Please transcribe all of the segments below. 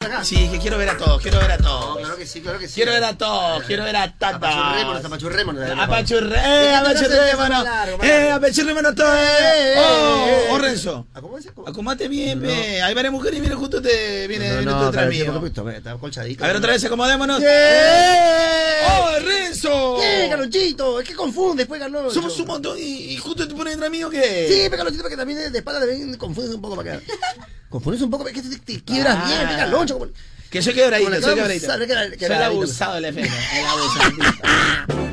Sí, que quiero ver a todos, quiero ver a todos. Claro que sí, claro que sí. Quiero ver a todos, quiero ver a todos. Apachurrémonos. Apachurrémonos todos. Oh, Renzo. Acomódate bien, ve. Hay varias mujeres y viene justo viene detrás mío. Está colchadito. A ver, otra vez acomodémonos. ¡Oh, Renzo! ¿Qué, Carlonchito? Es que confundes, pues, Carloncho. Somos un montón y justo te pones detrás mío, ¿qué? Sí, pero Carlonchito, porque también de espalda también confundes un poco para acá. Confundes un poco, porque te quiebras bien, Carloncho. Que soy quebradito, soy quebradito. Soy el abusado abusado del FM, el abusado.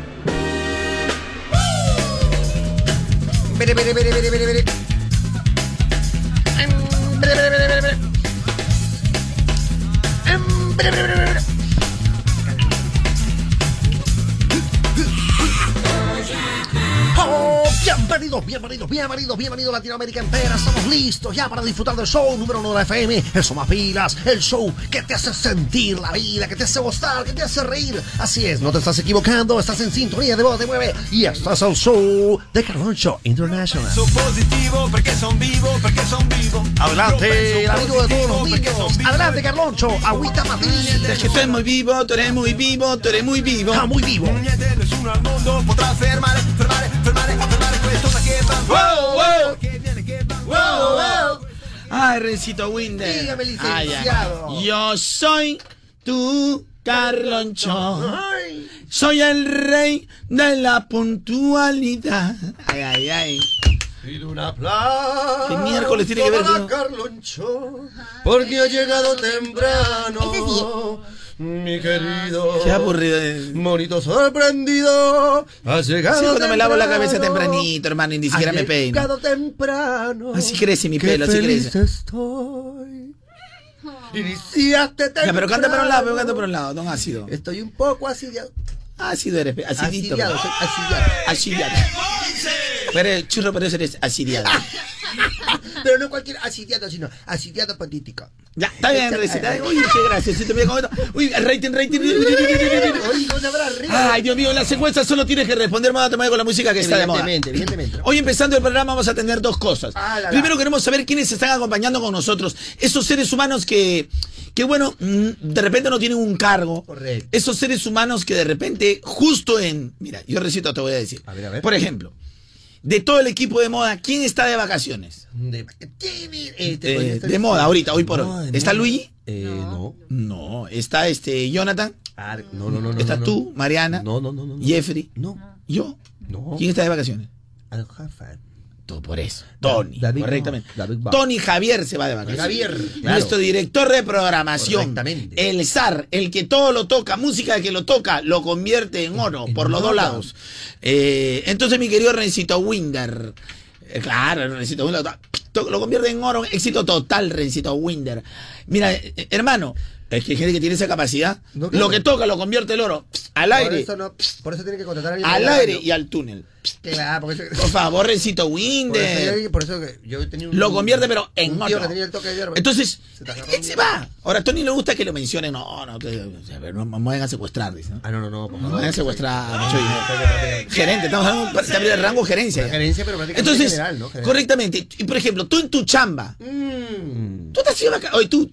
Bienvenido Latinoamérica entera. Estamos listos ya para disfrutar del show número 1 de la FM. El Show Más Pilas, el show que te hace sentir la vida, que te hace gozar, que te hace reír. Así es, no te estás equivocando, estás en sintonía de Voz Te Mueve y estás al show de Carloncho International. Soy positivo porque son vivos, Adelante, el amigo de todos los niños. Adelante, Carloncho, agüita Matilde. Es que estoy muy vivo, tú eres muy vivo, tú eres muy vivo. Ah, muy vivo. Es uno al mundo, podrá fermare, Wow. Ay, Rencito Winder. Dígame, licenciado. Yo soy tu Carloncho. Ay. Soy el rey de la puntualidad. Ay. Pido un aplauso. ¿Qué miércoles tiene que ver para con Carloncho? Porque ha llegado temprano. Mi querido. Qué aburrido. Monito sorprendido. Has llegado Sí, cuando temprano. me lavo la cabeza tempranito, hermano, y ni siquiera me peino. Has llegado temprano. Así crece mi Qué pelo, así feliz crece. estoy. Iniciaste temprano. Ya, pero canta por un lado, don Ácido. Estoy un poco asidiado. Ácido eres, acidito. Asidiado, soy asidiado. Pero el churro, pero eso eres asidiado. Pero no cualquier asidiado, sino asidiado político. Ya, está bien, receta. Uy, qué gracias. Uy, rating. Oye, ¿cómo se habrá arriba? Ay, Dios mío, en la secuencia solo tienes que responder más con la música que está de moda. Evidentemente. Hoy empezando el programa vamos a tener dos cosas. La. Primero queremos saber quiénes están acompañando con nosotros. Esos seres humanos que bueno, de repente no tienen un cargo. Correcto. Esos seres humanos que de repente, justo en... Mira, yo recito, te voy a decir. A ver. Por ejemplo, de todo el equipo de moda, ¿quién está de vacaciones? De moda, ahorita, hoy por hoy. ¿Está Luigi? No. No. ¿Está Jonathan? No. ¿Estás tú, Mariana? No. ¿Jeffrey? No. ¿Yo? No. ¿Quién está de vacaciones? Al Jafar. Todo por eso. Tony, David, correctamente. David va. Tony Javier se va de vacaciones. Javier, claro. Nuestro director de programación. Correctamente. El zar, el que todo lo toca, música que lo toca, lo convierte en oro por los dos lados. Entonces, mi querido Rencito Winder. Claro, Rencito Winder. Lo convierte en oro. Éxito total, Rencito Winder. Mira, hermano. Es que hay gente que tiene esa capacidad. No, claro. Lo que toca lo convierte el oro al aire. Por eso tiene que contratar a alguien. Al aire y al túnel. Claro, porque Por favor, Rencito Winder. por eso yo tenía un... Lo convierte, pero en un tío oro. que tenía el toque de hierba. Entonces, Se él se va. Ahora, a Tony le gusta que lo mencionen. No, me vayan a secuestrar, dice. ¿No? No. Me vayan a secuestrar. Mucho dinero. Gerente, estamos hablando de rango gerencia. Gerencia, pero prácticamente entonces, general, ¿no? General. Correctamente. Y por ejemplo, tú en tu chamba, tú te has ido acá. Oye, tú.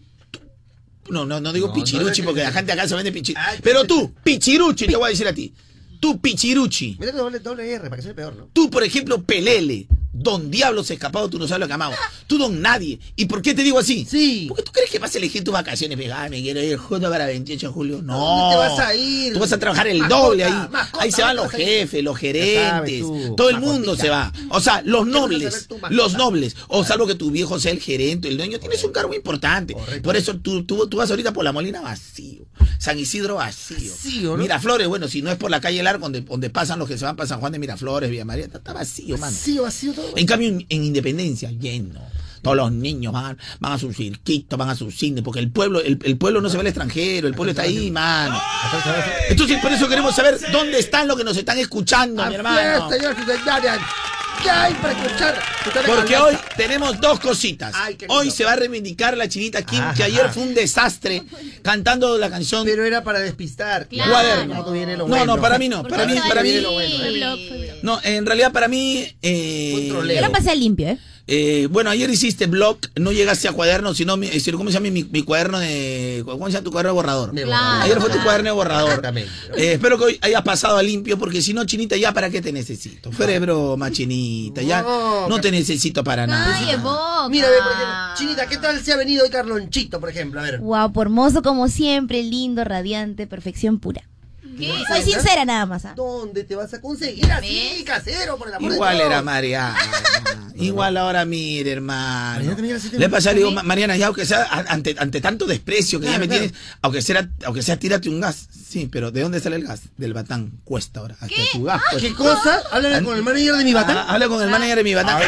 No digo pichiruchi porque la gente acá se vende pichiruchi. Pero tú, pichiruchi, te voy a decir a ti. Tú, pichiruchi. Mira que doble R para que sea peor, ¿no? Tú, por ejemplo, Pelele. Don Diablos Escapado, tú no sabes lo que amamos. Tú, don Nadie. ¿Y por qué te digo así? Sí. Porque tú crees que vas a elegir tus vacaciones. Me quiero ir justo para 28 de julio. No. ¿Dónde te vas a ir? Tú vas a trabajar el doble ahí. Ahí se van los jefes, los gerentes. Todo el mundo se va. O sea, los nobles. O salvo que tu viejo sea el gerente, el dueño. Tienes un cargo importante. Correcto. Por eso tú vas ahorita por La Molina vacío. San Isidro vacío. ¿no? Miraflores, bueno, si no es por la calle Largo, donde pasan los que se van para San Juan de Miraflores, Villa María, está vacío, mano. Vacío todo. En cambio, en Independencia, lleno. Todos los niños van a su cirquito, van a su cine, porque el pueblo no se ve al extranjero, el pueblo está ahí, mano. Entonces, por eso queremos saber dónde están los que nos están escuchando, mi hermano. ¿Qué hay para escuchar? Porque hoy tenemos dos cositas. Ay, qué lindo. Hoy se va a reivindicar la Chinita Kim, que ayer fue un desastre cantando la canción. Pero era para despistar. Claro. Cuaderno. Bueno. Para mí no. Porque Para mí. fue lo bueno, Fue blog. No, en realidad para mí. Un troleo. Yo lo pasé limpio, ¿eh? Bueno, ayer hiciste blog, no llegaste a cuaderno, sino, ¿cómo se llama mi cuaderno de... ¿Cómo se llama tu cuaderno de borrador? Claro. Ayer fue tu cuaderno de borrador. Exactamente. Espero que hoy hayas pasado a limpio, porque si no, Chinita, ¿ya para qué te necesito? Fuera de broma, Chinita, ya no te necesito para nada. Ay, boca. Mira, ve, por ejemplo, Chinita, ¿qué tal se ha venido hoy Carlonchito, por ejemplo? A ver. Guapo, hermoso como siempre, lindo, radiante, perfección pura. ¿Qué? Soy sincera nada más. ¿Ah? ¿Dónde te vas a conseguir así, casero, por el amor de Igual Dios? era Mariana. Igual ahora, mire, hermano. Mariana también era así, Le pasa, le digo, Mariana, ya aunque sea ante tanto desprecio que Claro, ya me claro. tienes, aunque sea tírate un gas. Sí, pero ¿de dónde sale el gas? Del Batán. Cuesta ahora. Hasta su gas cuesta. ¿Qué cosa? Háblale con el manager de mi batán. Habla con el manager de mi Batán.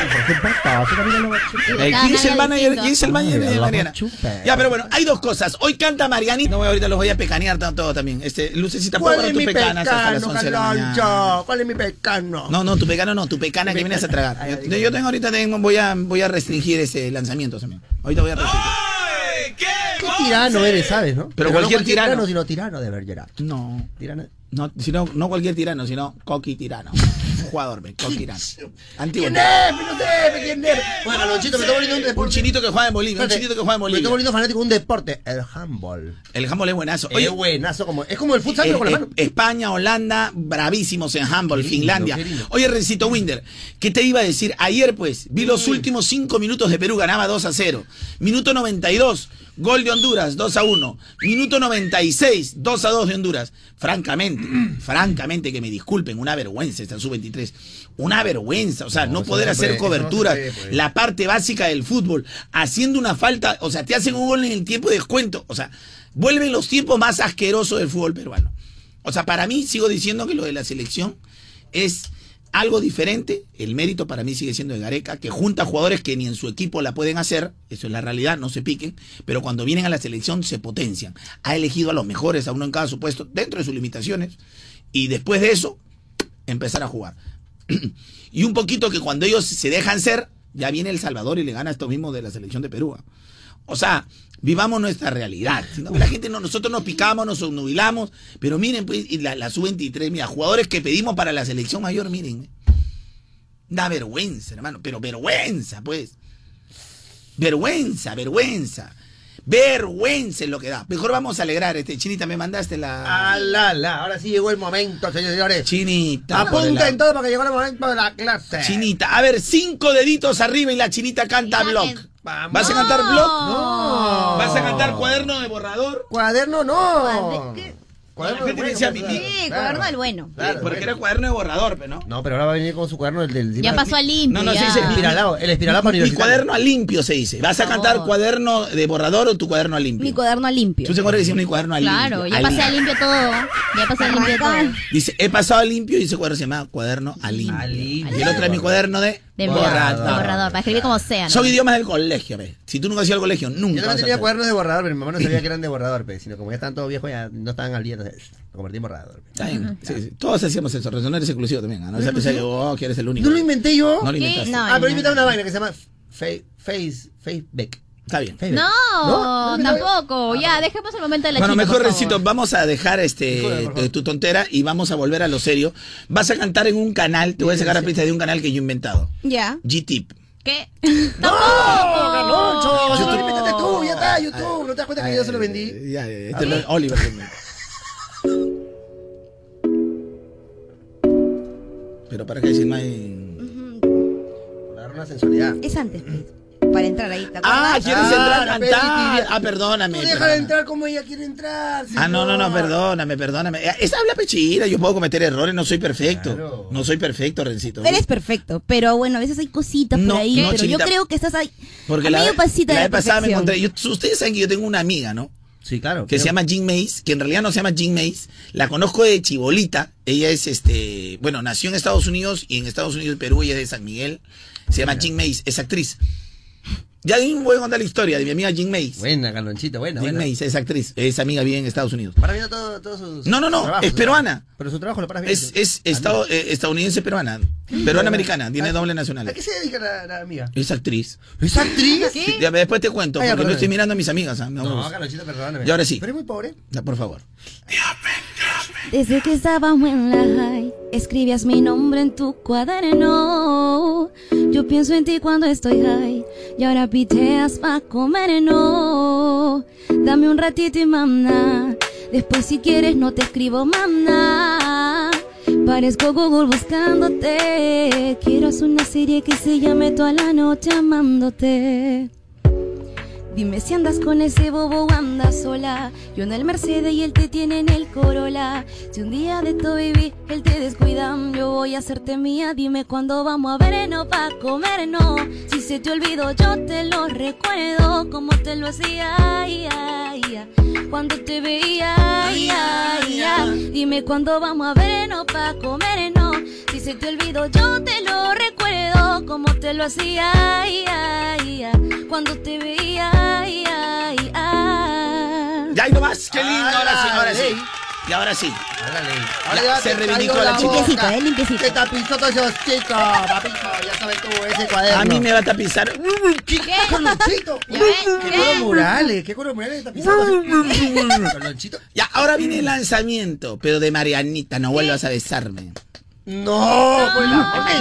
¿Quién es el manager? ¿Quién es el manager de Mariana? Ya, pero bueno, hay dos cosas. Hoy canta Marianita. No, ahorita los voy a pecanear todo también. Lucecita, ¿puedo ¿Cuál poner es tu mi pecana hasta las pecano, 11 de la mañana? Carloncho? ¿Cuál es mi pecano? No, tu pecano no, tu pecana que vienes a tragar. Yo tengo ahorita, voy a restringir ese lanzamiento también. Ahorita voy a restringir. Qué tirano eres, ¿sabes, no? Pero no cualquier tirano. sino tirano de Bergerac. No, Tirano. no cualquier tirano, sino Coqui Tirano. Un jugador, Coqui Tirano. Antiguo. ¿Quién es? No sé, ¿quién es? Bueno, Carlonchito, me está volviendo un deporte. Un chinito que juega en Bolivia, Espérate, Me está volviendo fanático de un deporte, el handball. El handball es buenazo. Oye, buenazo, es como el futsal, pero con la mano. España, Holanda, bravísimos en handball, Qué lindo, Finlandia. qué lindo. Oye, Rencito Winder, ¿qué te iba a decir? Ayer, pues, vi los últimos 5 minutos de Perú, ganaba 2-0. Minuto 92, gol de Honduras, 2-1. Minuto 96, 2-2 de Honduras. Francamente, que me disculpen, una vergüenza esta sub-23. Una vergüenza, o sea, no eso poder no se hacer puede, cobertura, eso no se puede, pues. la parte básica del fútbol, haciendo una falta, o sea, te hacen un gol en el tiempo de descuento, o sea, vuelven los tiempos más asquerosos del fútbol peruano. O sea, para mí, sigo diciendo que lo de la selección es algo diferente. El mérito para mí sigue siendo de Gareca, que junta jugadores que ni en su equipo la pueden hacer. Eso es la realidad, no se piquen. Pero cuando vienen a la selección se potencian. Ha elegido a los mejores, a uno en cada supuesto, dentro de sus limitaciones. Y después de eso, empezar a jugar. Y un poquito que cuando ellos se dejan ser, ya viene El Salvador y le gana a estos mismos de la selección de Perú. O sea, vivamos nuestra realidad. Sino que la gente nosotros nos picamos, nos obnubilamos. Pero miren, pues, y la sub-23, mira, jugadores que pedimos para la selección mayor, miren. Da vergüenza, hermano. Pero vergüenza, pues. Vergüenza. Vergüenza es lo que da. Mejor vamos a alegrar. Chinita, me mandaste la... Ahora sí llegó el momento, señores. Chinita. Apunten todo porque llegó el momento de la clase. Chinita. A ver, 5 deditos arriba y la Chinita canta blog. Vamos. ¿Vas a cantar blog? No. ¿Vas a cantar cuaderno de borrador? Cuaderno no. ¿Qué? Cuaderno ¿Qué del te bueno, decía pues, Mimi? Sí, claro. cuaderno del bueno. Claro, Porque bueno. era cuaderno de borrador, ¿no? No, pero ahora va a venir con su cuaderno del Ya pasó a limpio. No, ya. se dice espiralado, el espiralado para Mi universitario. cuaderno a limpio se dice. ¿Vas a Por cantar favor. cuaderno de borrador o tu cuaderno a limpio? Mi cuaderno a limpio. Tú se acuerdas que decía mi cuaderno a limpio. Claro, ya pasé a limpio todo. Ya pasé a limpio todo. Dice, he pasado a limpio y ese cuaderno se llama cuaderno a limpio. A limpio. Y el otro es mi cuaderno de De borrador. borrador, para escribir como sea. ¿no? Son idiomas del colegio, ¿ves? Si tú nunca has ido al colegio, nunca Yo vas también a tenía hacer. cuadernos de borrador, pero mi mamá no sabía que eran de borrador, pues, sino como ya estaban todos viejos, ya no estaban al día, entonces lo convertí en borrador. Está bien. Sí. Todos hacíamos eso. No eres exclusivo también. ¿No? Se pensaba que, que eres el único. ¿No lo inventé yo? No lo ¿Qué? inventaste. No. Pero inventé una vaina que se llama Facebook. Está bien. No, tampoco. Ya, dejemos el momento de la Bueno, chica, mejor, por favor. Rencito, vamos a dejar tu tontera y vamos a volver a lo serio. Vas a cantar en un canal, te voy a sacar la pista de un canal que yo he inventado. Ya. G-Tip. ¿Qué? ¡No! ¡Carloncho! No. Eso lo inventaste tú, ya está, YouTube. ¿No te das cuenta que yo se lo vendí? Ya, este es Oliver. Pero para qué decir más. Para dar una sensualidad. Es antes, pues, para entrar ahí. ¿te Ah, acuerdas? ¿quieres entrar a Peti, cantar? Ah, perdóname. Tú déjala perdóname. entrar como ella quiere entrar. Ah, no, perdóname. Esa habla pechira, yo puedo cometer errores, no soy perfecto. Claro. No soy perfecto, Rencito. Eres perfecto, pero bueno, a veces hay cositas No, por ahí, no, pero Chinita. yo creo que estás ahí. Porque a medio pasito de la la vez pasada me perfección. encontré. Ustedes saben que yo tengo una amiga, ¿no? Sí, claro. Que se llama Jean Mays, que en realidad no se llama Jean Mays. La conozco de chibolita. Ella es, bueno, nació en Estados Unidos y en Estados Unidos y Perú ella es de San Miguel. Se llama Jean Mays, es actriz. Ya voy a contar la historia de mi amiga Jean Mays. Buena, Carlonchito, buena. Jean Mays es actriz, es amiga bien en Estados Unidos. Para viendo todos sus. No, trabajos, es peruana. Pero su trabajo lo paras viendo. Es estadounidense peruana. Peruana-americana, tiene doble ¿A nacionalidad. qué se dedica la amiga? Es actriz. ¿Es actriz? Sí, ya, después te cuento, Ah, ya, porque no perdóname. estoy mirando a mis amigas. ¿Ah? No, Carlonchito, perdóname. Y ahora sí. Pero es muy pobre. Ya, por favor. Desde que estábamos en la high, escribías mi nombre en tu cuaderno. Yo pienso en ti cuando estoy high y ahora piteas pa' comer, no. Dame un ratito y mamá, después si quieres no te escribo mamá. Parezco Google buscándote. Quiero hacer una serie que se llame Toda la noche amándote. Dime si andas con ese bobo o andas sola. Yo en el Mercedes y él te tiene en el Corolla. Si un día de todo baby él te descuida, yo voy a hacerte mía. Dime cuándo vamos a vernos pa' comer, no. Si se te olvidó yo te lo recuerdo, como te lo hacía, ay, ay, ay, cuando te veía, ay, ay, ay. Dime cuándo vamos a vernos pa' comer, no. Si se te olvidó yo te lo recuerdo, como te lo hacía, ay, ay, ay, cuando te veía, ay, ay, ay. Ya, y nomás, qué lindo, ahora sí. Y ahora sí. Ya, se reivindicó la chica. Limpiecito, limpiecito. ¿Qué tapizó todo esos chicos, papito? Ya sabes tú, ese cuaderno. A mí me va a tapizar. ¿Qué? Carlonchito. ¿Ya ven? ¿Qué cuadros murales? ¿Qué cuadros murales tapizado? Carlonchito. Ya, ahora viene el lanzamiento, pero de Marianita, no vuelvas a besarme. No, pues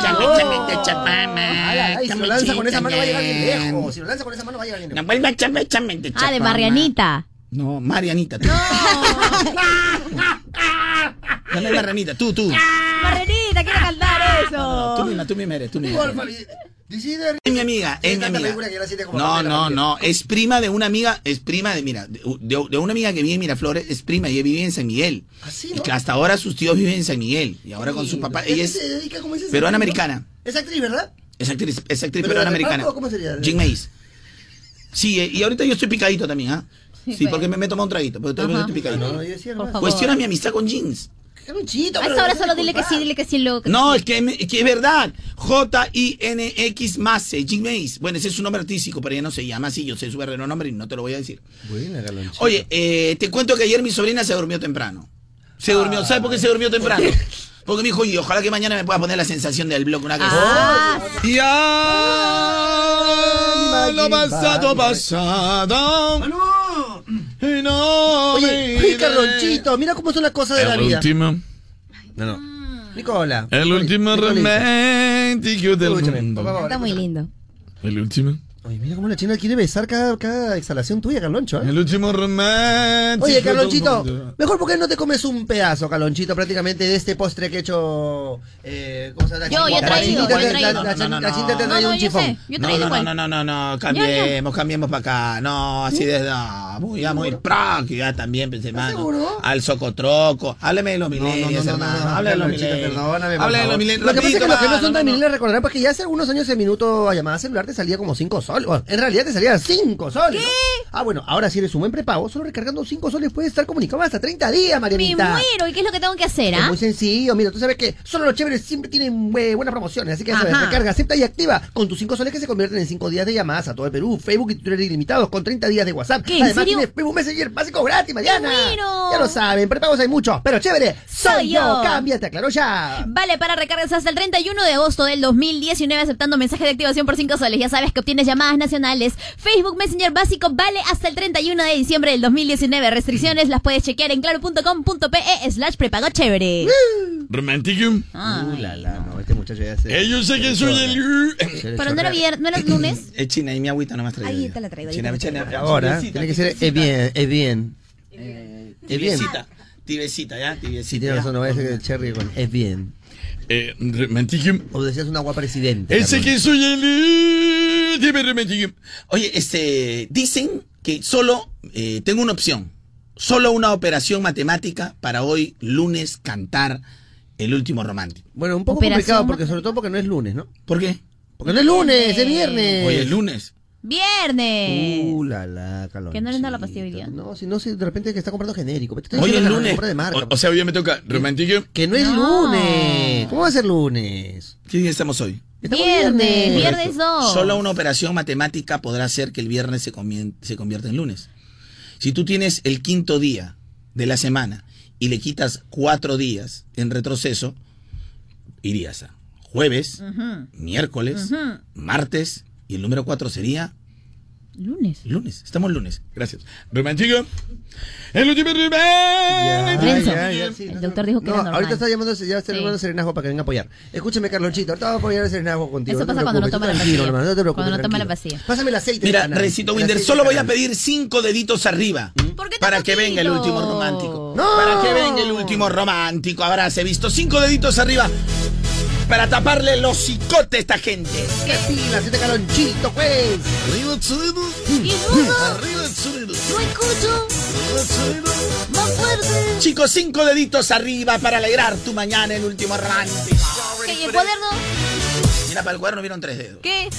Ay, si lo lanza con esa mano va a llegar bien lejos. Si lo lanza con esa mano va a llegar bien No lejos. vuelvas a echarme, De Marianita. No, Marianita, tú. No es Marianita, tú. Marianita, quiero cantar eso. No, tú misma eres, tú misma. Decide. Es mi amiga, es mi amiga. No, es prima de una amiga, es prima de, mira, de una amiga que vive en Miraflores, es prima, ella vive en San Miguel. ¿Así, Y no? que hasta ahora sus tíos viven en San Miguel. Y ahora con su papá, ella es se dedica, ¿cómo es esa peruana actriz, americana. no? Es actriz, ¿verdad? Es actriz ¿Pero peruana de americana. reparto o cómo sería? Jean Mays. Sí, y ahorita yo estoy picadito también, ¿ah? Sí, bueno. porque me he tomado un traguito, pero todavía estoy picadito. No, yo decía, Por no. favor. Cuestiona mi amistad con Jeans. Carlonchito, A pero esta hora no solo te dile que sí, culpas. luego que No, sí. es que es verdad. J-I-N-X Mace, Jean Mays. Bueno, ese es su nombre artístico, pero ella no se llama así. Yo sé su verdadero nombre y no te lo voy a decir. Buena, Carlonchito. Oye, te cuento que ayer mi sobrina se durmió temprano. Se durmió. ¿Sabes por qué se durmió temprano? Porque me dijo, y ojalá que mañana me pueda poner la sensación del blog. Una que ya lo pasado. Y no Oye, Carlonchito, mira cómo son las cosas de la vida. No. Nicola. El último romántico del Escúchame, mundo. por favor. Está muy lindo. El último. Oye, mira cómo la china quiere besar cada exhalación tuya, Carloncho, ¿eh? El último romántico. Oye, del Carlonchito, mundo. mejor porque no te comes un pedazo, Carlonchito, prácticamente de este postre que he hecho. ¿Cómo se llama? Yo he traído, La yo he traído. chinita te trae un yo chifón. sé. Yo No, traigo igual. no, cambiemos para acá. No, así de muy práctico, ya también, pues, hermano. seguro? Al socotroco. Hábleme de los milenios, hermano. Háblame de los Carlonchito, milenios. perdóname, por Háblame de los favor. milenios. Lo que pasa es que los que no rapidito, son tan no. milenios recordarán porque ya hace algunos años el minuto a llamada celular te salía como 5 soles. Bueno, en realidad te salía 5 soles. ¿Qué? ¿No? Ah, bueno, ahora si eres un buen prepago, solo recargando 5 soles puedes estar comunicado hasta 30 días, Me Marianita. muero. ¿Y qué es lo que tengo que hacer, Es ah? muy sencillo, mira, tú sabes que solo los chéveres siempre tienen buenas promociones, así que ya sabes, Ajá. recarga, acepta y activa con tus 5 soles que se convierten en 5 días de llamadas a todo el Perú, Facebook y Twitter ilimitados con 30 días de WhatsApp. ¿Qué, en Además serio? tienes Facebook Messenger básico gratis, Mariana. muero! Ya lo saben, prepagos hay muchos, pero chévere, soy yo. yo. Cámbiate, aclaró ya. Vale para recargas hasta el 31 de agosto del 2019 aceptando mensaje de activación por 5 soles. Ya sabes que obtienes llamadas nacionales. Facebook Messenger básico vale hasta el 31 de diciembre del 2019. Restricciones las puedes chequear en claro.com.pe/prepago chévere. Romántico. No, este muchacho ya se... Yo sé que soy el... Pero no era viernes, no era lunes. Es China y mi agüita no me has traído. Ahí ya. te la traigo, ahí China, te la traigo. Ahora, tiene que ser, es bien. Es bien. Tibiecita, ya, tibiecita. Si tiene razón, no va a ser el cherry con es bien. Romántico. O decías una guapa presidente. Ese que soy el último romántico. Oye, dicen que solo tengo una opción. Solo una operación matemática para hoy, lunes, cantar El último romántico. Bueno, un poco Operación complicado porque Mata- sobre todo porque no es lunes, ¿no? ¿Por qué? Porque no es lunes, es viernes. Hoy es lunes. Viernes. La calor. Que no le da la pastilla hoy día. No, si no, si de repente es que está comprando genérico. Te estoy Hoy diciendo es que lunes. compra de marca. O sea, hoy me toca romántico. Que no es No. lunes. ¿Cómo va a ser lunes? ¿Qué día estamos hoy? Estamos Viernes 2. Solo una operación matemática podrá hacer que el viernes se convierta en lunes. Si tú tienes el quinto día de la semana y le quitas 4 días en retroceso, irías a jueves, miércoles, martes y el número 4 sería Lunes. lunes. Estamos lunes. Gracias. Romántico. El último remedio. Renzo, sí, el doctor dijo que no, era normal. ahorita está llamando, ya está Sí. llamando a Serenazgo para que venga a apoyar. Escúchame, Carlonchito, ahorita vamos a apoyar a Serenazgo contigo. Eso no te pasa cuando no preocupes, toma tú la tranquilo, pastilla. hermano, no te preocupes. Cuando no toma la tranquilo. pastilla. Pásame el aceite. Mira, canal, Rencito el Winder, aceite solo voy a canal. pedir 5 deditos arriba. ¿Por qué tan Para que venga el poquito? último romántico. No. Para que venga el último romántico. Habráse visto 5 deditos arriba para taparle los cicotes a esta gente. ¿Qué pilas, este Carlonchito, pues? Arriba el sonido. Y luego, Arriba el sonido. no escucho. Más fuerte. Chicos, 5 deditos arriba para alegrar tu mañana el último romántico. ¿Qué? ¿Y el cuaderno? Mira, para el cuaderno vieron 3 dedos. ¿Qué?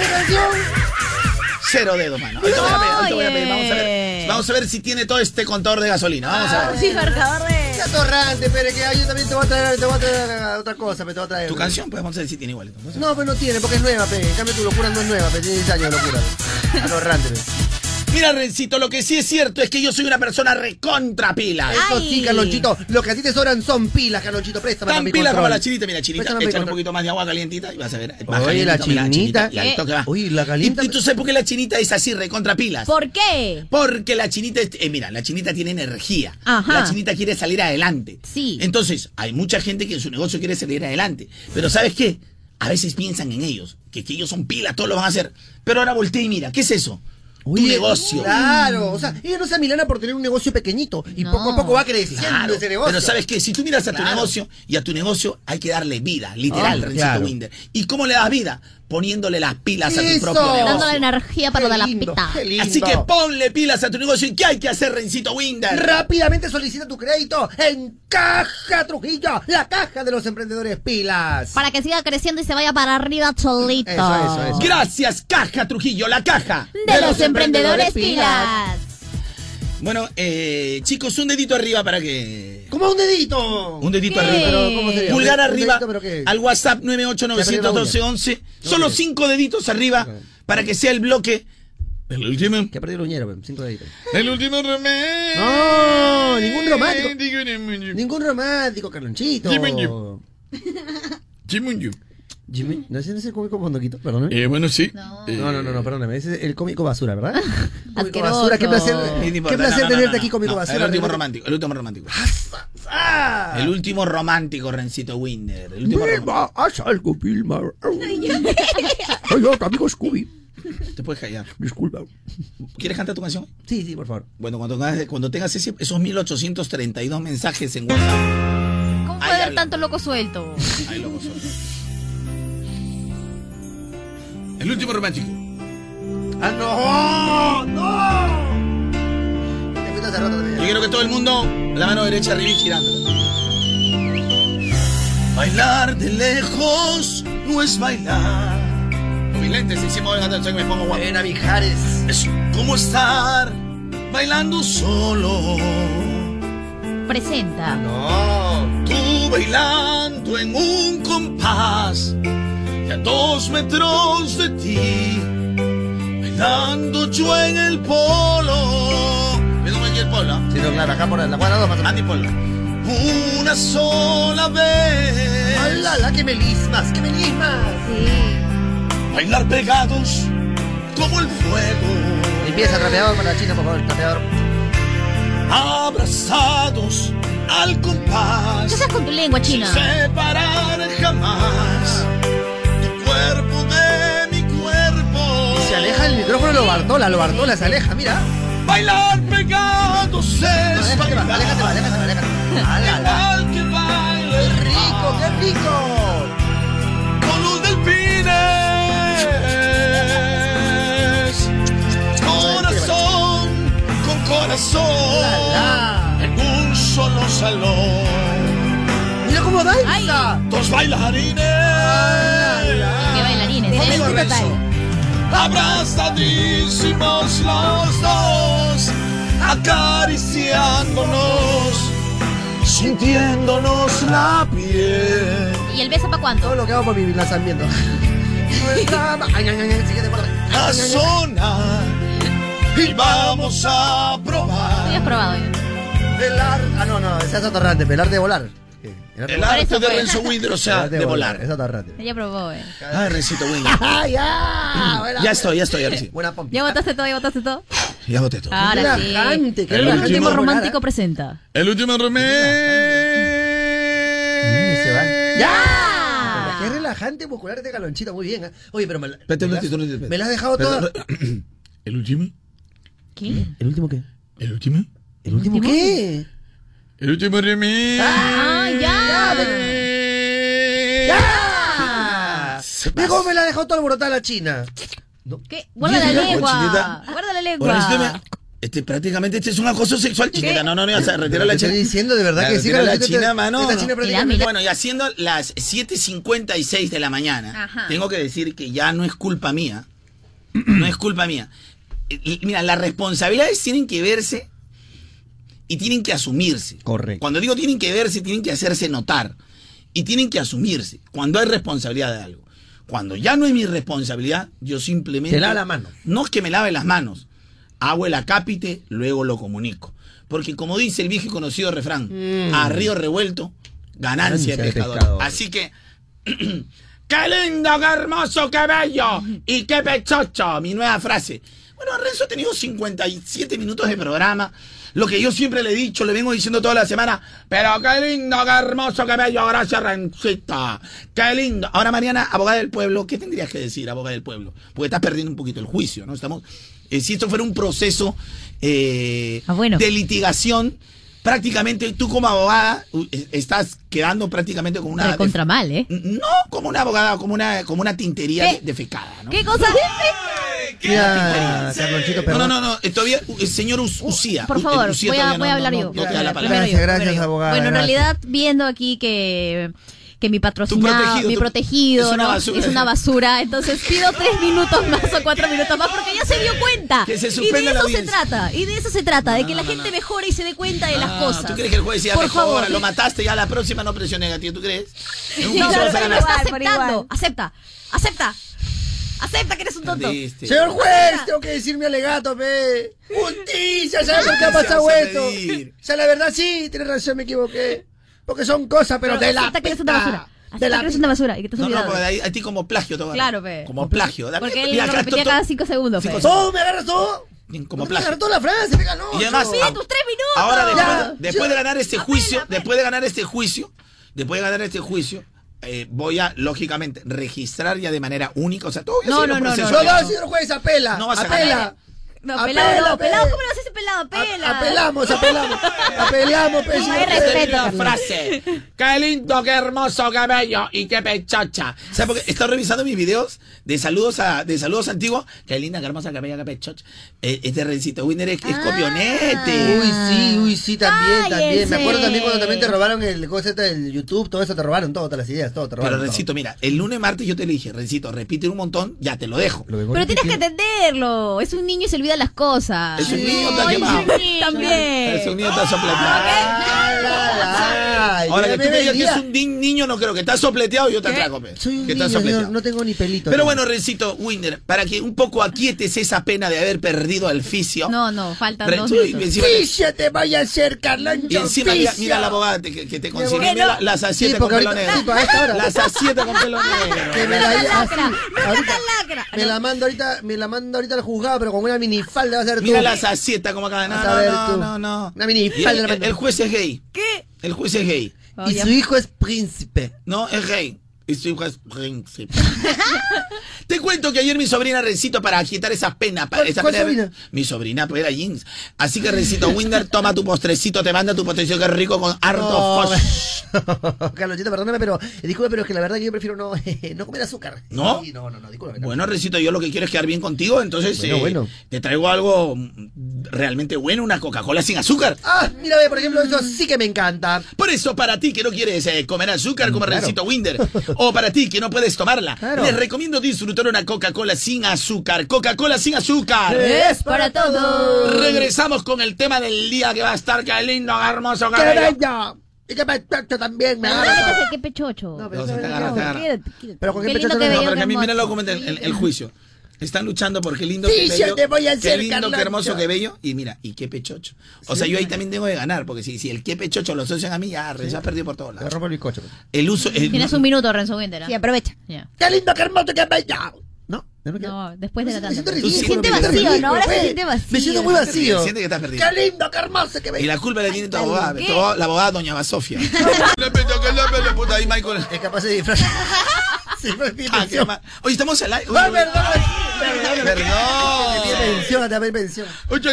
0 dedos, mano. Ahorita voy a pedir, ahorita voy a pedir. Oye. Vamos a ver si tiene todo este contador de gasolina. Vamos a ver. Sí, marcador de... Qué atorrante, pero que yo también te voy a traer otra cosa, me te voy a traer. Tu canción, pues vamos a ver si tiene igual. Entonces. No, pero no tiene, porque es nueva, pe. En cambio tu locura no es nueva, pe. Tiene 10 años de locura. Atorrante, pe. Mira, Rencito, lo que sí es cierto es que yo soy una persona recontra pila. Eso Ay. sí, Carlonchito. Lo que a ti te sobran son pilas, Carlonchito. Préstame Tan mi pila control. como la chinita. Mira, chinita, Préstame mi échale un control. poquito más de agua calientita y vas a ver. más Oye, la calientito, mira, chinita. y al toque va. Uy, la calienta. ¿Y tú sabes por qué la chinita es así, recontra pilas? ¿Por qué? Porque la chinita, mira, la chinita tiene energía. Ajá. La chinita quiere salir adelante. Sí. Entonces, hay mucha gente que en su negocio quiere salir adelante. Pero ¿sabes qué? A veces piensan en ellos, que ellos son pilas, todos lo van a hacer. Pero ahora voltea y mira, ¿qué es eso? Tu Oye, negocio. Claro, o sea, ella no se amilana por tener un negocio pequeñito y No. poco a poco va creciendo Claro, ese negocio. pero ¿sabes qué? Si tú miras a tu Claro. negocio y a tu negocio hay que darle vida, literal, Ah, Rencito claro. Winder. ¿Y cómo le das vida? Poniéndole las pilas a tu Eso. propio negocio. Dándole energía para Qué lo de la lindo, pita. qué lindo. Así que ponle pilas a tu negocio. ¿Y qué hay que hacer, Rencito Winder? Rápidamente solicita tu crédito en Caja Trujillo, la caja de los emprendedores pilas. Para que siga creciendo y se vaya para arriba cholito. Eso. Gracias, Caja Trujillo, la caja. De los emprendedores pilas. Bueno, chicos, un dedito arriba para que... ¿Cómo un dedito? Un dedito ¿Qué? arriba. Pero, ¿cómo sería? Pulgar ¿Un arriba dedito, pero qué? al WhatsApp 9891211. Solo 5 deditos arriba para que sea el bloque. El último. Que ha perdido el uñero, pe. 5 deditos. El último remedio. No, ningún romántico. Ningún romántico, Carlonchito. Jimunyu. Jimunyu. Jimmy, ¿no es el cómico Mondoquito? Perdón. Bueno, sí. No. No, perdóname. Ese es el cómico basura, ¿verdad? Cómico Asqueroso. basura, qué placer. No Qué importa, placer no, tenerte no. aquí, cómico No, basura. El último realmente. romántico, el último romántico. ¡Ah! El último romántico, Rencito Winder. El último romántico. Vilma, haz algo, Vilma. Soy otro amigo Scooby. Te puedes callar. Disculpa. ¿Quieres cantar tu canción? Sí, por favor. Bueno, cuando tengas esos 1832 mensajes en WhatsApp. ¿Cómo Ahí puede haber habla. tanto loco suelto? Ahí lo gozo. El último romántico. ¡Ah, no! Te fuiste hace rato Yo también. quiero que todo el mundo, la mano derecha arriba y girándola. Bailar de lejos no es bailar. Con mis lentes encima de la canción me pongo guapo. Buena, Mijares. Es como estar bailando solo. Presenta. No. Tú bailando en un compás y a 2 metros de ti. Bailando yo en el polo. ¿Ves dónde hay el polo? Sí, no, claro, acá por la cuadra 2 más o menos. Andy Polo. Una sola vez. ¡Hala, qué melismas, qué melismas! Sí. Bailar pegados como el fuego. Limpieza, trapeador para la China, por favor, trapeador. Abrazados al compás. ¿Qué haces con tu lengua, Sin China? separar jamás tu cuerpo de mi cuerpo. Se aleja el micrófono, lo Bartola, se aleja, mira. Bailar pegados es Aléjate, bailar. aléjate. ¡Hala, hala! Igual que baile ¡Qué rico, qué rico! con los delfines. Corazón con corazón ¡Hala! en un solo salón. ¡Mira cómo danza! 2 bailarines. Qué bailarines, Conmigo, ¿eh? Renzo. Abrazadísimos los dos, acariciándonos, sintiéndonos la piel. ¿Y el beso para cuánto? Todo lo que hago por mi lanzamiento. Siguiente, A sonar y vamos a Lo probar. habías probado ya. Velar. Ah, no, ese es atorrante, velar de volar. El arte de Renzo Winder, o sea, de volar. Esa está rápido. Ella probó, Ah, Rencito Winder. ¡Ah, ya! Ya estoy, ahora sí. Buena pompa. ¿Ya votaste todo? Ya boté todo. Ahora sí. relajante, qué El relajante. Último volar, romántico ¿eh? presenta. El último Se va. remedio. ¡Ya! Qué relajante muscular este galonchito, muy bien. ¿Eh? Oye, pero Espérate un ratito, me la has dejado toda. El último. ¿Qué? ¿El último qué? El último. ¿El último qué? El último remedio. ¡Ah, ya! ¡Ya! Digo, me la ha dejado toda alborotada la china. ¿Qué? Guarda la Chinita. lengua. Guarda la lengua. Prácticamente este es un acoso sexual, Chinita. No, ya se retira la Te estoy China. diciendo de verdad que sí. Retira la China, mano. Esta China prácticamente- Bueno, y haciendo las 7:56 de la mañana, Ajá. tengo que decir que ya no es culpa mía. No es culpa mía. Mira, las responsabilidades tienen que verse y tienen que asumirse. Correcto. Cuando digo tienen que verse, tienen que hacerse notar. Y tienen que asumirse cuando hay responsabilidad de algo. Cuando ya no es mi responsabilidad, yo simplemente... Te lava la mano. No es que me lave las manos. Hago el acápite, luego lo comunico. Porque como dice el viejo y conocido refrán, a río revuelto, ganancia de pescador. Así que... ¡Qué lindo, qué hermoso, qué bello! ¡Y qué pechocho! Mi nueva frase. Bueno, Renzo ha tenido 57 minutos de programa. Lo que yo siempre le he dicho, le vengo diciendo toda la semana. Pero qué lindo, qué hermoso, qué bello. Gracias, Rencita. Qué lindo. Ahora, Mariana, abogada del pueblo, ¿qué tendrías que decir, abogada del pueblo? Porque estás perdiendo un poquito el juicio, ¿no? Estamos... si esto fuera un proceso bueno. de litigación, prácticamente tú como abogada estás quedando prácticamente como una... Recontra mal, ¿eh? No, como una abogada, como una tintería ¿Qué? defecada, ¿no? ¿Qué cosa? Mira, Carlonchito, perdón. No, todavía el señor Ucía. Por favor, Ucía voy a todavía hablar yo. No te da la palabra. Primero yo, Gracias, primero yo. abogada, Bueno, en gracias. realidad, viendo aquí que mi patrocinado, protegido, mi tu- protegido, es una ¿no? basura. Es una basura. Entonces pido 3 minutos más o 4 minutos más porque ya se dio cuenta. Que se Y de suspenda la eso se audiencia. trata. Y de eso se trata, de que la gente mejore y se dé cuenta de las cosas. ¿Tú crees que el juez decía Por mejor? favor. Lo mataste, ya la próxima no presión negativa, ¿tú crees? En un No, juicio vas a pero ganar. está Por aceptando. igual. Acepta que eres un tonto. Perdiste. Señor juez, tengo que decir mi alegato, pe. Justicia, ¿sabes por qué ha pasado Justicia, esto? vas a pedir. O sea, la verdad sí, tienes razón, me equivoqué. Porque son cosas, pero de la Acepta que eres una pesta. basura. De Acepta la que eres una basura y que te has No, olvidado. porque a ti como plagio te va a Claro, dar. pe. Como plagio. Dame- Porque él mira, lo acá repetía to- cada 5 segundos, cinco pe. segundos. ¡Oh, me agarras todo! Como Me plagio. agarras toda la frase, pega, no. Y además, Pide tus 3 minutos. ahora Ya, después de ganar este juicio, apela. después de ganar este juicio, voy a, lógicamente, registrar ya de manera única. O sea, todo voy a No, seguir no, los no, procesos. No, señor juez, apela. No vas a apela. ganar. No, Apela, pelado, no, pe. pelado, ¿cómo lo haces pelado? Pela. Apelamos, pe, señor Hay juez. respeto. La frase. Qué lindo, qué hermoso, qué bello y qué pechocha. ¿Sabes por qué? He estado revisando mis videos de saludos antiguos. Qué linda, qué hermosa, qué bella, qué pechocha. Este Rencito Winder es copionete. Uy, sí, también. Cállense. Me acuerdo también cuando también te robaron el cosa del YouTube, todo eso te robaron, todas las ideas, todo te robaron. Pero Rencito, mira, el lunes martes yo te le dije, Rencito, repite un montón, ya te lo dejo. Pero tienes que entenderlo. Es un niño y se olvida las cosas. Es un niño, está Ay, quemado. es un niño. También. Es un niño está sopleteado. Ahora que tú me digas que es un niño, no creo que está sopleteado, yo te atraco, pe. Soy un Que está niño, sopleteado. señor, no tengo ni pelito. Pero no. bueno, Rencito Winder, para que un poco aquietes esa pena de haber perdido al fisio. No, faltan Re- 2 y minutos. encima, Ficia te vaya a hacer, Carloncho. y encima mira, ficia. mira la abogada que te consigue. ¿Qué Mira no? las A7 Sí, con porque pelo ahorita- negro. sí, para esta hora. Las A7 con pelo negro. Que me la Lacra, así, nunca ahorita- tan lacra. Me la mando ahorita al juzgado, pero con una minifalda va a ser tú. Mira las A7 como acá. Vas a ver tú. No. Una Y minifalda. la mando. el juez es gay. ¿Qué? El juez es gay. Y su hijo es príncipe. No, es gay. Y su hijo es príncipe. Te cuento que ayer mi sobrina Rencito, para aquietar esas penas. ¿Cuál sobrina? Mi sobrina, pues era jeans. Así que Rencito Winder, toma tu postrecito, te manda tu postrecito que es rico con harto fos. Carlonchito, perdóname, pero disculpe, pero es que la verdad que yo prefiero no, no comer azúcar. ¿No? Sí, no, disculpe. no. Bueno, Rencito, yo lo que quiero es quedar bien contigo, entonces Bueno. te traigo algo realmente bueno, una Coca-Cola sin azúcar. Ah, mira, ve, por ejemplo, eso sí que me encanta. Por eso, para ti que no quieres comer azúcar como Claro. Rencito Winder, o para ti que no puedes tomarla, Claro. les recomiendo disfrutar una Coca-Cola sin azúcar. Coca-Cola sin azúcar. Es para todos. Regresamos con el tema del día que va a estar, qué lindo, qué hermoso, qué ¡Qué bello. bello! Y que pecho también me No me agarra. metas el qué pechocho. No, pero No, se eso te es agarra, no. te agarra. Quédate. Pero con qué Qué pecho lindo te que lo- No, bello, pero que a mí qué mira lo hermoso. comenta el juicio. Están luchando por qué lindo, Sí, qué yo bello, te voy a hacer, qué lindo, Carloncho. qué hermoso, qué bello. Y mira, y qué pechocho. O sea, yo ahí también tengo que ganar, porque si el qué pechocho lo asocian a mí, ya se ha perdido por todos Te lados. rompo el bizcocho. El uso... Tienes un minuto, Renzo Winter. ¿Ah? Sí, aprovecha. Ya. ¡Qué lindo, qué hermoso, qué bello! ¿No? No, después de la Me siento tanda. ridículo, siente me siento vacío, ¿no? ridículo, Ahora se güey. siente vacío. Me siento muy vacío. Siente que estás perdido. ¡Qué lindo, qué hermoso, qué bello! Y la culpa la tiene tu Ay, abogada, ¿qué? la abogada doña Basofia. Puta, ahí Michael. Es capaz de disfrazar. Sí, me pide Ah, qué pensión. mal. Oye, estamos al aire. ¡Ah, perdón! Perdón. Me pide pensión, te pide pensión.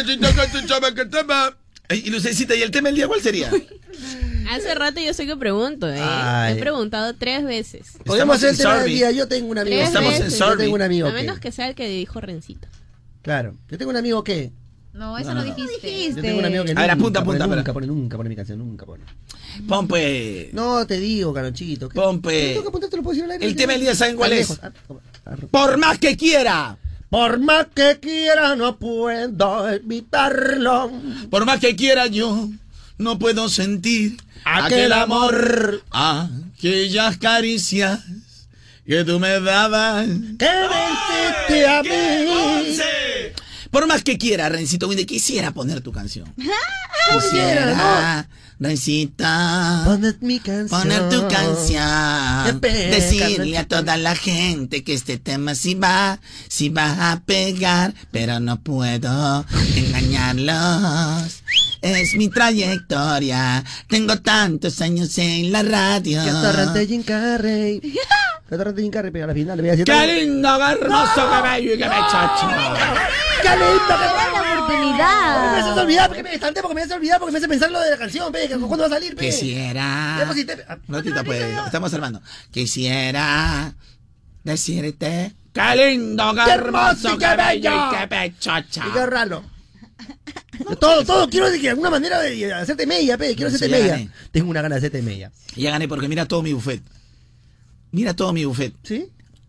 Y Lucecita, ¿y el tema del día cuál sería? Hace rato yo sé que pregunto, Ay. He preguntado 3 veces. Podemos hacer en el tema del Sorby. día. Yo tengo un amigo. Tres Estamos en veces. Yo Sorby. tengo un amigo A menos que... que sea el que dijo Rencito. Claro. Yo tengo un amigo que... No, eso no dijiste. Yo tengo un amigo que A ver, apunta, nunca espera. pone mi canción, nunca pone. Pon pues. No, te digo, Carlonchito. ¿qué? Pon, pues. Tengo que apuntarte, lo puedo decir al aire. El tema del día, ¿saben cuál Tan es? lejos. Por más que quiera. Por más que quiera, no puedo evitarlo. Por más que quiera yo, no puedo sentir Aquel amor aquellas caricias que tú me dabas. que me hiciste a mí. Por más que quiera, Rencito Windy, quisiera poner tu canción. Quisiera, Rencita, Poner mi canción. poner tu canción. Qué pena, Decirle a Carlonchito. toda la gente que este tema sí va a pegar, pero no puedo engañarlos. Es mi trayectoria. Tengo tantos años en la radio. Ya torrente Jim Carrey. Ya torrente Jim Carrey, pega la final. Le voy a decir. ¡Qué lindo, qué hermoso, qué bello y qué bechacho! ¡Qué lindo! ¡Dale la Me haces oportunidad! olvidar, porque me estante, porque me haces olvidar, porque me hace pensar lo de la canción, pe, que ¿cuándo va a salir, pe? Ya Quisiera. pusiste- No, tita, pues, estamos armando. Quisiera decirte qué lindo, qué hermoso, qué bello y qué pechocha. Y qué raro. Todo, quiero decir que alguna manera de hacerte mella, pe, quiero hacerte Sí, ya mella. gané. Tengo una gana de hacerte mella. Y ya gané porque mira todo mi buffet. Mira todo mi buffet. ¿Sí?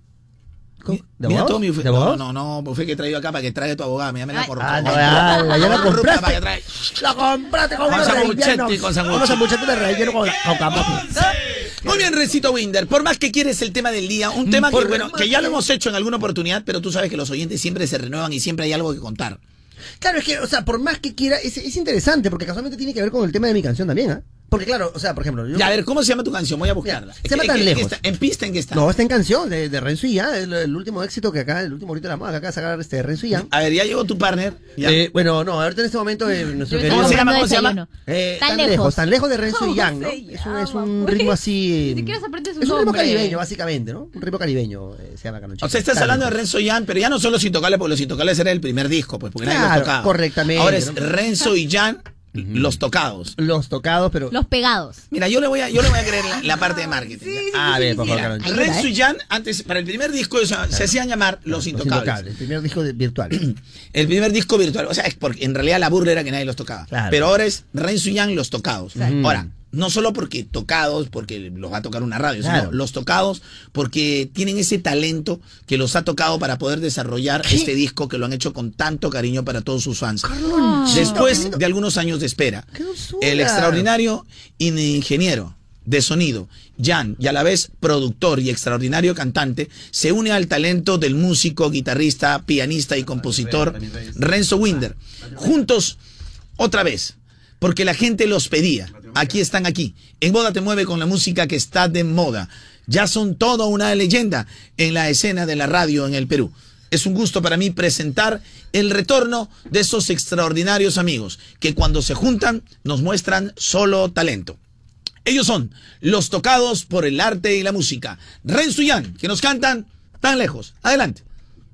Mira todo mi buffet. ¿De abogados? No, buffet que he traído acá para que traiga tu abogada. Me la corrupta. Ah, no, ya la compraste. Para que trae. La compraste con Con unos sanguchetti, rellenos. con sanguchetti. Unos sanguchetti de relleno con camote. Muy bien, Rencito Winder. Por más que quieres el tema del día, un tema que, Por bueno, más que ya que- lo hemos hecho en alguna oportunidad, pero tú sabes que los oyentes siempre se renuevan y siempre hay algo que contar. Claro, es que, o sea, por más que quiera, es interesante, porque casualmente tiene que ver con el tema de mi canción también, ¿ah? Porque claro, o sea, por ejemplo... yo- Ya, a ver, ¿cómo se llama tu canción? Voy a buscarla. Se llama Tan Lejos. ¿En pista en qué está? No, está en canción de Renzo y Jan, el último éxito que acá, el último grito de la moda que acaba de sacar Renzo y Jan. A ver, ya llegó tu partner. Ya. Bueno, no, ahorita en este momento nuestro Yo querido... ¿Cómo se llama? comprando ¿Cómo se llama? desayuno. Tan lejos de Renzo y Jan, ¿no? se Es un llama, ritmo así... Ni siquiera se aprende su Es un ritmo nombre. caribeño, básicamente, ¿no? Un ritmo caribeño se llama Carlonchito. O sea, estás Tan hablando de Lejos. Renzo y Jan, pero ya no son los Intocables, porque los Intocables era el primer disco, pues, porque nadie Claro, los tocaba. correctamente, Ahora es ¿no? Renzo y Jan, los tocados. Los tocados, pero... Los pegados. Mira, yo le voy a creer la parte de marketing. A ver, por favor, Mira, Carlonchito. Renzo y Jan, antes, para el primer disco, se hacían llamar Los Intocables. El primer disco virtual. El primer disco virtual. O sea, es porque en realidad la burla era que nadie los tocaba. Claro. Pero ahora es Renzo y Jan, los tocados. Ahora, no solo porque tocados, porque los va a tocar una radio, Claro. sino los tocados porque tienen ese talento que los ha tocado para poder desarrollar este disco que lo han hecho con tanto cariño para todos sus fans. Después de algunos años de espera, ¡Qué dulzura! el extraordinario ingeniero de sonido, Jan, y a la vez productor y extraordinario cantante, se une al talento del músico, guitarrista, pianista y compositor Renzo Winder. Juntos, otra vez, porque la gente los pedía. Aquí están aquí. En Moda Te Mueve con la música que está de moda. Ya son toda una leyenda en la escena de la radio en el Perú. Es un gusto para mí presentar el retorno de esos extraordinarios amigos que cuando se juntan nos muestran solo talento. Ellos son los tocados por el arte y la música. Renzo y Jan, que nos cantan Tan Lejos. Adelante.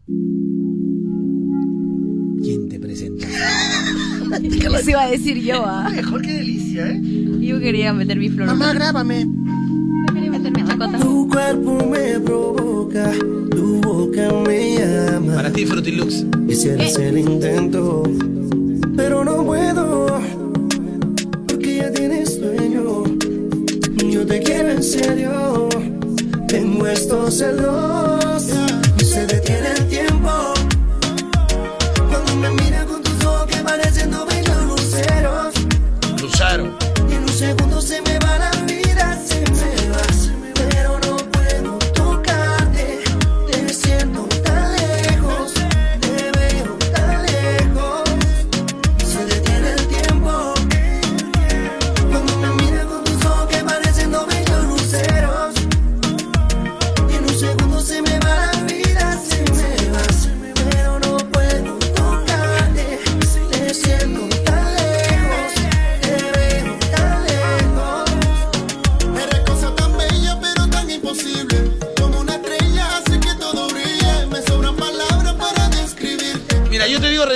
¿Quién te presenta? Eso iba a decir yo, ¿ah? Mejor, qué delicia, ¿eh? Yo quería meter mi flor. Mamá, grábame. Yo quería meter mi chacota. Tu cuerpo me provoca, tu boca me llama. Para ti, Frutilux. Quisiera hacer el intento, pero no puedo, porque ya tienes sueño. Yo te quiero en serio, tengo estos celos y se detiene el tiempo. Cuando me mira con tus ojos que parecen 90 luceros, Lucharon. y en un segundo se me va la vida, se me va, pero no puedo tocarte, te siento tan lejos.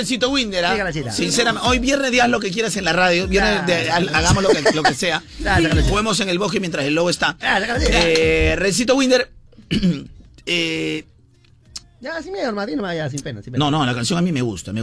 Rencito Winder, Diga la chita. sinceramente, hoy viernes haz lo que quieras en la radio, viernes hagamos lo que sea. Juguemos en el bosque mientras el lobo está. Rencito Winder, Ya, sin miedo, Martín, no vaya, sin pena. No, la canción a mí me gusta.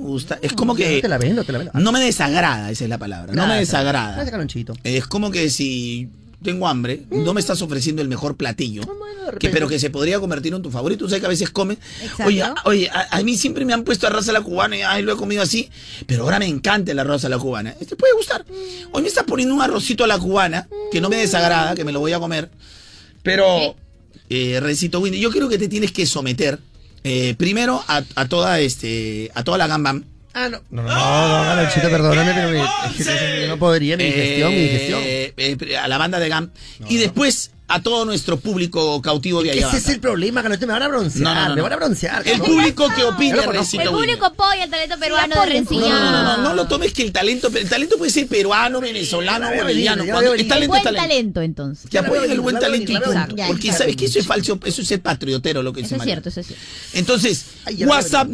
Es como que... No te la vendo. No me desagrada, esa es la palabra. No me desagrada. Gracias, Calonchito. Es como que si tengo hambre, no me estás ofreciendo el mejor platillo, pero que se podría convertir en tu favorito. Tú sabes que a veces comes. Oye, a mí siempre me han puesto arroz a la cubana y lo he comido así, pero ahora me encanta el arroz a la cubana. Este puede gustar. Hoy me estás poniendo un arrocito a la cubana, que no me desagrada, que me lo voy a comer. Pero, Rencito Winder, yo creo que te tienes que someter primero a toda la gambam. No, Calonchito, perdóname, pero no podría, mi digestión. A la banda de GAM. Y después a todo nuestro público cautivo de allá. Ese es el problema, Calonchito, me van a broncear. Me van a broncear. El público que opina, El público apoya el talento peruano de Rencilla. No lo tomes que el talento puede ser peruano, venezolano, boliviano. El buen talento, entonces. Que apoyen el buen talento y punto. Porque sabes que eso es falso, eso es ser patriotero lo que dice María. Eso es cierto. Entonces, WhatsApp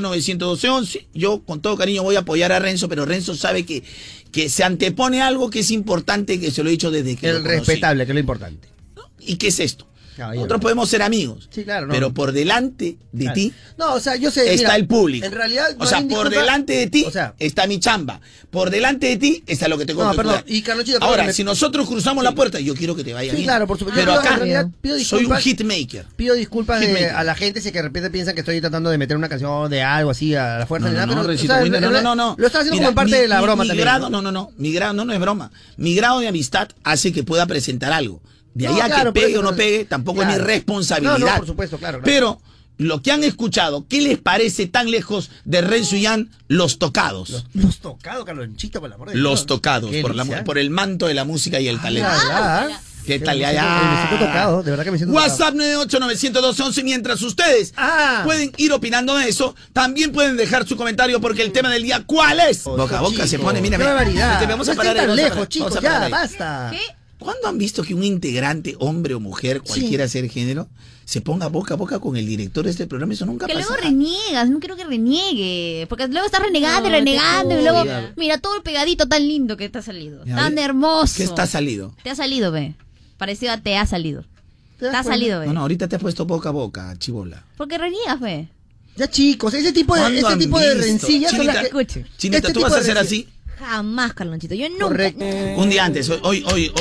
9891211. Yo con todo cariño voy a apoyar a Renzo, pero Renzo sabe que se antepone algo que es importante, que se lo he dicho desde que el respetable, que es lo importante. ¿Y qué es esto? Nosotros podemos ser amigos, sí, claro, pero por delante de ti yo sé, está el público. En realidad, por delante de ti está mi chamba. Por delante de ti está lo que te cuento. Y Carlonchito, ahora, si nosotros cruzamos la puerta, yo quiero que te vaya bien. Claro, por supuesto. Pero acá pido soy un hitmaker. Pido disculpas a la gente si que de repente piensan que estoy tratando de meter una canción de algo así a la fuerza. No. Lo estás haciendo como parte de la broma también. Mi grado no es broma. Mi grado de amistad hace que pueda presentar algo. De ahí a que pegue o no pegue, tampoco es mi responsabilidad. No, por supuesto, claro. Pero lo que han escuchado, ¿qué les parece tan lejos de Renzo y Ian? Los Tocados. Los Tocados, Carlonchito, por la amor de Dios. Los Tocados, por el manto de la música y el talento. ¿Qué tal? Me siento tocado, de verdad que me siento WhatsApp 9891211. Mientras ustedes pueden ir opinando de eso, también pueden dejar su comentario porque el tema del día, ¿cuál es? Boca a boca se pone, mira. ¡Qué barbaridad! Vamos a parar tan lejos, chicos, ya, basta. ¿Qué? ¿Cuándo han visto que un integrante, hombre o mujer, cualquiera sea el género, se ponga boca a boca con el director de este programa? Eso nunca pasa. Que luego reniegas, no quiero que reniegue. Porque luego estás renegando y luego, mira, todo el pegadito tan lindo que te ha salido. Tan hermoso. ¿Qué está salido? Te ha salido, ve. Parecido a te ha salido. Te ha salido, ve. No, ahorita te has puesto boca a boca, chibola. Porque reniegas, ve. Ya, chicos, ese tipo de rencillas son las que... Escuche. Chinita, ¿tú vas a hacer así? Jamás, Carlonchito, yo nunca. Correcto. Un día antes, hoy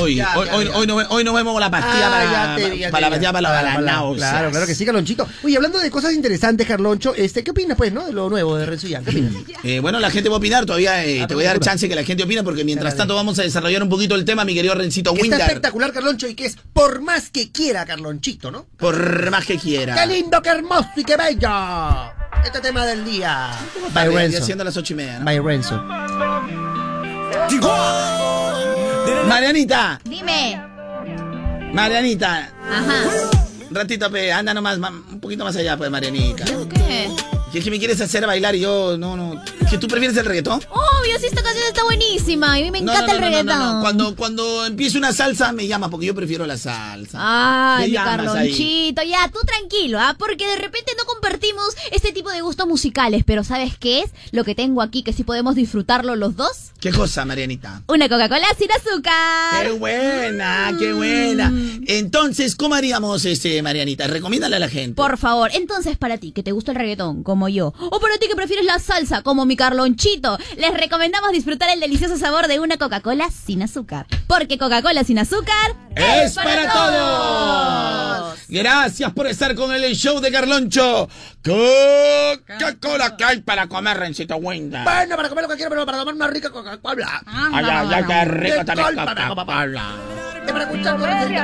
nos vemos con la pastilla para la náusea. Claro que sí, Carlonchito. Oye, hablando de cosas interesantes, Carloncho, ¿qué opinas, pues, de lo nuevo de Renzo y Ian? ¿Qué opinas? Bueno, la gente va a opinar, todavía te voy a dar chance que la gente opine, porque mientras tanto vamos a desarrollar un poquito el tema, mi querido Rencito Winder. Está espectacular, Carloncho, y que es por más que quiera, Carlonchito, ¿no? Por más que quiera. ¡Qué lindo, qué hermoso y qué bello! Este tema del día. By Renzo. Siendo las 8:30, ¿no? By Renzo. Marianita. Dime. Marianita. Ajá. Un ratito, anda nomás, un poquito más allá, pues, Marianita. ¿Qué? Que es que me quieres hacer bailar y yo no. ¿Que tú prefieres el reggaetón? Obvio, si esta canción está buenísima. A mí me encanta el reggaetón. Cuando empiece una salsa, me llama, porque yo prefiero la salsa. Ay, mi Carlonchito, ya, tú tranquilo, porque de repente no compartimos este tipo de gustos musicales, pero ¿sabes qué es? Lo que tengo aquí, que sí podemos disfrutarlo los dos. ¿Qué cosa, Marianita? Una Coca-Cola sin azúcar. ¡Qué buena, qué buena! Entonces, ¿cómo haríamos, Marianita? Recomiéndale a la gente. Por favor, entonces para ti, que te gusta el reggaetón, como yo, o para ti que prefieres la salsa, como mi Carlonchito, les recomendamos disfrutar el delicioso sabor de una Coca-Cola sin azúcar. Porque Coca-Cola sin azúcar es para todos. Gracias por estar con el show de Carloncho. Coca-Cola que hay para comer, Rencito Winder. Bueno, para comer lo que quiero, pero para tomar una rica Coca-Cola. Ay, qué rico también Coca-Cola. Para escuchar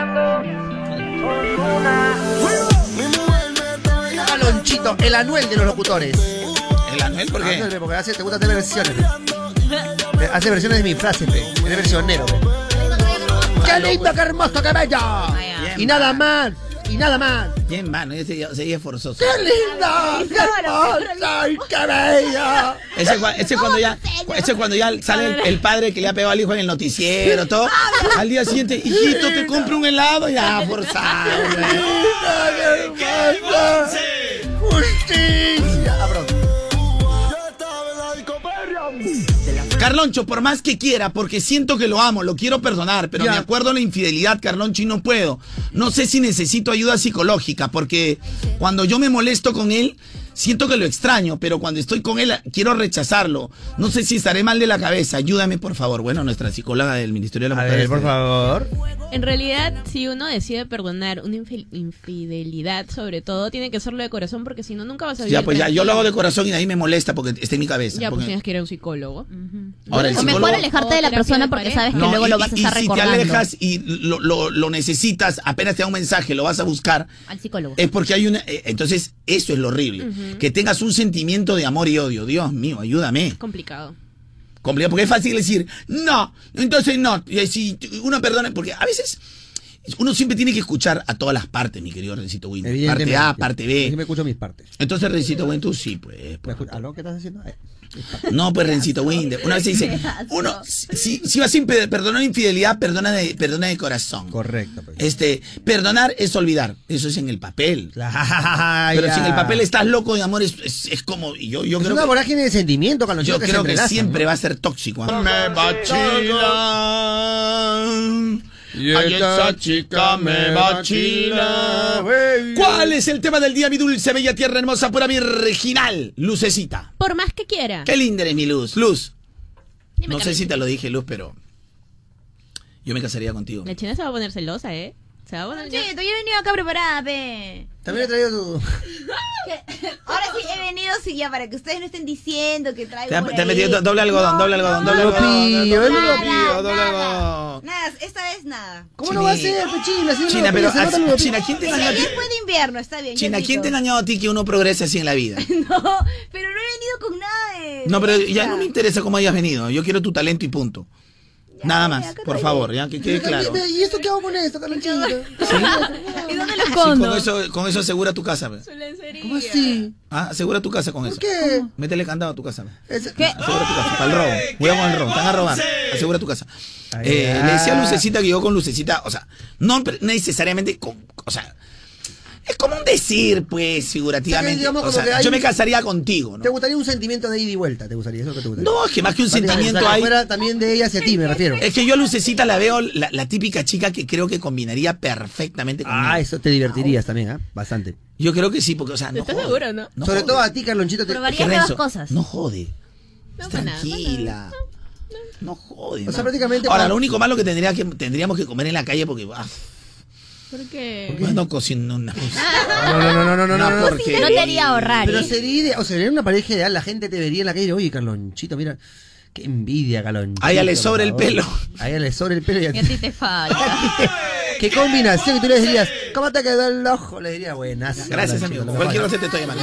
Carlonchito, el Anuel de los locutores. ¿El Anuel por qué? Porque te gusta hacer versiones. Hace versiones de mi frase, es versionero. ¡Qué lindo, qué hermoso, qué bello! Y nada más. Bien, mano, sería forzoso. ¡Qué linda! ¡Qué hermosa! ¡Y qué bella! Ese es cuando ya sale el padre que le ha pegado al hijo en el noticiero, todo. Al día siguiente, hijito, te compro un helado, ya, forzado. ¡Justicia! Carloncho, por más que quiera, porque siento que lo amo, lo quiero perdonar, pero Ya. me acuerdo de la infidelidad, Carloncho, y no puedo. No sé si necesito ayuda psicológica, porque cuando yo me molesto con él, siento que lo extraño, pero cuando estoy con él quiero rechazarlo. No sé si estaré mal de la cabeza. Ayúdame, por favor. Bueno, nuestra psicóloga del Ministerio de la A Mujer. ver, por favor. En realidad, si uno decide perdonar una infidelidad, sobre todo, tiene que hacerlo de corazón porque si no, nunca vas a vivir Ya, pues ya, yo lo hago de tranquilo. corazón y de ahí me molesta porque está en mi cabeza. Ya, pues porque- tienes que ir a un psicólogo. Ahora, el O mejor psicólogo- alejarte de la O terapia persona de porque pareja. sabes que No, luego y- lo vas a y estar si recordando. te alejas y lo necesitas, apenas te da un mensaje, lo vas a buscar, Al psicólogo. es porque hay una... entonces, eso es lo horrible. Que tengas un sentimiento de amor y odio. Dios mío, ayúdame. Complicado. Complicado, porque es fácil decir, no, entonces no. Y si uno perdona, porque a veces uno siempre tiene que escuchar a todas las partes, mi querido Rencito Win. Parte Evidentemente. A, parte Yo B. me escucho mis partes. Entonces, Rencito Win, tú sí, pues. ¿Aló? ¿Qué estás haciendo? No, pues Rencito Winder. Una vez se dice, uno, si vas a perdonar infidelidad, perdona de corazón. Correcto. Pues. Perdonar es olvidar. Eso es en el papel. Pero si en el papel estás loco de amor, es como. Y yo Es creo una que, vorágine de sentimiento, Carlos. yo creo que se siempre entrelazan, va a ser tóxico. ¿ah? Me vacilan. Y esa chica me vacila. ¿Cuál es el tema del día, mi dulce, bella, tierra hermosa, pura virginal? Lucecita. Por más que quiera. Qué linda eres mi Luz. Luz. Dime, No sé Carmen. si te lo dije, Luz, pero yo me casaría contigo. La china se va a poner celosa, ¿eh? Se va a poner... Sí, yo he venido acá preparada, pe. También he traído tu... Ahora sí he venido, sí, ya, para que ustedes no estén diciendo que traigo. Te has por te has ahí. metido doble algodón, doble algodón, doble no, algodón. pillo, doble no, algodón, doble Nada, algodón. nada, esta vez nada. ¿Cómo no va a ser, China? Si China, pero China, ¿quién te engañó a ti? Ayer fue de invierno, está bien. China, ya ¿quién te invito. engañó a ti que uno progrese así en la vida? No, pero no he venido con nada de... No, pero ya música. no me interesa cómo hayas venido. Yo quiero tu talento y punto. Nada más, acá por estoy. favor, ya que quede claro. ¿Y esto qué hago con esto, Carlonchito? ¿Y dónde lo Sí, escondo? con eso asegura tu casa. Pe. Su lencería. ¿Cómo así? Ah, asegura tu casa con eso. ¿Por qué? Métele candado a tu casa. Pe. ¿Qué? Asegura tu casa, para el robo. Cuidado con el robo, te van a robar. Asegura tu casa. Ay, Le decía a Lucecita que yo con Lucecita, o sea, no necesariamente, o sea, es como un decir, pues, figurativamente. digamos, O como sea, que hay yo un- me casaría contigo, ¿Te ¿no? gustaría un sentimiento de ida y vuelta? ¿Te gustaría eso que te gustaría? No, es que más que un sentimiento O sea, que hay. fuera también de ella hacia ti, me refiero. Es que yo a Lucecita la veo la típica chica que creo que combinaría perfectamente conmigo. Ah, eso te divertirías también, ¿ah? Bastante. Yo creo que sí, porque, o sea, no ¿Estás jode. seguro, no? No Sobre jode. todo a ti, Carlonchito. Te... Probaría ¿Qué, nuevas Renzo? cosas. No jode. No, Es para nada, tranquila. No jode. O sea, man. prácticamente Ahora, para- lo único malo que tendríamos que comer en la calle porque. ¿Por qué? No cocino una. No, porque. No te haría ahorrar. Pero ¿eh? sería, o sea, sería una pareja ideal, la gente te vería en la calle, oye, Carlonchito, mira, qué envidia, Carlonchito. A ella le sobra el por favor. pelo. A ella le sobra el pelo y a Y a ti te falta. Qué combinación, y tú le dirías, ¿cómo te quedó el ojo? Le diría, buenas. Gracias, amigo. Cualquier cosa te estoy llamando.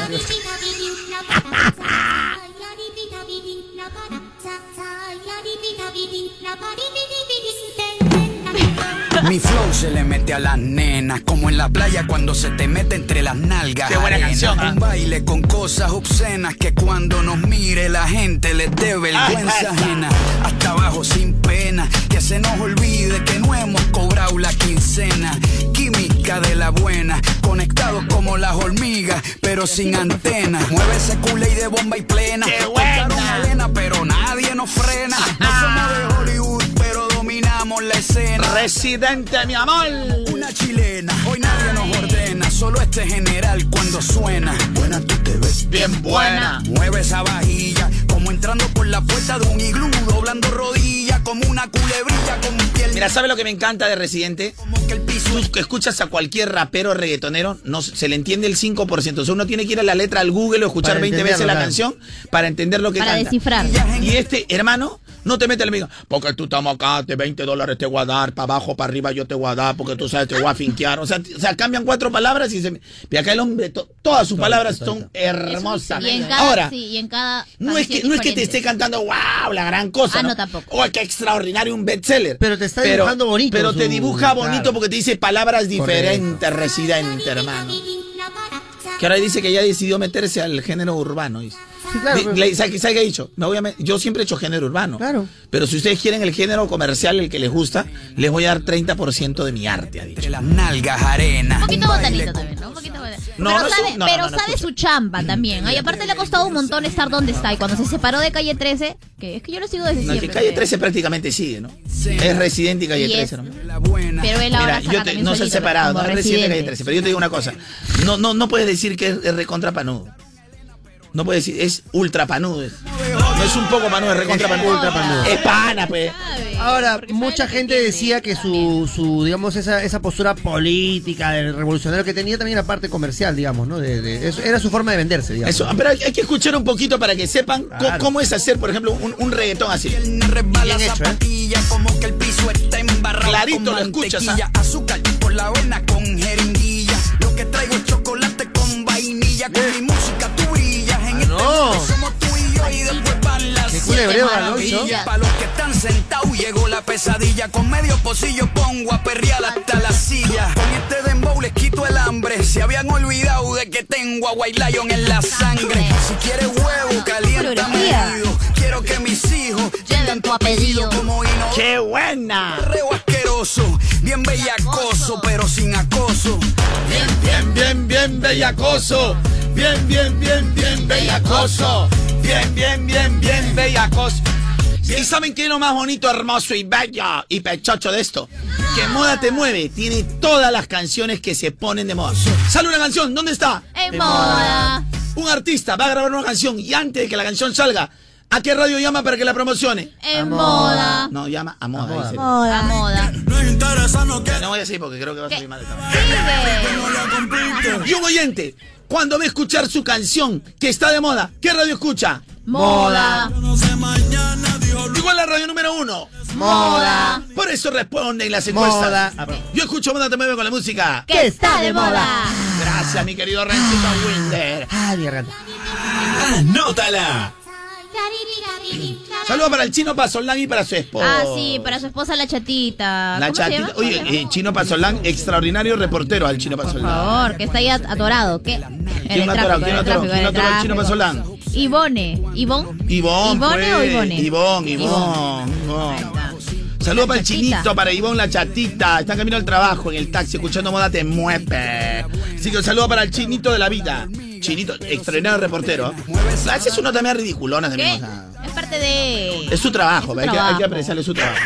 Mi flow se le mete a las nenas, como en la playa cuando se te mete entre las nalgas. Qué buena arena. canción, ¿ah? Un baile con cosas obscenas que cuando nos mire la gente les dé vergüenza ajena. Hasta abajo sin pena, que se nos olvide que no hemos cobrado la quincena. Química de la buena, conectados como las hormigas, pero sin antenas. Mueve ese culé y de bomba y plena. ¡Qué buena! Cortaron arena, pero nadie nos frena. No somos de Hollywood, pero dominamos la escena. Residente, mi amor. Una chilena, hoy nadie nos ordena, solo este general cuando suena. Buena, tú te ves Bien buena. Mueve esa vajilla, como entrando por la puerta de un iglú, doblando rodillas, como una culebrilla con piel. Mira, ¿sabes lo que me encanta de Residente? Como que el piso Tú que escuchas a cualquier rapero reggaetonero, no se le entiende el 5%. O sea, uno tiene que ir a la letra al Google o escuchar Para 20 veces la entenderlo, canción para entender lo que Para canta. descifrar. Y este, hermano, no te mete el amigo. Porque tú estamos acá, de $20 te voy a dar, para abajo, para arriba yo te voy a dar, porque tú sabes, te voy a finquear. O sea, cambian 4 palabras y se... Y acá el hombre, todas sus palabras son hermosas. Y en cada, Ahora, sí, y en cada no es que te diferente. esté cantando, wow, la gran cosa. Ah, no, tampoco. O qué extraordinario, un bestseller. Pero te está dibujando bonito Pero te su- dibuja bonito claro. porque te dice palabras diferentes, Residente, hermano. Que ahora dice que ya decidió meterse al género urbano. Dice. Sí, claro, pero- ¿Sabe qué ha dicho? Yo siempre he hecho género urbano. Claro. Pero si ustedes quieren el género comercial, el que les gusta, les voy a dar 30% de mi arte, ha dicho. entre las nalgas arena. Un poquito Un baile botanito con también, ¿no? Un poquito botanito. Pero sabe su chamba también. Y aparte le ha costado un montón estar donde está. Y cuando se separó de Calle 13, que es que yo lo sigo desde siempre. Que Calle 13 prácticamente sigue, ¿no? Es residente y Calle 13, ¿no? Pero él ahora no se ha separado, no es residente de Calle 13. Pero yo te digo una cosa. No puedes decir que es recontra panudo. No puedes decir, es ultra panudo. No es un poco panudo, es recontra panudo. Ultra panudo. Es pana, pues. Ahora, mucha gente decía que su digamos, esa postura política, del revolucionario que tenía también la parte comercial, digamos, ¿no? Eso era su forma de venderse, digamos. Eso, pero hay que escuchar un poquito para que sepan cómo es hacer, por ejemplo, un reggaetón así. Bien hecho, como que el piso está embarrado. Clarito lo escuchas, azúcar por la avena con jeringuilla. Lo que traigo es chocolate con vainilla. Con mi música tú brillas en este mundo. Somos tú y yo y después van las maravillas. Para los que están sentados llegó la pesadilla. Con medio pocillo pongo a perrear hasta la silla. Con este dembow les quito el hambre. Se habían olvidado de que tengo a White Lion en la sangre. Si quieres huevo, calienta marido. Quiero que mis hijos lleven tu apellido como hino. ¡Qué buena! Reo asqueroso, bien bellacoso, pero sin acoso. Bien bellacoso. Bien bellacoso. Bien bellacoso. ¿Y saben qué es lo más bonito, hermoso y bello y pechocho de esto? Que Moda Te Mueve tiene todas las canciones que se ponen de moda. Sale una canción, ¿dónde está? En moda. Un artista va a grabar una canción y antes de que la canción salga, ¿a qué radio llama para que la promocione? En moda. No, llama a Moda. Dice. A moda. No voy a decir porque creo que va a salir mal. Y un oyente, cuando ve escuchar su canción que está de moda, ¿qué radio escucha? Moda. Igual la radio número 1. Moda. Por eso responden las encuestas. Moda. Yo escucho Moda Te Mueve con la música Que está de moda. Gracias, mi querido Rencito Winder. Mi garganta. ¡Anótala! Saludos para el Chino Pazolán y para su esposa. Sí, para su esposa la chatita. La ¿Cómo se chatita. llama? Oye, Chino Pazolán, extraordinario reportero al Chino Pazolán. Por favor, que está ahí atorado. ¿Qué? ¿Quién atorado al Chino Pazolán? Ivone. ¿Ivone o Ivone? Ivón. Saludos para el Chinito, para Ivón la chatita. Están camino al trabajo en el taxi, escuchando Moda Te Mueve. Así que un saludo para el Chinito de la vida. Chinito, extraordinario reportero. Ese es uno también ridiculona también. ¿Qué? Es parte de... Es su trabajo, hay que apreciarle su trabajo.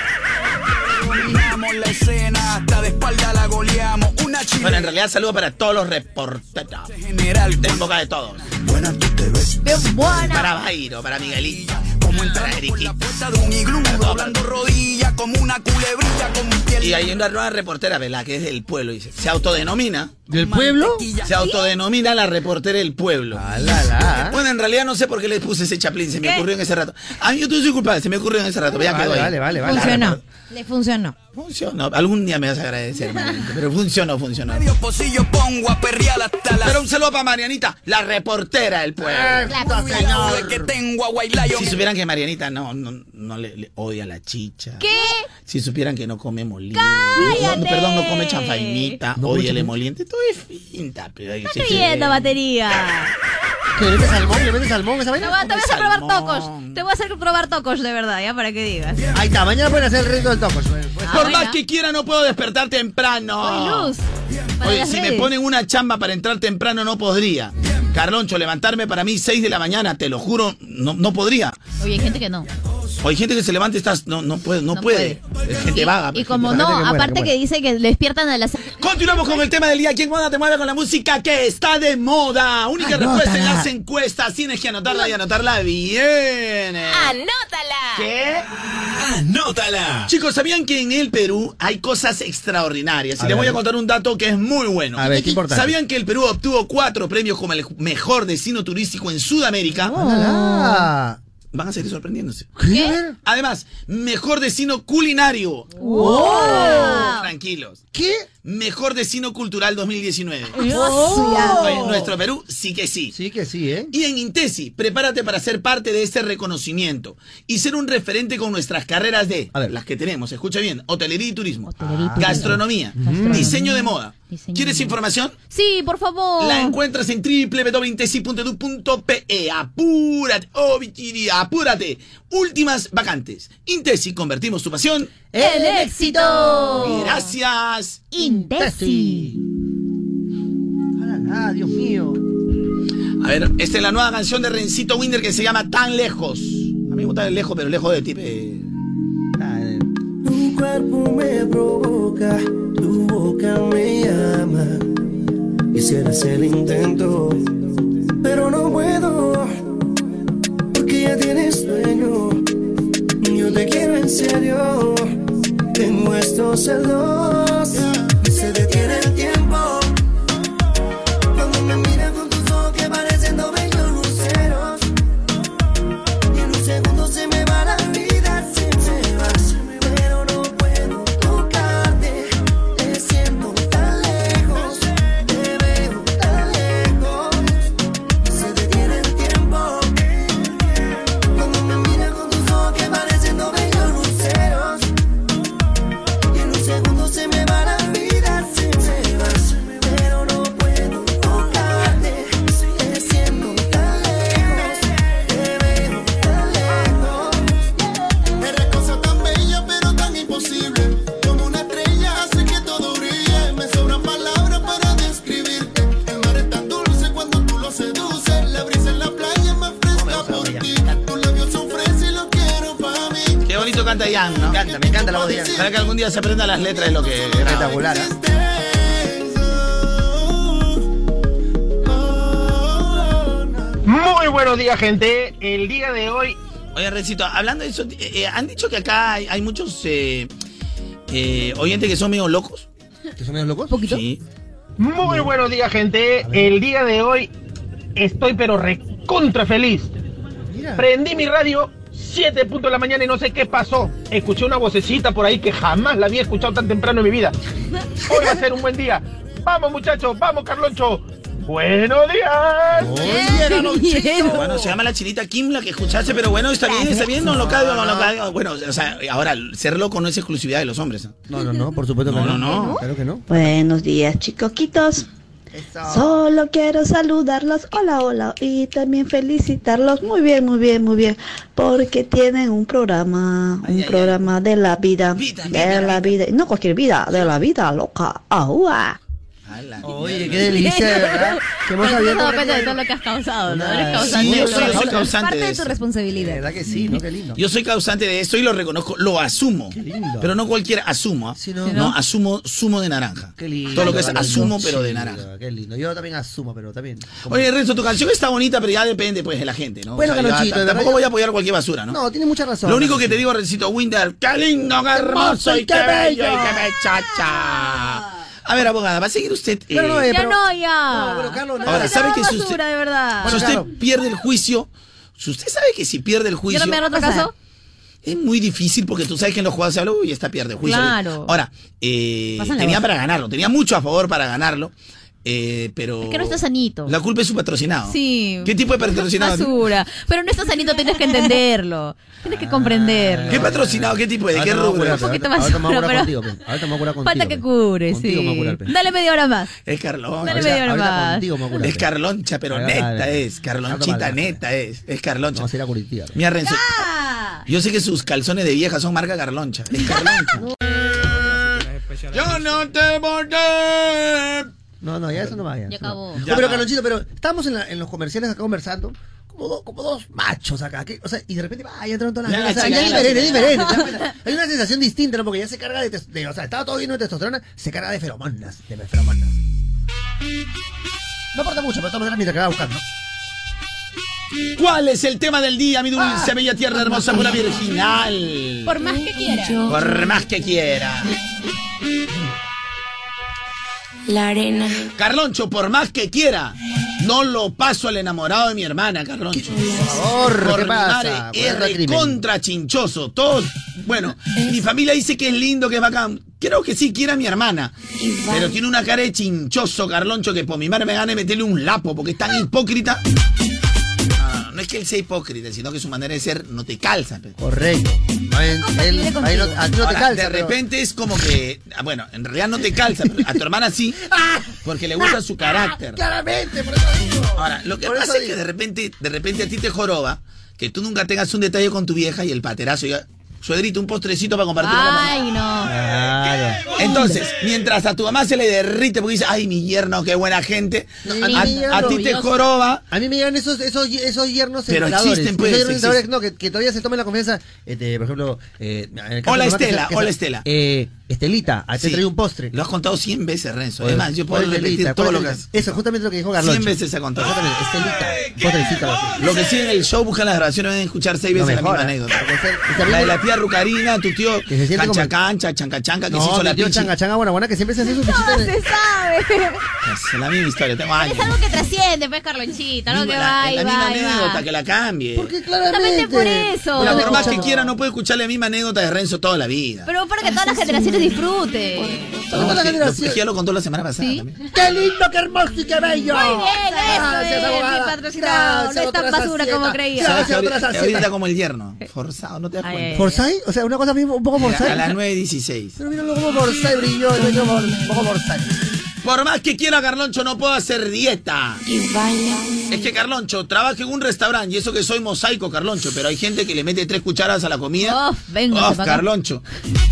La escena, hasta de espalda la goleamos. Bueno, en realidad saludo para todos los reporteros. General, en boca de todos. Buena tú te ves. Bien buena. Para Bairo, para Miguelito. Como entrando por la puerta de un iglú, doblando rodillas como una culebrilla con piel. Y hay una nueva reportera, ¿verdad? Que es del pueblo, dice. Se autodenomina. ¿Del pueblo? Se autodenomina la reportera del pueblo. Bueno, en realidad no sé por qué le puse ese chaplín, se me ocurrió en ese rato. A mí yo soy culpable, se me ocurrió en ese rato. Ya quedó ahí. Vale. Le funcionó. Funcionó. Algún día me vas a agradecer, hermanito. Pero funcionó. Medio pocillo pongo a perrear hasta la... Pero un saludo para Marianita, la reportera del pueblo. Señor, que tengo a White Lion. Si supieran que Marianita no le odia la chicha. ¿Qué? Si supieran que no come moliente. ¡Cállate! No come chanfainita, odia el emoliente. Todo es finta. Pero Está creyendo batería. ¿Le metes salmón esa vaina? Te voy a hacer probar tocos. Te voy a hacer probar tocos de verdad, ya, para que digas. Ahí está, mañana pueden hacer el reto del tocos. Por más que quiera, no puedo despertar temprano. Oye, Luz. Oye, si me ponen una chamba para entrar temprano, no podría. Carloncho, levantarme para mí 6 de la mañana, te lo juro, no podría. Oye, hay gente que no. O hay gente que se levanta y no puede. Es gente vaga. Y como no, aparte que dice que le despiertan a las... Continuamos con el tema del día. ¿Quién Moda Te Mueve con la música que está de moda? Única respuesta en las encuestas. Tienes que anotarla y anotarla bien. ¡Anótala! ¿Qué? ¡Anótala! Chicos, ¿sabían que en el Perú hay cosas extraordinarias? Y les voy a contar un dato que es muy bueno. A ver, qué importante. ¿Sabían que el Perú obtuvo 4 premios como el mejor destino turístico en Sudamérica? Van a seguir sorprendiéndose. ¿Qué? Además, mejor destino culinario. ¡Wow! Tranquilos. ¿Qué? Mejor destino cultural 2019. ¡Oh! Oye, nuestro Perú sí que sí. Sí que sí, ¿eh? Y en Intesi, prepárate para ser parte de este reconocimiento y ser un referente con nuestras carreras de, las que tenemos, escucha bien, hotelería y turismo, gastronomía, diseño de moda. ¿Quieres información? Sí, por favor. La encuentras en www.intesi.edu.pe. Apúrate, apúrate. Últimas vacantes. Intesi, convertimos tu pasión ¡el éxito! Gracias. Intesi. Ah, Dios mío. A ver, esta es la nueva canción de Rencito Winder que se llama Tan Lejos. A mí me gusta el lejos, pero lejos de ti. Tu cuerpo me provoca, tu boca me llama. Quisiera hacer el intento, pero no puedo, porque ya tienes dueño. Yo te quiero en serio. Tengo estos celos, se detiene el tiempo. Cuando me miras con tus ojos que parecen dos bellos luceros, y en un segundo se me va la vida, se me va. Pero no puedo tocarte, te siento tan lejos, te veo tan lejos. Se detiene el tiempo. Cuando me miras con tus ojos que parecen dos bellos luceros, y en un segundo se me va la vida, se me va. Pero no puedo tocarte, te siento tan lejos, te veo tan lejos. Eres cosa tan bella pero tan imposible, como una estrella hace que todo brille. Me sobran palabras para describirte. El mar es tan dulce cuando tú lo seduces. La brisa en la playa es más fresca por ti. Tus labios son frescos y los quiero para mí. Qué bonito canta Ian, ¿no? Me encanta la voz de Ian. Para que algún día se aprenda las letras de lo que graba. Espectacular. Muy buenos días, gente. El día de hoy... Oye, Rencito, hablando de eso, han dicho que acá hay muchos oyentes que son medio locos. ¿Que son medio locos? ¿Poquito? Sí. Muy buenos días, gente. El día de hoy estoy pero recontra feliz. Mira. Prendí mi radio 7 puntos de la mañana y no sé qué pasó. Escuché una vocecita por ahí que jamás la había escuchado tan temprano en mi vida. Hoy va a ser un buen día. Vamos, muchachos, vamos, Carloncho. Buenos días. Oye, Carlonchito. Bueno, se llama la chinita Kim, la que escuchaste, pero bueno, está bien, no lo cago, no lo cago. Bueno, o sea, ahora, ser loco no es exclusividad de los hombres. No, por supuesto que No, no. Claro que no. Buenos días, chicoquitos. Eso. Solo quiero saludarlos, hola, y también felicitarlos, muy bien, porque tienen un programa, de la vida, y no cualquier vida, de la vida loca, ahua. Oye, qué delicia, de verdad. Que hemos abierto dado cuenta de todo lo que has causado, ¿no? Eres causante Sí, de yo todo soy esto. causante Parte de de eso. tu responsabilidad. De verdad que sí, ¿no? Qué lindo. Yo soy causante de esto y lo reconozco, lo asumo. Qué lindo. Pero no cualquier asumo, ¿ah? Sí, ¿no? No, asumo zumo de naranja. Qué lindo. Todo lo que es Carloncho. asumo, pero de Sí, naranja. Qué lindo. Yo también asumo, pero también. Oye, Renzo, tu canción está bonita, pero ya depende, pues, de la gente, ¿no? Bueno, ya Carlonchito, de verdad tampoco yo- voy a apoyar cualquier basura, ¿no? No, tiene mucha razón. Lo único que te digo, Rencito Winder, qué lindo, qué hermoso y qué bello y qué bechacha. A ver, abogada, ¿va a seguir usted? Pero no, Ya pero- no, ya. No, bueno, Carlos, Ahora, ¿sabe que si usted, basura, de verdad. si usted claro. pierde el juicio, si usted sabe que si pierde el juicio, ¿Quiero enviar otro caso? es muy difícil porque tú sabes que en los juegos se habla, uy, esta pierde el juicio. Claro. Ahora, Pasan la tenía voz. para ganarlo, tenía mucho a favor para ganarlo, pero... Es que no está sanito. La culpa es su patrocinado. Sí. ¿Qué tipo de patrocinado? Basura. Pero no está sanito, tienes que entenderlo. Tienes que comprenderlo. ¿Qué patrocinado? ¿Qué tipo? ¿De qué rubro? Un poquito más Ahorita me voy a seguro, curar pero- contigo, pe. Ahorita me voy a curar contigo. Falta que pe. cure, Contigo sí. me voy a curar, pe. Dale media hora más. Es Carlón. Dale media hora Ahorita más. contigo me voy a curar, Es pe. Carloncha, pero Ahorita, neta dale. es. Carlonchita Ahorita, neta es. Es Carloncha. Vamos a ir a Curitiba, pe. Mira, Renzo. ¡Ah! Yo sé que sus calzones de vieja son marca Carloncha. Es Carloncha. Yo no te volé. No, ya eso no vaya. Ya acabó. No, pero Carlonchito, pero estábamos en los comerciales acá conversando, como dos machos acá, que, o sea, y de repente, ya entraron todas las Ya, nenas, o sea, ya, ya ya, es diferente, ya. es diferente, ¿te das cuenta? Hay una sensación distinta, ¿no? Porque ya se carga o sea, estaba todo lleno de testosterona, se carga de feromonas, No importa mucho, pero de todas maneras mientras que va buscando. ¿Cuál es el tema del día, mi dulce, bella tierra hermosa, pura virginal? Por más que quiera. Por más que quiera. La arena. Carloncho, por más que quiera, no lo paso al enamorado de mi hermana, Carloncho. Por favor, Por ¿qué mi pasa? madre, es Por crimen. recontra chinchoso. Todos, bueno, mi familia dice que es lindo, que es bacán. Creo que sí quiere a mi hermana. Pero tiene una cara de chinchoso, Carloncho, que por mi madre me gana de meterle un lapo, porque es tan hipócrita. No es que él sea hipócrita, sino que su manera de ser no te calza. Pe. Correcto. Ahí no, a ti no te Ahora, calza. de pero- repente es como que, bueno, en realidad no te calza, pero a tu hermana sí, porque le gusta su carácter. Claramente, por eso digo. Ahora, lo que Por pasa eso es que digo. de repente a ti te joroba que tú nunca tengas un detalle con tu vieja y el paterazo diga, suegrito, un postrecito para compartir con la mamá. Ay, no. Claro. Entonces, Entonces, mientras a tu mamá se le derrite porque dice, ay, mi yerno, qué buena gente, a ti te joroba. A mí me llegan esos yernos pero entradores. existen, pues, Esos yernos entradores, no, que todavía se tomen la confianza. Por ejemplo, Hola Estela, hola Estela. Estelita, te traigo un postre. Lo has contado 100 veces, Renzo. Además, yo puedo repetir todo lo que has... Eso, justamente lo que dijo Carloncho. 100 veces se ha contado. Estelita, postrecita. Lo que sigue en el show, buscan las grabaciones, deben escuchar 6 veces la misma anécdota. La de la tía Rucarina, tu tío cancha cancha, chanca chanca, que se hizo la tío pinche. changa changa buena que siempre se hace su pichita. No se sabe. Es la misma historia, tengo años. Es algo que trasciende, pues, Carlonchito. Algo que va y la va misma y va. anécdota, que la cambie. Porque claramente. Justamente por eso. Pero por más que quiera, no puede escuchar la misma anécdota de Renzo toda la vida. Pero para que todas las generaciones disfruten. Toda la generación. Es que ya lo contó la semana pasada. ¿Sí? También. ¡Qué lindo, qué hermoso y qué bello! Muy bien, Gracias, eso es, abogada. mi patrocinado. No es tan basura como creía. Gracias, otra Ahorita sacieta. como el yerno. Forzado, no te das cuenta. ¿Forsyth? O sea, una cosa un poco Mira, Forsyth. a las 9:16. Pero mira como Forsyth brilló, un poco Forsyth. Por más que quiera Carloncho, no puedo hacer dieta. Y baila. Es que Carloncho trabaja en un restaurante y eso que soy mosaico, Carloncho, pero hay gente que le mete 3 cucharadas a la comida. Venga, Carloncho.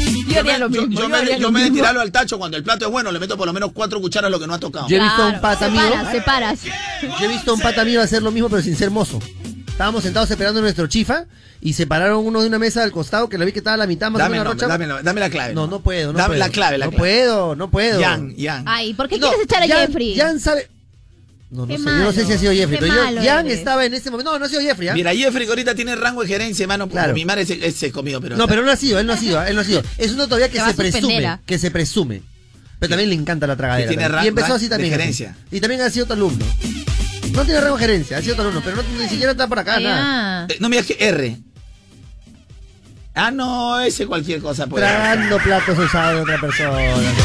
Yo me de tirarlo al tacho cuando el plato es bueno, le meto por lo menos 4 cucharas lo que no ha tocado. Yo he visto a un pata mío. Separas. Yo he visto a un pata mío hacer lo mismo, pero sin ser mozo. Estábamos sentados esperando nuestro chifa y separaron uno de una mesa al costado que lo vi que estaba a la mitad más o menos rocha. Dame la clave. No puedo. Dame la clave. No puedo. Jan. Ay, ¿por qué quieres echar a Jeffrey? Jan sabe. No sé, yo no sé si ha sido Jeffrey, pero Jan estaba en ese momento. No ha sido Jeffrey. Mira, Jeffrey que ahorita tiene rango de gerencia, hermano. Claro. Mi madre se comió, pero. No, pero él no ha sido. Es uno todavía que se presume. Pero también le encanta la tragadera. Y empezó así también. Gerencia. Y también ha sido otro alumno. No tiene rango de gerencia, ha sido otro alumno, pero ni siquiera está por acá, nada. No me digas que R. No, ese cualquier cosa puede. Tragando platos usados de otra persona.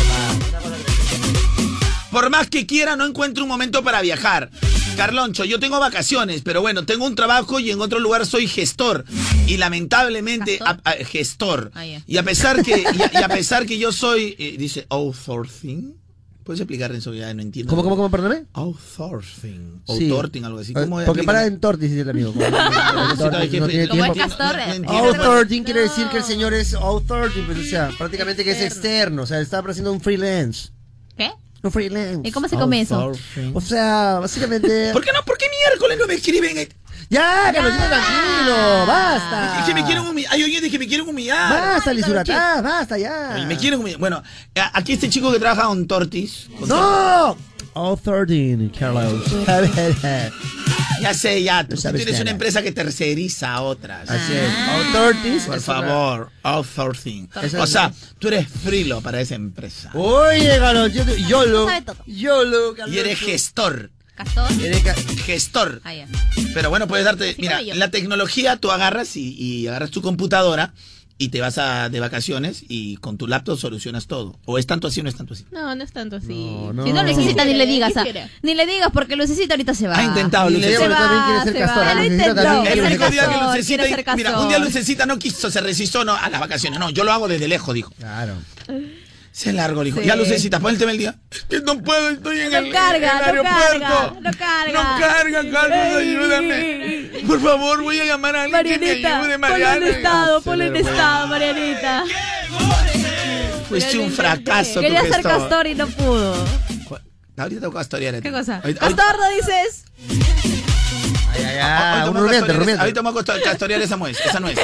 Por más que quiera, no encuentro un momento para viajar. Carloncho, yo tengo vacaciones, pero bueno, tengo un trabajo y en otro lugar soy gestor. Y lamentablemente, gestor. Y a pesar que yo soy, dice, outsourcing. ¿Puedes explicar, Renzo? Ya no entiendo. ¿Cómo, perdóname? Outsourcing. Sí. Outsourcing, algo así. ¿Cómo porque para en tortis, dice el amigo. No tiene tiempo. Outsourcing quiere decir que el señor es outsourcing, pues, o sea, prácticamente que es externo. O sea, está haciendo un freelance. ¿Qué? Un freelance. ¿Y cómo se come eso? O sea, básicamente... ¿Por qué miércoles no me escriben? Ya, Carlosito, tranquilo, basta. Es que me quieren humillar. Hay oyentes que me quieren humillar. Basta, Lizuratá, basta ya. Me quieren humillar. Bueno, aquí este chico que trabaja con Tortis. ¡No! All 13, Carlos. Ya sé, ya. Tú tienes una empresa que terceriza a otras. Así es. All 13. Por favor, outsourcing. O sea, tú eres frilo para esa empresa. Oye, Carlos, YOLO. Y eres gestor. ¿Castor? Gestor. Ah, ya. Pero bueno, puedes darte... Sí, mira, yo. en la tecnología tú agarras y agarras tu computadora y te vas de vacaciones y con tu laptop solucionas todo. ¿O es tanto así o no es tanto así? No es tanto así. No. Si no necesita, ni le digas. Quisiera. Ni le digas porque Lucecita ahorita se va. Ha intentado, Y le digo, Lucecita. pero también quiere ser castor. Lo Lucecita intentó. también El quiere ser único día que castor. Lucecita... quiere ser Mira, castor. un día Lucecita no quiso, se resistió a las vacaciones. No, yo lo hago desde lejos, dijo. Claro. Se largo, dijo. Sí. Ya, Lucecita, pon el tema del día. Que no puedo, estoy en el aeropuerto. No carga. No carga, Carlos, ayúdame. Por favor, voy a llamar a alguien que me ayude, Mariana. Ponle en estado, Marianita. Fuiste un fracaso. Quería tu ser gestor. castor y no pudo. Ahorita tengo castorear. ¿Qué cosa? Ahorita- ¿Castor no dices? ahorita Un me voy a rumiante. ahorita me voy a castorear esa nuez. Esa nuez.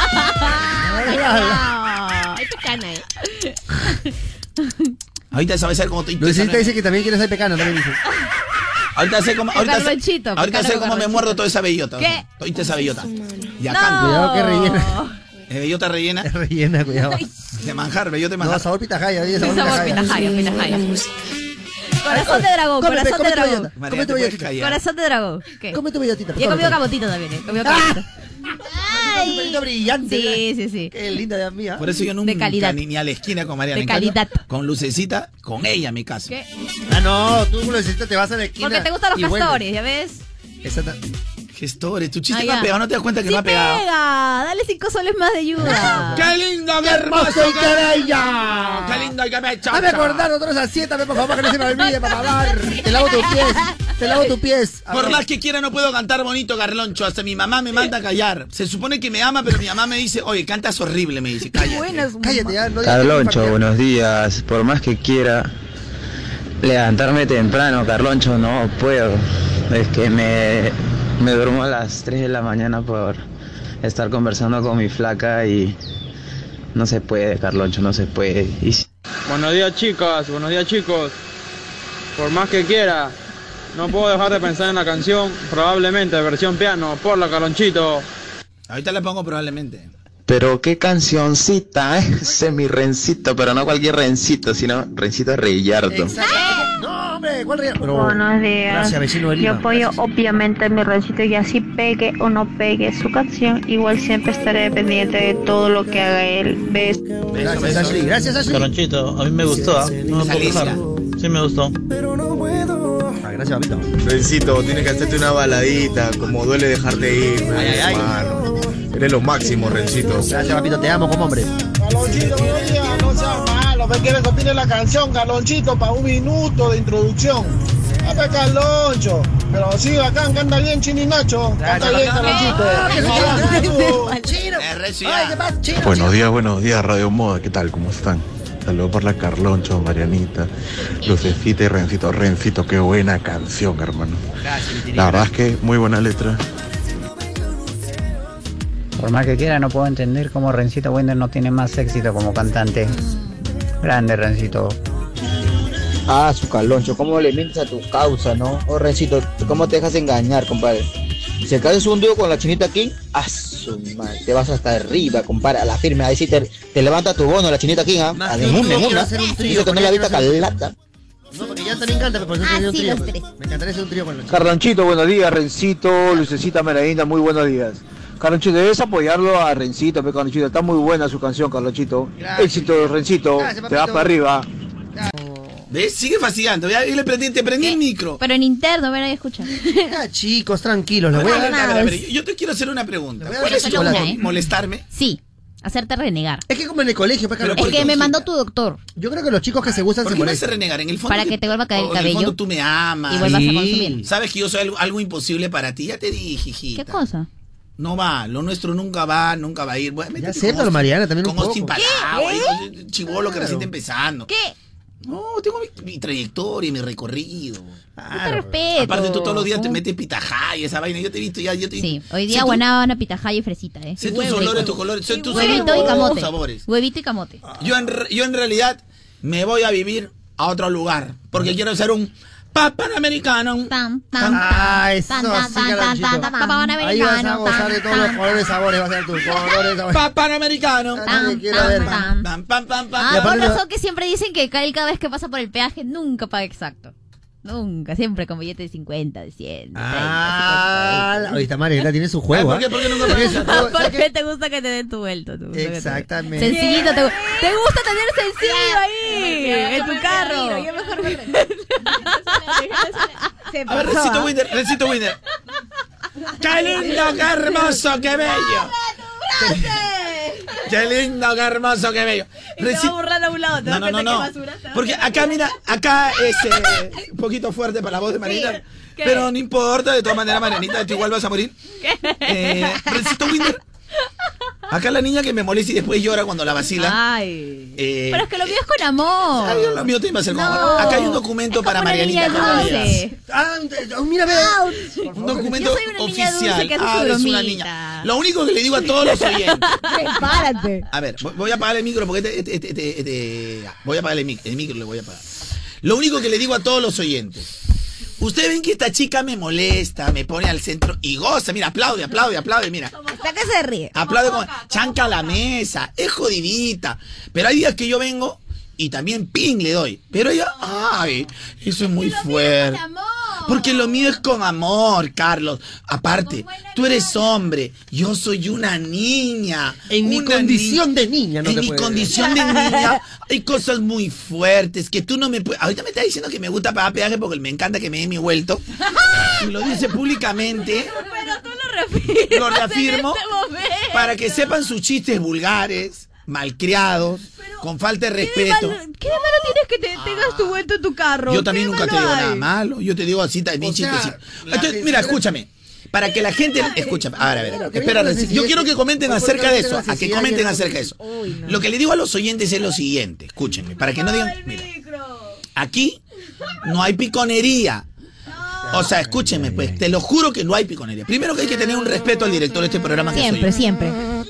Ay, pecana, Ahorita sabes cómo estoy. Lucecita dice que también quiere ser pecano, también dice. Ahorita sé cómo. Ahorita sé, Carlonchito, ahorita sé pecano cómo me Carlonchito. muerdo toda esa bellota. ¿Qué? Toda esa bellota. Ya No. canto. Cuidado que rellena. Bellota rellena. Es rellena, cuidado. De manjar, bellota de No, manjar. sabor pitahaya, oye, sabor Sabor pitahaya. pitahaya. Corazón de dragón, Cómete, corazón de cómete dragón. bellota. María, Come te tu puedes bellotita. callar. Corazón de dragón. ¿Qué? Come tu bellotita. Y he comido cabotito también, comido cabotito. Un pelito brillante. Sí. Qué linda de mía. Por eso yo nunca calidad. ni a la esquina con Mariana. De En cambio, calidad. Con Lucecita, con ella me caso. ¿Qué? Ah, no, tú Lucecita te vas a la esquina. Porque te gustan los y vuelves. castores, ¿ya ves? Exacta. Gestores, tu chiste Ah, no ha ya. pegado, no te das cuenta que Sí no ha pegado. pega. Dale 5 soles más de ayuda. ¡Qué lindo, qué hermoso hermoso! y qué bella! ¡Qué lindo y qué me Dame acordar otros a 7, por favor, que no se me olvide para pagar. Te lavo tus pies. Te lavo tus pies. Por más que quiera no puedo cantar bonito, Carloncho. Hasta mi mamá me manda a callar. Se supone que me ama, pero mi mamá me dice, oye, cantas horrible, me dice, cállate. Cállate ya. No Carloncho, buenos días. Por más que quiera levantarme temprano, Carloncho, no puedo. Es que me duermo a las 3 de la mañana por estar conversando con mi flaca y no se puede, Carloncho, no se puede. Buenos días, chicas, buenos días, chicos. Por más que quiera, no puedo dejar de pensar en la canción, probablemente versión piano, por la Carlonchito. Ahorita le pongo probablemente. Pero qué cancioncita, ese es mi Rencito, pero no cualquier Rencito, sino Rencito Reyardo. No, hombre, ¿cuál Reyardo? Buenos días. Gracias, vecino de Lima. Yo apoyo obviamente a mi Rencito y así pegue o no pegue su canción, igual siempre estaré pendiente de todo lo que haga él. Gracias, Ashley. Gracias, Ashley. Carlonchito, a mí me gustó, no me puedo quejar. Sí me gustó. Gracias, papito. Rencito, tienes que hacerte una baladita, como duele dejarte ir, hermano. Eres lo máximo, Rencito. Gracias, papito, te amo como hombre. Carlonchito, buenos días, no seas malo, ven que tiene la canción, Carlonchito, para 1 minuto de introducción. Hasta Carloncho, pero sí, acá canta bien Chini Nacho, canta bien Carlonchito. Buenos días, Radio Moda, ¿qué tal? ¿Cómo están? Saludos por la Carloncho, Marianita, Lucecita y Rencito. Rencito, qué buena canción, hermano. La verdad es que muy buena letra. Por más que quiera, no puedo entender cómo Rencito Winder no tiene más éxito como cantante. Grande, Rencito. Ah, su Carloncho, ¿cómo le mientes a tu causa, no? Oh, Rencito, ¿cómo te dejas engañar, compadre? Si acá haces un dúo con la Chinita King, su madre, te vas hasta arriba, compadre, a la firme. Ahí sí te levanta tu bono la Chinita King, ¿ah? ¿Ah? De una. Dice que no la vista calata. No, porque ya también canta, pero por eso hacer un trío. Me encantaría hacer un trío con la Carlonchito, buenos días, Rencito, Lucecita, Meradina, muy buenos días. Carlonchito, debes apoyarlo a Rencito, pero Carlonchito, está muy buena su canción, Carlonchito. Gracias. Éxito, Rencito, te vas para arriba. ¿Ves? Sigue fastidiando. Ya le te prendí el micro. Pero en interno, ven ahí, escucha. Chicos, tranquilos. Les voy a ver, yo te quiero hacer una pregunta. ¿Cuál es tu molestarme? Sí. Hacerte renegar. Es que como en el colegio, pues, es que me mandó tu doctor. Yo creo que los chicos que se gustan se molestan. ¿Por qué me hace renegar? En el fondo para que te vuelva a caer el cabello. En el fondo tú me amas. Y vuelvas a consumir. Sabes que yo soy algo imposible para ti. Ya te dije, hijita. ¿Qué cosa? No va, lo nuestro nunca va a ir. Bueno, ya acéptalo, Mariana, también un poco. Austin Palau, chibolo que recién está empezando. ¿Qué? No, tengo mi trayectoria, mi recorrido. Yo te respeto. Aparte tú todos los días te metes pitajá y esa vaina. Yo te he visto ya. Sí, hoy día guanábana, pitajá y fresita, Sé tus olores, tus colores. Sé tus huevito y camote. Sabores. Huevito y camote. Yo en realidad me voy a vivir a otro lugar porque quiero ser un panamericano. Eso sí, Carlonchito. Ahí vas a gozar de todos los colores, sabores. Va a ser tus colores, sabores. Panamericano. Por razón que siempre dicen que cada vez que pasa por el peaje nunca paga exacto. Nunca, siempre con billete de 50, de 100, de 30. Ahorita Mariela tiene su juego. ¿Por qué nunca paga exacto? Porque te gusta que te den tu vuelto. Exactamente. Sencillito, te gusta tener sencillo ahí, en tu carro. Yo mejor me A ver, Rencito Winder. ¡Qué lindo, qué hermoso, qué bello! ¡Qué lindo, qué hermoso, qué bello! Te va borrando a un lado, No. Porque acá, mira, acá es un poquito fuerte para la voz de Marianita. Pero no importa, de todas maneras, Marianita, tú igual vas a morir. Rencito Winder. Acá la niña que me molesta y después llora cuando la vacila. Ay. Pero es que lo mío es con amor. Lo mío también va a ser con amor. Acá hay un documento para Marianita. Mira, un documento oficial. Es una niña. Lo único que le digo a todos los oyentes. Prepárate. A ver, voy a apagar el micro porque voy a apagar el micro, le voy a apagar. Lo único que le digo a todos los oyentes. Ustedes ven que esta chica me molesta, me pone al centro y goza. Mira, aplaude, mira. Hasta que se ríe. Aplaude como chanca a la mesa, es jodidita. Pero hay días que yo vengo y también ping le doy. Pero ella, eso es muy fuerte. Porque lo mío es con amor, Carlos. Aparte, tú eres hombre, yo soy una niña. En mi condición de niña, ¿no? En mi condición de niña hay cosas muy fuertes que tú no me puedes... Ahorita me está diciendo que me gusta pagar peaje porque me encanta que me dé mi vuelto. Y lo dice públicamente. Pero tú lo reafirmas. Lo reafirmo para que sepan sus chistes vulgares. malcriados, con falta de respeto. ¿Qué de malo tienes que tengas tu vuelto en tu carro? Yo también nunca te digo nada malo. Yo te digo así también chistecito. Entonces, mira, escúchame. Para que la gente... Escúchame. A ver. Espera. Yo quiero que comenten acerca de eso. A que comenten acerca de eso. Lo que le digo a los oyentes es lo siguiente. Escúchenme. Para que no digan... Mira, aquí no hay piconería. O sea, escúchenme, pues, te lo juro que no hay piconería. Primero que hay que tener un respeto al director de este programa que soy yo. Siempre.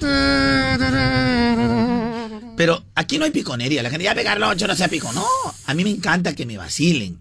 Pero aquí no hay piconería. La gente ya pegarlo, yo no sea pico. No, a mí me encanta que me vacilen.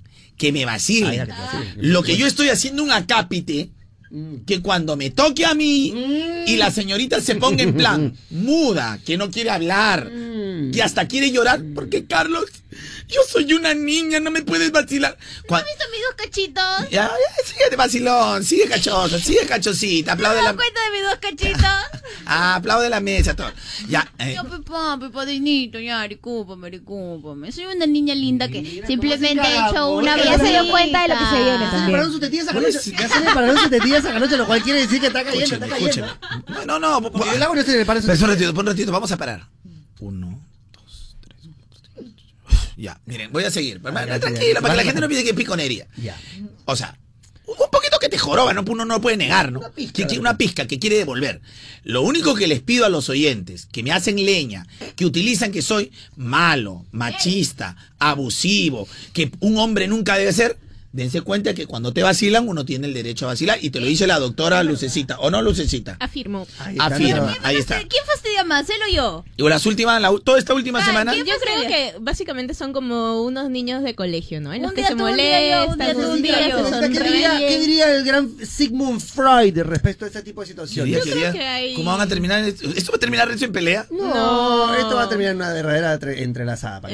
Lo que yo estoy haciendo un acápite, que cuando me toque a mí y la señorita se ponga en plan muda, que no quiere hablar, que hasta quiere llorar, porque Carlos, yo soy una niña, no me puedes vacilar. ¿No has visto mis dos cachitos? Ya, sigue de vacilón, sigue cachosa, sigue cachosita, aplaude ¿No la... me das cuenta de mis dos cachitos? Aplaude la mesa, todo. Ya, Yo, Pepa, Dinito, ya, discúlpame. Soy una niña linda que simplemente he hecho una ya se dio cuenta de lo que se viene también. Pararon sus tetillas esa noche. Ya se le pararon sus tetillas esa noche, lo cual quiere decir que está cayendo, Escúcheme. No. Porque el agua no se le para sus tetillas. Un ratito, vamos a parar. 1, 2, 3, 4, 5. Ya, miren, voy a seguir. Tranquilo, para que la gente no piense que es piconería. Ya. O sea, un poquito que te joroba, ¿no? Uno no lo puede negar, ¿no? Una pizca que quiere devolver. Lo único que les pido a los oyentes, que me hacen leña, que utilizan que soy malo, machista, abusivo, que un hombre nunca debe ser, dense cuenta que cuando te vacilan, uno tiene el derecho a vacilar, y te lo dice la doctora Lucecita, ¿o no, Lucecita? Afirmo. Afirma, ahí está. ¿Quién fastidia más, él o yo? Y las últimas, toda esta última semana... Yo creo que básicamente son como unos niños de colegio, ¿no? En los Un que día se tú, un día yo, molestan, un día yo. se sonríen. ¿Qué diría el gran Sigmund Freud respecto a este tipo de situaciones? Yo creo que hay... ¿Cómo van a terminar? ¿Esto va a terminar eso en pelea? No, esto va a terminar en una derradera entrelazada.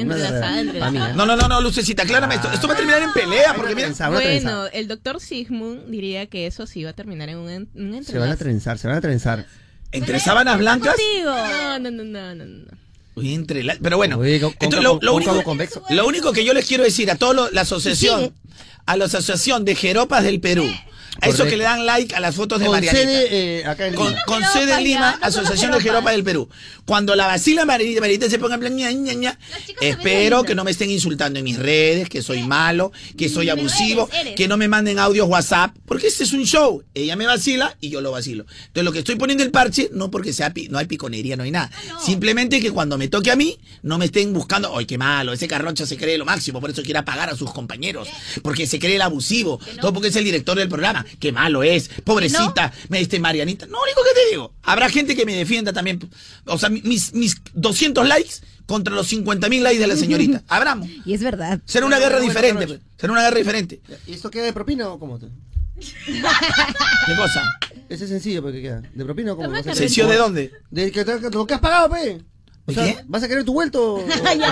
No, Lucecita, aclárame esto. Esto va a terminar en pelea, porque mira... Bueno, el doctor Sigmund diría que eso sí va a terminar en un entrelazo. Se van a trenzar. ¿Entre sábanas blancas? No. Uy, pero bueno, lo único que yo les quiero decir a toda la asociación, a la asociación de Jeropas del Perú, a esos que le dan like a las fotos de Marianita. Con sede en Lima, Asociación de Jeropas del Perú. Cuando la vacila Marianita se ponga en plan ña, espero que no me estén insultando en mis redes, que soy malo, que soy abusivo, que no me manden audios WhatsApp, porque este es un show. Ella me vacila y yo lo vacilo. Entonces lo que estoy poniendo el parche, no porque no hay piconería, no hay nada. Simplemente que cuando me toque a mí, no me estén buscando, ¡ay, qué malo! Ese Carloncho se cree lo máximo, por eso quiere apagar a sus compañeros, porque se cree el abusivo, todo porque es el director del programa. Qué malo es, pobrecita, Marianita. No, único que te digo, habrá gente que me defienda también. O sea, mis 200 likes contra los 50.000 likes de la señorita. Habramos. Y es verdad. Será una guerra diferente. Será una guerra diferente. ¿Y esto queda de propina o cómo? ¿Qué cosa? Ese es sencillo porque queda. ¿De propina o cómo? ¿Sencillo de dónde? De lo que has pagado, pe. O sea, ¿qué? ¿vas a querer tu vuelto?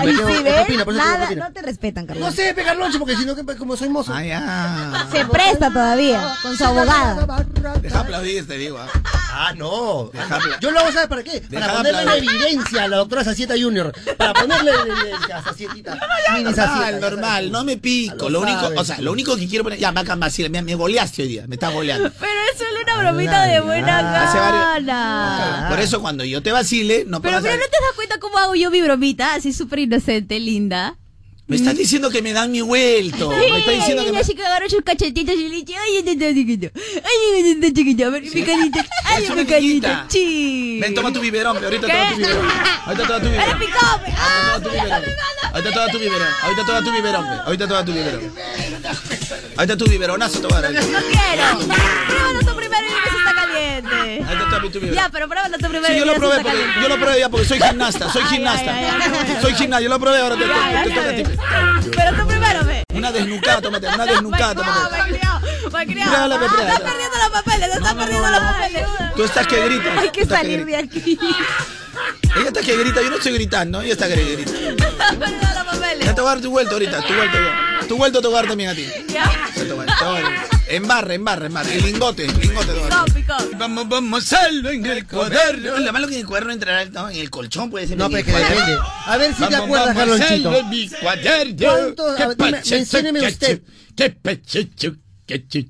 No te respetan, Carlos. No sé, Carloncho, porque si no, como soy mozo. Se presta todavía con su abogada. Deja aplaudir, te digo. No. Yo lo hago, ¿sabes para qué? Para ponerle en evidencia a la doctora Sacieta Junior. Para ponerle en evidencia a Sacietita. Normal, no me pico. Lo único que quiero poner. Ya, Macan vacila, me goleaste hoy día, me estás goleando. Pero es solo una bromita de buena gana. Por eso cuando yo te vacile, no Pero no te das cuenta cómo hago yo mi bromita, así súper inocente, linda. Me estás diciendo que me dan mi vuelto. Me estás diciendo que así que agarro sus cachetitos y le dice, ay, está chiquito. Ay, está chiquito. A ver, mi carita. Ay, mi carita. Sí. Ven, toma tu biberón. Ahorita toma tu biberón. Ahorita toma tu biberón. Ahorita toma tu biberón. Ahorita toma tu biberón. Ahorita toma tu biberón. Ahorita tu biberonazo te voy a dar. No quiero. Pruébalo tú primero y que se está caliente. Ahorita toma tu biberón. Ya, pero pruébalo tú primero. Sí, yo lo probé ya porque soy gimnasta. Soy gimnasta. Yo lo probé, ahora te toca a ti. Pero tú primero, ve. Una desnucada, tómate. Malcriado. Estás perdiendo los papeles, Tú estás que gritas. Hay que salir de aquí. Ella está que grita, yo no estoy gritando, ella está que grita. Estás perdiendo los papeles. Ya te voy a dar tu vuelto ahorita, tu vuelto te voy a dar también a ti. ¿Ya? Embarre. El lingote te voy a dar. Vamos a hacerlo en el cuaderno. Lo malo que en el cuaderno entrará, ¿no? En el colchón puede ser. No, pero que depende. A ver si te acuerdas, Carlonchito. Mencióneme usted.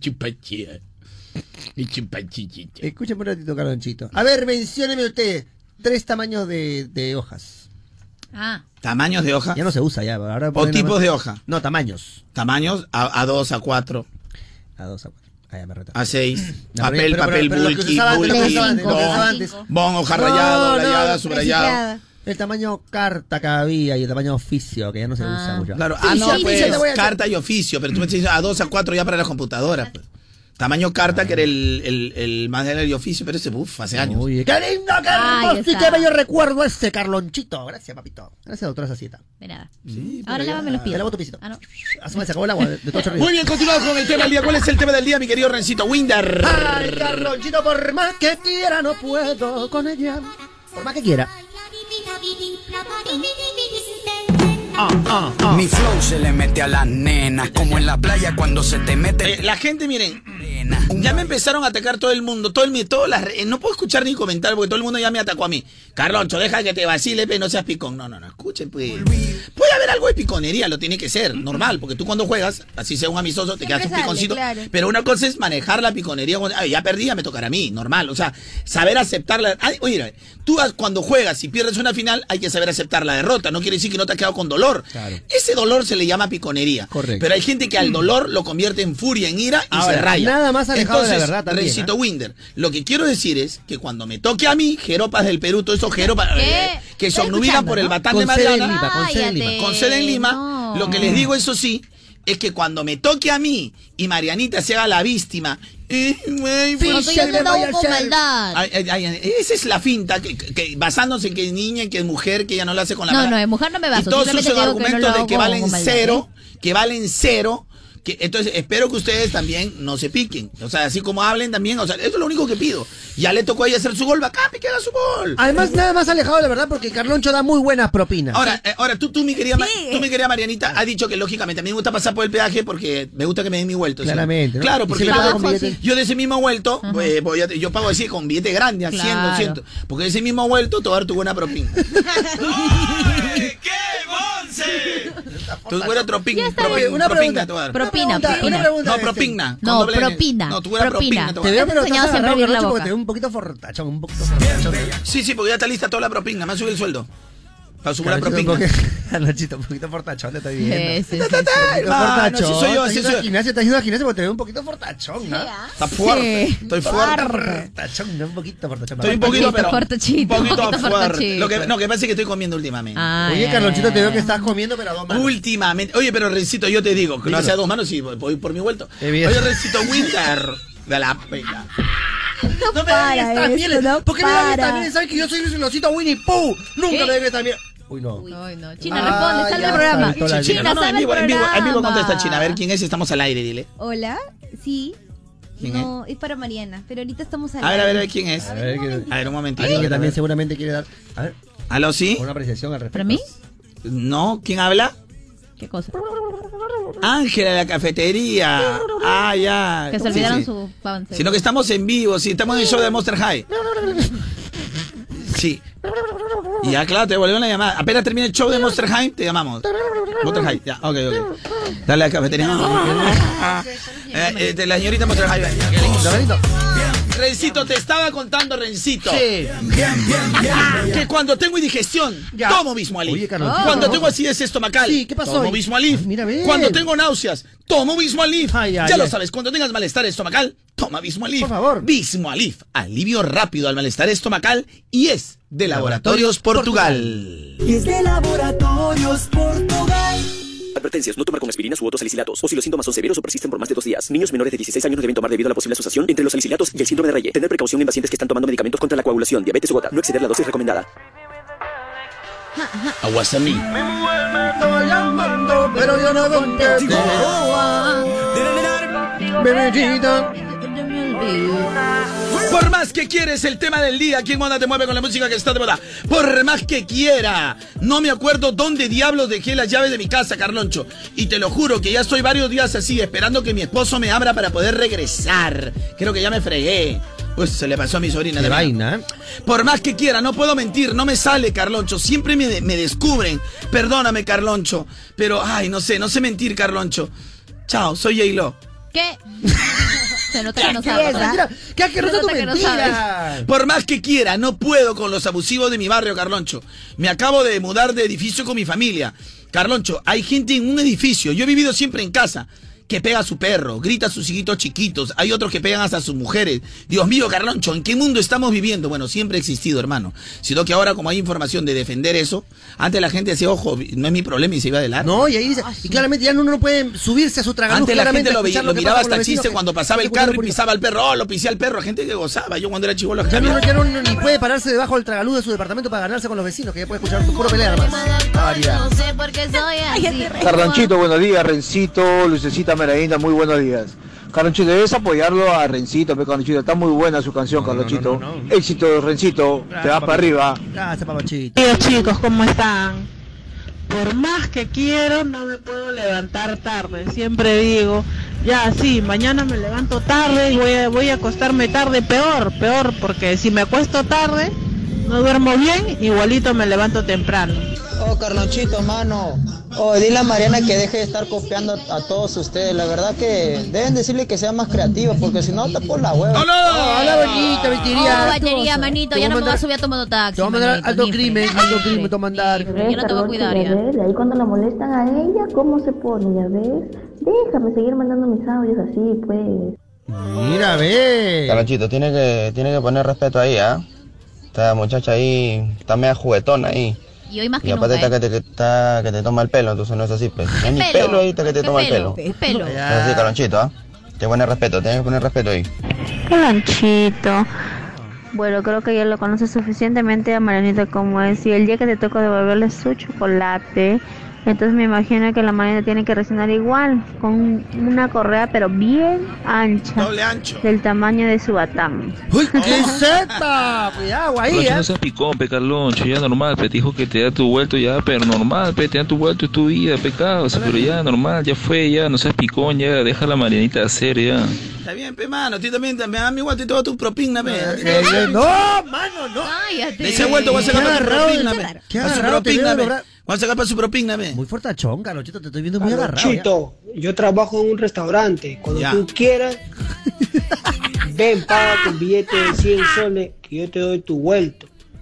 Escúchame un ratito, Carlonchito. A ver, mencióneme usted 3 tamaños de hojas. Ah. ¿Tamaños de hoja? Ya no se usa ya. Ahora ¿O tipos de hoja? No, tamaños. ¿Tamaños? A2, A4. A2, A4. Ah, ya me reto. A6. No, Papel, pero bulky, lo que se usaba bulky, antes. bon, hoja rayada, rayada, subrayada. El tamaño carta que había y el tamaño oficio, que ya no se usa mucho. Claro, Sí, pues carta y oficio, pero tú me dices A2, A4 ya para las computadoras. Pues. Tamaño carta, que era el más de oficio, pero ese, hace años. Oye, qué lindo, qué hermoso y qué bello recuerdo Carlonchito. Gracias, papito. Gracias, doctora Sacita. De nada. Sí, ahora lávame los pies. Te lavo tu pisito. Ah, no. Así se acabó el agua de todo chorrillo. Muy bien, continuamos con el tema del día. ¿Cuál es el tema del día, mi querido Rencito Winder? Ay, Carlonchito, por más que quiera, no puedo con ella. Por más que quiera. Mi flow se le mete a las nenas, como en la playa cuando se te mete. La gente, miren, ya me empezaron a atacar todo el mundo, no puedo escuchar ni comentar porque todo el mundo ya me atacó a mí. Carloncho, deja que te vacile, pero no seas picón. No, escuchen, pues. Puede haber algo de piconería, lo tiene que ser, normal, porque tú cuando juegas, así sea un amistoso, te quedas un piconcito. Claro. Pero una cosa es manejar la piconería. Ya perdí, ya me tocará a mí, normal. O sea, saber aceptarla. Oye, tú cuando juegas y pierdes una final, hay que saber aceptar la derrota. No quiere decir que no te has quedado con dolor. Claro. Ese dolor se le llama piconería. Correcto. Pero hay gente que al dolor lo convierte en furia, en ira y se raya. Nada más alejado de la verdad también. Rencito Winder, lo que quiero decir es que cuando me toque a mí, jeropas del Perú, todos esos jeropas que se obnubilan por el batán de Mariana, con sede en Lima, lo que les digo, eso sí, es que cuando me toque a mí y Marianita se haga la víctima, esa es la finta, que basándose en que es niña, en que es mujer, que ella no lo hace con la mano. No, de mujer no me baso. Y todos esos argumentos de que valen cero, entonces espero que ustedes también no se piquen. O sea, así como hablen también, o sea, eso es lo único que pido. Ya le tocó a ella hacer su gol, bacán, que haga su gol. Además, nada más alejado de la verdad, porque Carloncho da muy buenas propinas. Ahora tú, mi querida Marianita, has dicho que lógicamente a mí me gusta pasar por el peaje porque me gusta que me den mi vuelto. Claramente, ¿no? Claro, porque yo de ese mismo vuelto, yo pago así con billete grande, a 100, 200. Porque de ese mismo vuelto te voy a dar tu buena propina. ¡Ay, qué bonce! Tu buena propina. Una pregunta. Propina. No, propina. No, propina. No, tu buena propina. Te veo pero estás agarrado, Carloncho, porque te veo un poquito fortachón, Sí, porque ya está lista toda la propina. Me ha subido el sueldo. Para subir la propina. Carlonchito, un poquito fortachón te estoy viendo. Sí. Fortachón. Soy yo, así soy. Estás yendo al gimnasio porque te veo un poquito fortachón, ¿no? Está fuerte. Estoy fuerte. Fortachón, un poquito fortachón. Estoy un poquito, pero fortachito, un poquito fuerte. fortachito. Lo que pasa es que estoy comiendo últimamente. Oye, Carlonchito, te veo que estás comiendo, pero a 2 manos. Últimamente. Oye, pero Rencito, yo te digo, que no hace a 2 manos y voy por mi vuelto. Oye, Rencito Winter, de la pena. No me debes estar bien. ¿Por qué me debes estar bien? ¿Sabes que yo soy el osito Winnie Pooh? Nunca me debes estar bien. Uy, no. China, responde, sale el programa. China, sale el programa. En vivo contesta China. A ver quién es, estamos al aire, dile. Hola, sí. ¿Quién No, es para Mariana, pero ahorita estamos al aire. A ver, ¿quién es? A ver, un momentito. Alguien que también seguramente quiere dar. A ver. ¿Aló, sí? Una apreciación al respecto. ¿Para mí? No, ¿quién habla? ¿Qué cosa? Ángela de la cafetería. Ah, ya. Que se olvidaron su avance. Sino que estamos en vivo, sí, estamos en el show de Monster High. Sí. Y ya, claro, te devolvieron la llamada. Apenas termine el show de Monster High, te llamamos. Monster High, ya, ok. Dale a la cafetería. La señorita Monster High. Qué lindo. Rencito, te estaba contando, Rencito. Sí. Que cuando tengo indigestión, tomo Bismualif. Oye, Carlos, cuando tengo acidez estomacal, sí, ¿qué pasó? tomo Bismualif. Mira, ve. Cuando tengo náuseas, tomo Bismualif. Ya lo ay. sabes, cuando tengas malestar estomacal, toma Bismualif. Por favor. Bismualif, alivio rápido al malestar estomacal y es de Laboratorios Portugal. Y es de Laboratorios Portugal. Advertencias: no tomar con aspirinas u otros salicilatos, o si los síntomas son severos o persisten por más de 2 días. Niños menores de 16 años no deben tomar debido a la posible asociación entre los salicilatos y el síndrome de Reye. Tener precaución en pacientes que están tomando medicamentos contra la coagulación, diabetes o gota. No exceder la dosis recomendada. Aguasamí. Estoy llamando, pero yo no contesto. Bebecita. Por más que quieres el tema del día, ¿quién onda te mueve con la música que está de moda? Por más que quiera. No me acuerdo dónde diablos dejé las llaves de mi casa, Carloncho. Y te lo juro que ya estoy varios días así, esperando que mi esposo me abra para poder regresar. Creo que ya me fregué. Pues se le pasó a mi sobrina. De vaina. Por más que quiera, no puedo mentir, no me sale, Carloncho. Siempre me descubren. Perdóname, Carloncho. Pero, ay, no sé mentir, Carloncho. Chao, soy J-Lo. ¿Qué? Se nota que no ¿Qué sabe, es? ¿verdad? Mentira. ¿Qué asqueroso Se tu nota que no mentira? Por más que quiera, no puedo con los abusivos de mi barrio, Carloncho. Me acabo de mudar de edificio con mi familia. Carloncho, hay gente en un edificio. Yo he vivido siempre en casa. Que pega a su perro, grita a sus hijitos chiquitos, hay otros que pegan hasta a sus mujeres. Dios mío, Carloncho, ¿en qué mundo estamos viviendo? Bueno, siempre ha existido, hermano. Sino que ahora, como hay información de defender eso, antes la gente decía, ojo, no es mi problema y se iba de largo. No, y ahí dice, y claramente ya uno no puede subirse a su tragaluz. Antes la gente lo escuchar miraba pasa hasta con los chiste vecinos, cuando pasaba que el carro y por- pisaba al perro. Oh, lo pisé al perro. Gente que gozaba. Yo cuando era chibolo. Ya no ni puede pararse debajo del tragaluz de su departamento para ganarse con los vecinos, que ya puede escuchar puro pelea más. No sé por qué soy así. Carlonchito, buenos días. Rencito, Lucecita Meraína, muy buenos días. Carlonchito, debes apoyarlo a Rencito, Carlonchito. Está muy buena su canción, Carlonchito. Éxito, Rencito. Te vas para arriba. Gracias, papachito. Hola chicos, ¿cómo están? Por más que quiero, no me puedo levantar tarde. Siempre digo, ya sí, mañana me levanto tarde y voy a acostarme tarde, peor, porque si me acuesto tarde, no duermo bien, igualito me levanto temprano. Oh, Carlonchito, mano. Oh, dile a Mariana que deje de estar copiando a todos ustedes. La verdad que deben decirle que sea más creativa, porque si no, está por la hueva. Hola, bonita, mentiría. Oh, batería, manito, ya no me voy a subir a tu mototaxi. Te voy a mandar manito, alto ni crimen, fre- alto crimen, te voy a mandar. Yo no te voy a cuidar ya. De ahí cuando la molestan a ella, ¿cómo se pone? ¿Ya ves? Déjame seguir mandando mis audios así, pues. Mira, ve. Carlonchito, tiene que poner respeto ahí, ¿ah? Esta muchacha ahí está media juguetona ahí. Y hoy más Y que aparte nunca, que te toma el pelo, entonces no es así, pues. No es ni Pelo. pelo ahí, está que te ¿Qué toma el pelo? pelo. Es pelo. Es así, Carlonchito, ¿ah? Tienes que poner respeto ahí. Carlonchito. Bueno, creo que ya lo conoces suficientemente a Marianita como es. Y el día que te toca devolverle su chocolate, entonces me imagino que la Marianita tiene que reaccionar igual, con una correa pero bien ancha. Doble ancho. Del tamaño de su batán. ¡Uy, qué zeta! Cuidado ahí, Carloncho, no seas picón, pe, Carloncho, ya normal, pe, te dijo que te da tu vuelto ya, pero normal, pe, te da tu vuelto, es tu vida, pecado, o sea, pero ya normal, ya fue, ya, no seas picón, ya, deja a la Marianita hacer, ya. Está bien, pe, mano. A ti también, a mí igual te toca tu propina, pe. No, mano, no. Cállate. De ese vuelto voy a sacar para tu propina, pe. Qué Para su agarrado te propina, veo, pe. ¿verdad? Voy a sacar para su propina, pe. Muy fortachón, Carlonchito, te estoy viendo muy agarrado. ya. Chito, yo trabajo en un restaurante. Cuando Ya. tú quieras, ven, paga tu billete de 100 soles que yo te doy tu vuelto.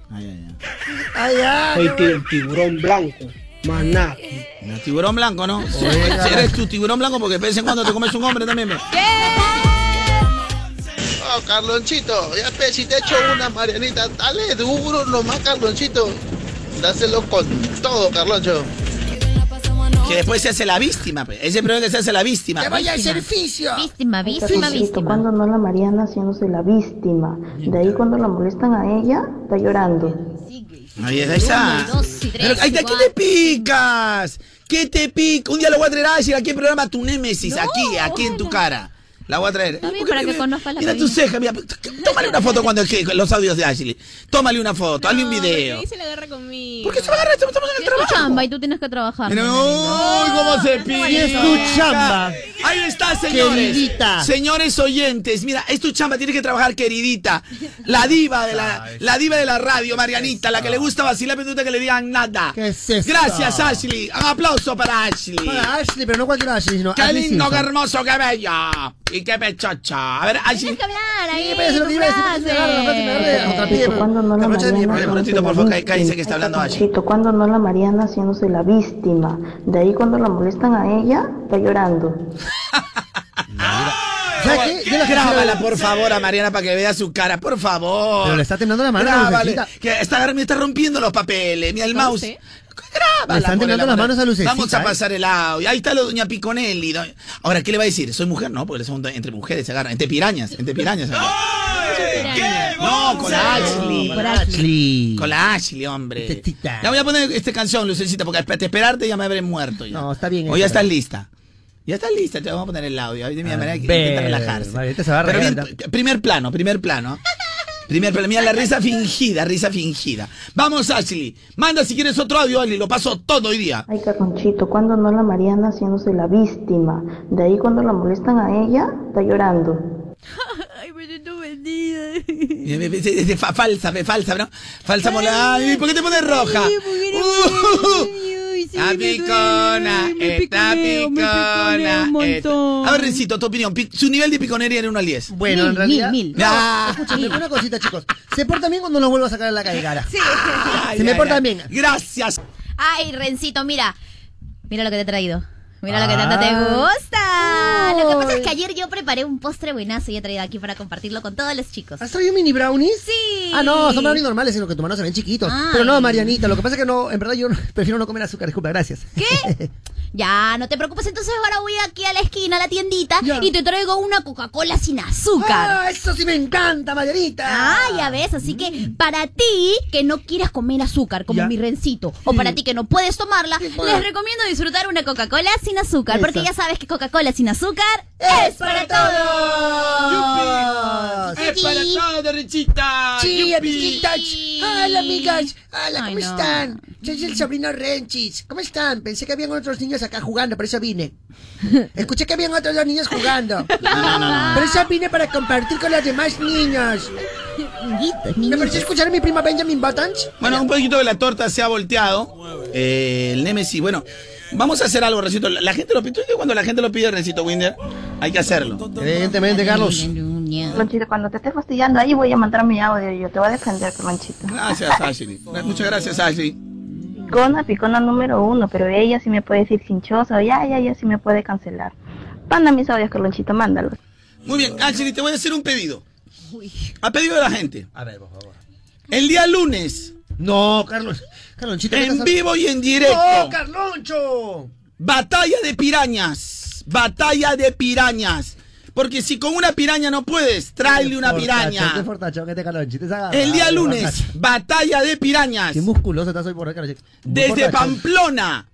Ay, ya. Soy el tiburón blanco, más nada. El tiburón blanco, ¿no? Si eres tu tiburón blanco porque de vez en cuando te comes un hombre también, pe. Oh, Carlonchito, ya pe, si te echo una Marianita, dale duro nomás, Carlonchito. Dáselo con todo, Carloncho. Que después se hace la víctima, pe. Ese problema que se hace la víctima. ¡Que vaya al servicio! Víctima, Cuando no la Mariana haciéndose la víctima. De ahí cuando la molestan a ella, está llorando. Ahí está. Pero, ahí está, ¿qué te picas? ¿Qué te pica? Un día lo voy a traer a Ashley aquí en el programa Tu Némesis, aquí en tu cara. La voy a traer. Está bien, para que conozca la Mira tu cabina. ceja, mira. Tómale una foto cuando los audios de Ashley. Tómale una foto, hazle un video. Ahí se la agarra conmigo. ¿Por qué se va a agarrar? Estamos en el Es tu trabajo. chamba y tú tienes que trabajar. Uy, cómo se pica. Y es tu chamba. Ahí está, señores. Queridita. Señores oyentes, mira, es tu chamba, tienes que trabajar, queridita. La diva de la radio, Marianita, la que le gusta vacilar, pero no que le digan nada. ¿Qué es eso? Gracias, Ashley. Un aplauso para Ashley. Para Ashley, pero no cualquier Ashley, sino Qué Ashley lindo, Simpson. qué hermoso, qué bello. Y qué pechocha. A ver, Ashley. Tienes que hablar ahí. Sí, pero eso es lo que iba a decir, tu me agarra la frase, me agarra otra pie, pero- Cuando no la Aprovecha de mi Mariana Un momentito, por favor, cállense que está hablando Ashley. Chito, cuando no la Mariana haciéndose la víctima. De ahí cuando la molestan a ella, está llorando. ¿Sabes qué? Yo la Grábala, por favor, a Mariana para que vea su cara, por favor. Pero le está temblando la mano a la Grábale, Lucecita. que me está rompiendo los papeles. Mira el mouse. Grábala, Le están por el temblando las amor de- manos a Lucecita, Vamos a pasar el audio. Ahí está la doña Piconelli. Ahora, ¿qué le va a decir? ¿Soy mujer? No, porque son entre mujeres se agarran. Entre pirañas. se agarran. No, con la Ashley. Con Ashley. Con la Ashley, hombre. Tetita. Ya voy a poner esta canción, Lucecita, porque al esperarte ya me habré muerto. Ya. No, está bien. O ya estás lista. Ya estás lista, te vamos a poner el audio. Ahí de mi manera que intenta relajarse. Marianita se va a Pero bien, regalar. primer plano. Primer plano, mira la risa fingida. Vamos, Ashley. Manda si quieres otro audio, Ashley. Lo paso todo hoy día. Ay, Carlonchito, cuando no la Mariana haciéndose la víctima. De ahí cuando la molestan a ella, está llorando. Ay, pero tú vendida. Falsa, ¿no? Falsa mola. Ay, ¿por qué te pones roja? sí, Está me picona, duele, me está piconeo, me piconeo picona. un montón. A ver, Rencito, tu opinión. Su nivel de piconería era 1 al 10. Bueno, en realidad. mil. No, escúchame, una cosita, chicos. Se porta bien cuando los vuelvo a sacar a la calle, cara. Sí. Se me portan bien. Gracias. Ay, Rencito, mira. Mira lo que te he traído. Mira lo que tanto te gusta. Lo que pasa es que ayer yo preparé un postre buenazo y he traído aquí para compartirlo con todos los chicos. ¿Has traído mini brownies? Sí. Ah, no, son brownies normales, sino que tus manos se ven chiquitos. Ay. Pero no, Marianita, lo que pasa es que no, en verdad yo prefiero no comer azúcar, disculpa, gracias. ¿Qué? Ya, no te preocupes, entonces ahora voy aquí a la esquina, a la tiendita, y te traigo una Coca-Cola sin azúcar. ¡Ah, eso sí me encanta, Marianita! Ah, ya ves, así que para ti que no quieras comer azúcar, como mi Rencito, o para ti que no puedes tomarla, les recomiendo disfrutar una Coca-Cola sin azúcar, porque ya sabes que Coca-Cola sin azúcar es para todos. ¡Es para todos, Renchita! Sí, ¡Yupi! amiguitas. Hola, amigas. Hola, ¿cómo Ay, no. están? Soy el sobrino Renchis. ¿Cómo están? Pensé que habían otros niños acá jugando, por eso vine. Escuché que habían otros dos niños jugando. No. Por eso vine para compartir con los demás niños. ¿Me pareció escuchar a mi prima Benjamin Buttons? Bueno, un poquito de la torta se ha volteado. El Nemesis, bueno, vamos a hacer algo, Rencito. La gente lo pide. Cuando la gente lo pide, Rencito Winder, hay que hacerlo. Evidentemente, Carlos. Carlonchito, cuando te estés fastidiando ahí voy a mandar mi audio y yo te voy a defender, Carlonchito. Gracias, Ashley. Muchas gracias, Ashley. Picona número 1, pero ella sí me puede decir cinchosa o ya sí me puede cancelar. Manda mis audios, Carlonchito, mándalos. Muy bien, Ashley, te voy a hacer un pedido. A pedido de la gente. A ver, por favor. El día lunes. No, Carlonchito. En vivo y en directo. ¡No, Carloncho! Batalla de pirañas. Batalla de pirañas. Porque si con una piraña no puedes, tráele una piraña. Qué fortachón, que te Carlonchito. El día lunes, batalla de pirañas. Qué musculoso estás hoy por acá, Carlonchito. Desde Pamplona,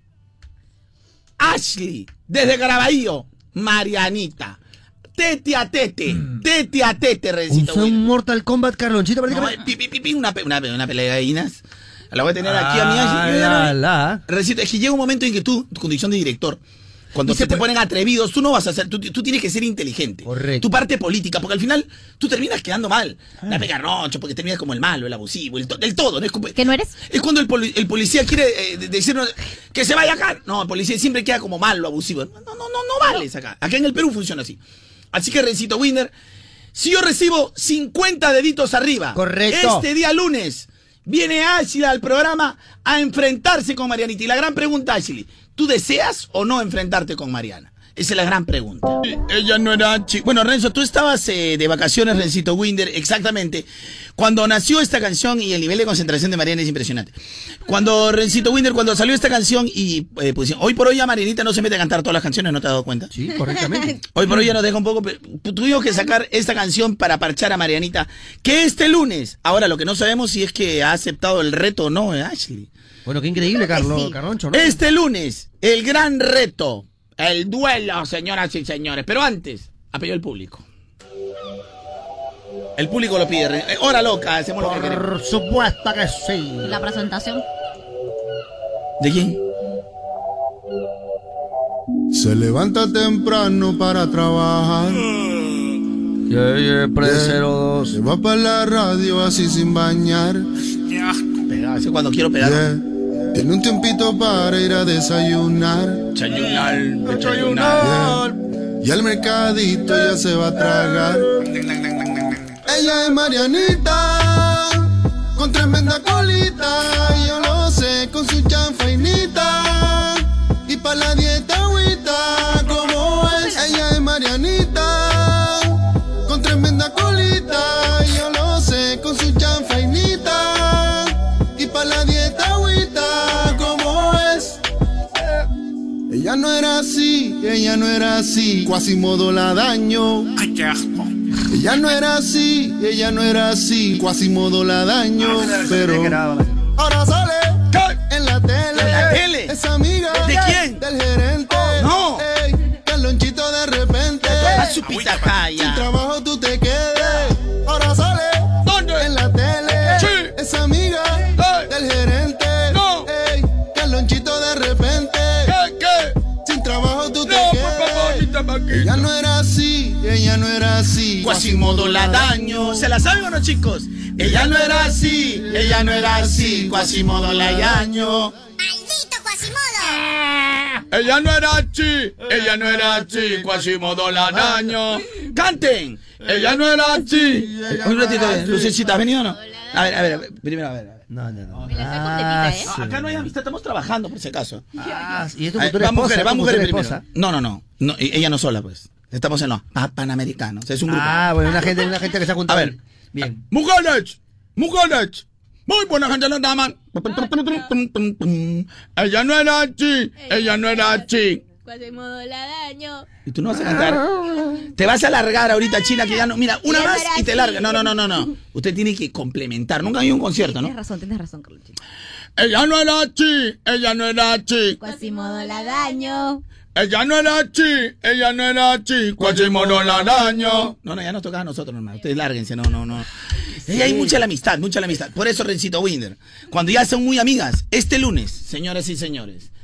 Ashley. Desde Caraballo, Marianita. Tete a tete, Rencito. Un Mortal Kombat, Carlonchito. No, una pelea de gallinas. La voy a tener aquí a mi Ashley. Rencito, es que llega un momento en que tú, tu condición de director, cuando se te ponen atrevidos, tú no vas a hacer, tú tienes que ser inteligente. Correcto. Tu parte política, porque al final tú terminas quedando mal. La pegarrocho, porque terminas como el malo, el abusivo, el todo. ¿No? ¿Qué no eres? Es cuando el policía quiere decirnos que se vaya acá. No, el policía siempre queda como malo, abusivo. No vales acá. Acá en el Perú funciona así. Así que, Rencito Winder, si yo recibo 50 deditos arriba, correcto, este día lunes, viene Ashley al programa a enfrentarse con Marianita. Y la gran pregunta, Ashley, ¿tú deseas o no enfrentarte con Mariana? Esa es la gran pregunta. Ella no era chica. Bueno, Renzo, tú estabas de vacaciones, Rencito Winder, exactamente. Cuando nació esta canción, y el nivel de concentración de Mariana es impresionante. Cuando Rencito Winder, cuando salió esta canción, y pues hoy por hoy ya Marianita no se mete a cantar todas las canciones, ¿no te has dado cuenta? Sí, correctamente. Hoy por hoy ya nos deja un poco. Tuvimos que sacar esta canción para parchar a Marianita, que este lunes, ahora lo que no sabemos si es que ha aceptado el reto o no, Ashley. Bueno, qué increíble, Carloncho, ¿no? Este lunes, el gran reto, el duelo, señoras y señores. Pero antes, a pedido del público. El público lo pide. Hora loca, hacemos lo que queremos. Por supuesto que sí. ¿La presentación? ¿De quién? Se levanta temprano para trabajar. Pre-02. Se va para la radio así sin bañar. Pegarse cuando quiero pegar. Tiene un tiempito para ir a desayunar. Desayunar. Y al mercadito ya se va a tragar. Ella es Marianita, con tremenda colita. Yo lo sé, con su chanfainita. Y pa' la dieta agüita, como es. Ella es Marianita, con tremenda colita. Yo lo sé, con su chanfainita. Y pa' la dieta agüita, como es. Ella no era así, Quasimodo la daño. Ay, qué asco. Ella no era así, Quasimodo la daño. Pero ahora sale en la tele. Es amiga ¿de quién? Del gerente. No. Carlonchito de repente. A su pitacaya. Sin trabajo tú te quedes. Ahora sale en la tele. Sí. Es amiga del gerente. No. Carlonchito de repente. ¿Qué? Sin trabajo tú te quedes. Ella no era así, Quasimodo la daño. ¿Se la saben o no, chicos? Ella no era así, Quasimodo la daño. ¡Maldito Quasimodo! Ella no era chi, ella no era chi, Quasimodo la daño. ¡Canten! Ella no era chi. Un ratito, Lucecita, ¿has venido o no? A ver, primero a ver. No. Acá no hay amistad, estamos trabajando por si acaso. Y es tu futura esposa. Va mujeres primero. No, ella no sola, pues. Estamos en los Panamericanos, es un grupo. Bueno, una gente que se ha juntado. A ver, bien. Mujeres. Muy buena gente la daman. Ella no era chi. Quasimodo la daño. Y tú no vas a cantar. Te vas a largar ahorita, China, que ya no. Mira, una más y te larga. No. Usted tiene que complementar. Nunca hay un concierto, ¿no? Tienes razón, Carlos. Ella no era chi. Quasimodo la daño. Ella no era chi. Quasimodo la daño. No, ya nos toca a nosotros, hermano. Ustedes lárguense, no. Hay mucha la amistad. Por eso, Rencito Winder, cuando ya son muy amigas, este lunes, señoras y señores,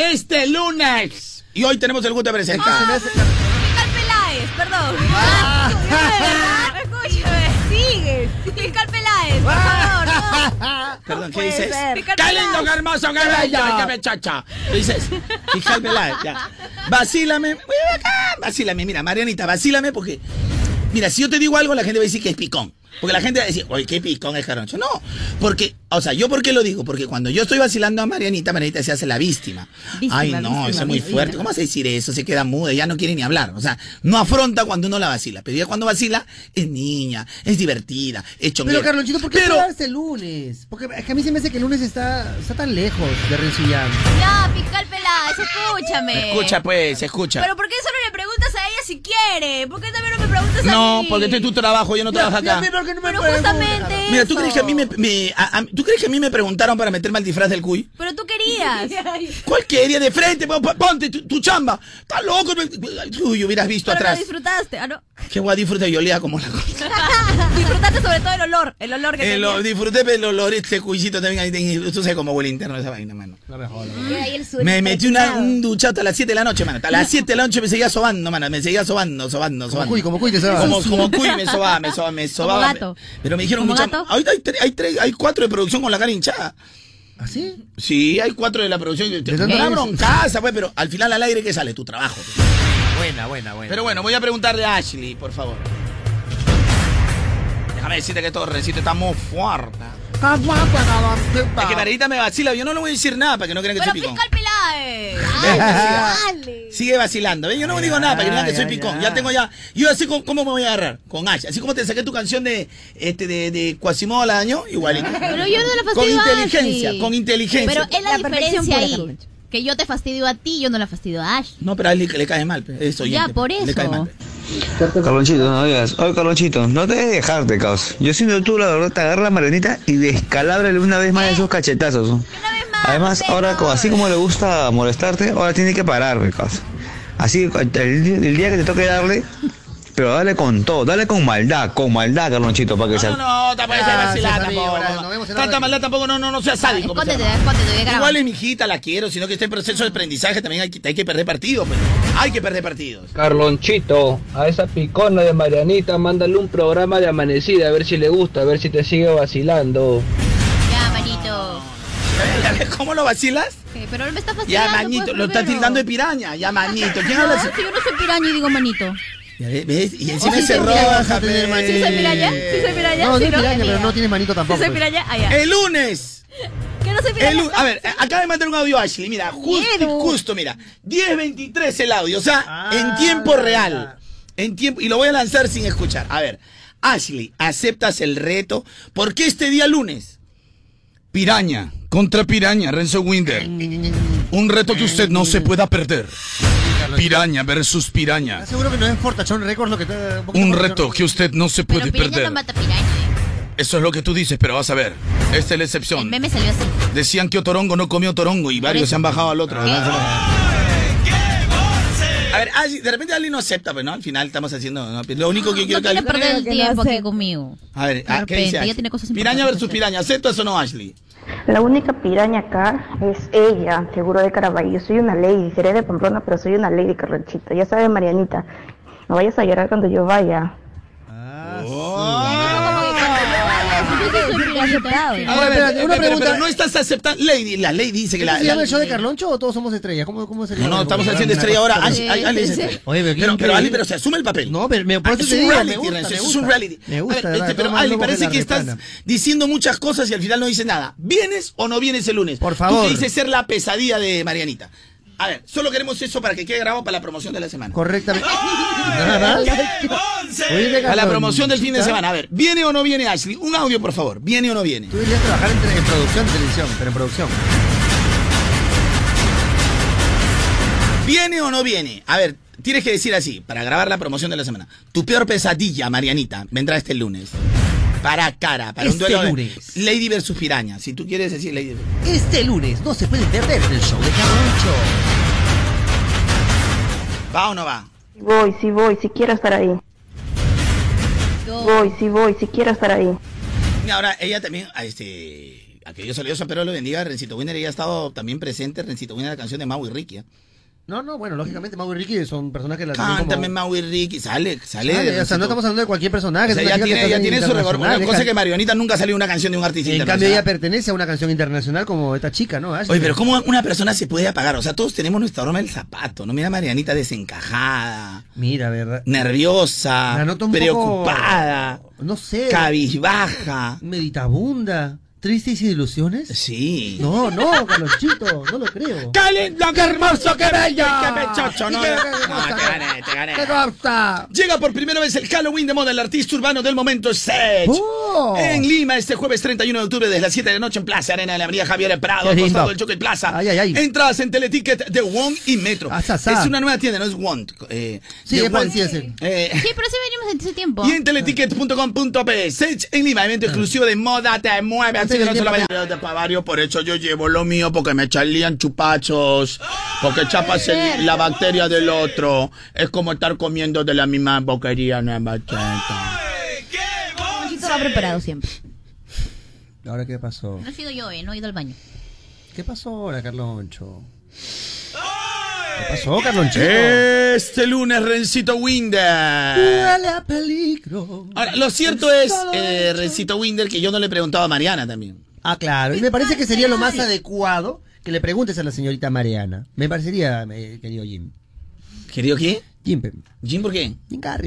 y hoy tenemos el gusto de presentar. Fiscal Peláez, perdón. Escúchame, sigue. Fiscal Peláez, por favor, no. Perdón, ¿qué dices? ¡Qué lindo, qué hermoso, qué bello, qué mechacha! ¿Qué dices? Fiscal Peláez, ya. Vacílame, mira, Marianita, vacílame porque... Mira, si yo te digo algo, la gente va a decir que es picón. Porque la gente va a decir, oye, qué picón es Jaroncho. No, porque, ¿yo por qué lo digo? Porque cuando yo estoy vacilando a Marianita se hace la víctima. Ay, no, eso es muy fuerte. ¿Cómo vas a decir eso? Se queda muda, ya no quiere ni hablar. O sea, no afronta cuando uno la vacila. Pero ya cuando vacila, es niña, es divertida, es chonguera. Pero, Carlonchito, ¿por qué esperarse el lunes? Porque es que a mí se me hace que el lunes está tan lejos de Rencillán. Ya, Fiscal Peláez, escúchame. Escucha. Pero ¿por qué solo le preguntas a ella si quiere? ¿Por qué también no me preguntas a mí? No, porque este es tu trabajo, yo no trabajo acá. Pero justamente mira, ¿tú crees que a mí me preguntaron para meterme al disfraz del cuy? Pero tú querías. ¿Cuál quería? De frente, ponte tu chamba. Estás loco. Uy, hubieras visto pero atrás. Lo disfrutaste, ¿no? Qué guay, disfruté, yo olía como la cosa. Disfrutaste sobre todo el olor que tenía. Disfruté el olor, este cuycito también ahí. Tú sabes cómo huele interno esa vaina, mano. Me metí un duchato a las 7 de la noche, mano. A las 7 de la noche me seguía sobando, mano. Como cuy te sobaba. Como cuy me sobaba. Gato. Pero me dijeron, ahorita hay 4 de producción con la cara hinchada. ¿Ah, sí? Sí, hay 4 de la producción. Una broncaza, pues, pero al final al aire, ¿qué sale? Tu trabajo. Buena. Pero bueno, voy a preguntarle a Ashley, por favor. Déjame decirte que todo recito está muy fuerte. Es que Marita me vacila, yo no le voy a decir nada para que no crean que soy picón. Fiscal Peláez. Sigue vacilando, ¿ves? Yo no me digo nada para que crean que soy picón. Ya tengo ya. Yo así cómo me voy a agarrar con Ash. Así como te saqué tu canción de Quasimodo la daño, igualito. Pero yo no la fastidio con inteligencia. Pero es la diferencia ahí. Que yo te fastidio a ti, yo no la fastidio a Ash. No, pero a él le cae mal. Eso ya, por eso. Le cae mal. Carlonchito, no digas. Oye, Carlonchito, no te dejes dejarte, caos. Yo siendo tú, la verdad, te agarra la Marianita y descalábrale una vez más esos cachetazos. Además, ahora, así como le gusta molestarte, ahora tiene que parar, caos. Así, el día que te toque darle, pero dale con todo, dale con maldad, Carlonchito, para que sea. No, tampoco se vacila, tampoco. Tanta maldad tampoco, no seas sádico. Escóndete, igual es mi hijita, la quiero, sino que este proceso de aprendizaje también hay que perder partidos, pues. Hay que perder partidos. Carlonchito, a esa picona de Marianita, mándale un programa de amanecida, a ver si le gusta, a ver si te sigue vacilando. Ya, manito. ¿Cómo lo vacilas? Pero él me está facilitando. Ya, manito, pues, lo está tildando de piraña. Ya, manito. ¿Quién habla así? Si yo no soy piraña y digo manito. ¿Ves? Y encima se roba. ¿Sí soy piraña? No, es piraña, pero no tiene manito tampoco. ¿Sí soy piraña? Allá. El lunes. ¿Qué no soy piraña? A ver, acaba de mandar un audio a Ashley. Mira, justo, mira. 10:23 el audio. O sea, en tiempo real. Y lo voy a lanzar sin escuchar. A ver, Ashley, ¿aceptas el reto? ¿Por qué este día lunes? Piraña contra Piraña, Renzo Winder. Un reto que usted no se pueda perder. Piraña versus Piraña. Seguro que no es Fortachón Records lo que está... Un reto que usted no se puede perder. No mata piraña. Eso es lo que tú dices, pero vas a ver. Esta es la excepción. El meme salió así. Decían que Otorongo no comió torongo y varios se han bajado al otro. A ver, de repente alguien no acepta, pues, ¿no? Al final estamos haciendo... ¿no? Lo único que quiero que... No quiere perder el tiempo aquí conmigo. A ver, ¿qué dice Ashley? Tiene cosas Piraña versus Piraña. ¿Aceptas o no, Ashley? La única piraña acá es ella, seguro de Caraballo. Yo soy una lady, seré de Pamplona, pero soy una lady, Carlonchito. Ya sabes, Marianita, no vayas a llorar cuando yo vaya. aceptado. Espérate, una pregunta. Pero no estás aceptando. La ley dice que ¿Se llama el show de Carloncho o todos somos estrellas? ¿Cómo sería? No, estamos haciendo estrella ahora. Ali es estrella. Oye, pero Ali, pero se asume el papel. No, pero por eso es te un digo, reality, Renzo, es un reality. Me gusta, pero Ali, parece que estás diciendo muchas cosas y al final no dices nada. ¿Vienes o no vienes el lunes? Por favor. Tú que dices ser la pesadilla de Marianita. A ver, solo queremos eso para que quede grabado para la promoción de la semana. Correctamente. Nada más. A la promoción del fin de semana. A ver, ¿viene o no viene Ashley? Un audio, por favor. ¿Viene o no viene? Tú deberías trabajar en producción de televisión, pero en producción. ¿Viene o no viene? A ver, tienes que decir así, para grabar la promoción de la semana. Tu peor pesadilla, Marianita, vendrá este lunes. Para cara, para un duelo lunes. Lady versus Piraña. Si tú quieres decir Lady. Este lunes no se puede perder el show de Carloncho. ¿Va o no va? Sí voy, si quiero estar ahí. Voy, si quiero estar ahí. Y ahora ella también, a que Dios solioso, pero lo bendiga, Rencito Winner, ella ha estado también presente, Rencito Winner, la canción de Mau y Ricky. No, bueno, lógicamente Mau y Ricky son personajes que la también Mau y Ricky, sale. O sea, no estamos hablando de cualquier personaje. O sea, ella tiene su recorrido. Una cosa que Marianita nunca salió una canción de un artista internacional. En cambio, ella pertenece a una canción internacional como esta chica, ¿no? Oye, pero ¿cómo una persona se puede apagar? O sea, todos tenemos nuestra broma del zapato, ¿no? Mira a Marianita desencajada. Mira, ¿verdad? Nerviosa, preocupada. No sé. Cabizbaja. Meditabunda. ¿Tristes y ilusiones? Sí. No, Carlonchito, no lo creo. ¡Qué lindo, qué hermoso, qué bello! ¡Qué pechocho! No, te gané. ¡Qué gusta! Llega por primera vez el Halloween de moda, el artista urbano del momento, Sech. En Lima, este jueves 31 de octubre, desde las 7 de la noche, en Plaza Arena, en la avenida Javier Prado, al costado del Choque Plaza. Entradas en Teleticket de Wong y Metro. Es una nueva tienda, no es Wong. Sí, es parecido. Sí, pero sí venimos en ese tiempo. Y en teleticket.com.pe. Sech en Lima, evento exclusivo de moda, te mueve, así que no se lo vayan. De Pavario, por eso yo llevo lo mío, porque me chalían chupachos, porque chapas la bacteria del otro. Es como estar comiendo de la misma boquería, no es bacheta. Carlonchito lo ha preparado siempre. ¿Ahora qué pasó? No he sido yo, no he ido al baño. ¿Qué pasó ahora, Carloncho? ¿Qué pasó, Carlonchito? Este lunes, Rencito Winder. Huele a peligro. Ahora, lo cierto es, Rencito Winder, que yo no le he preguntado a Mariana también. Ah, claro. Y me parece que sería lo más adecuado que le preguntes a la señorita Mariana. Me parecería, querido Jim. ¿Querido quién? Jim. ¿Jim por qué? Jim Carrey,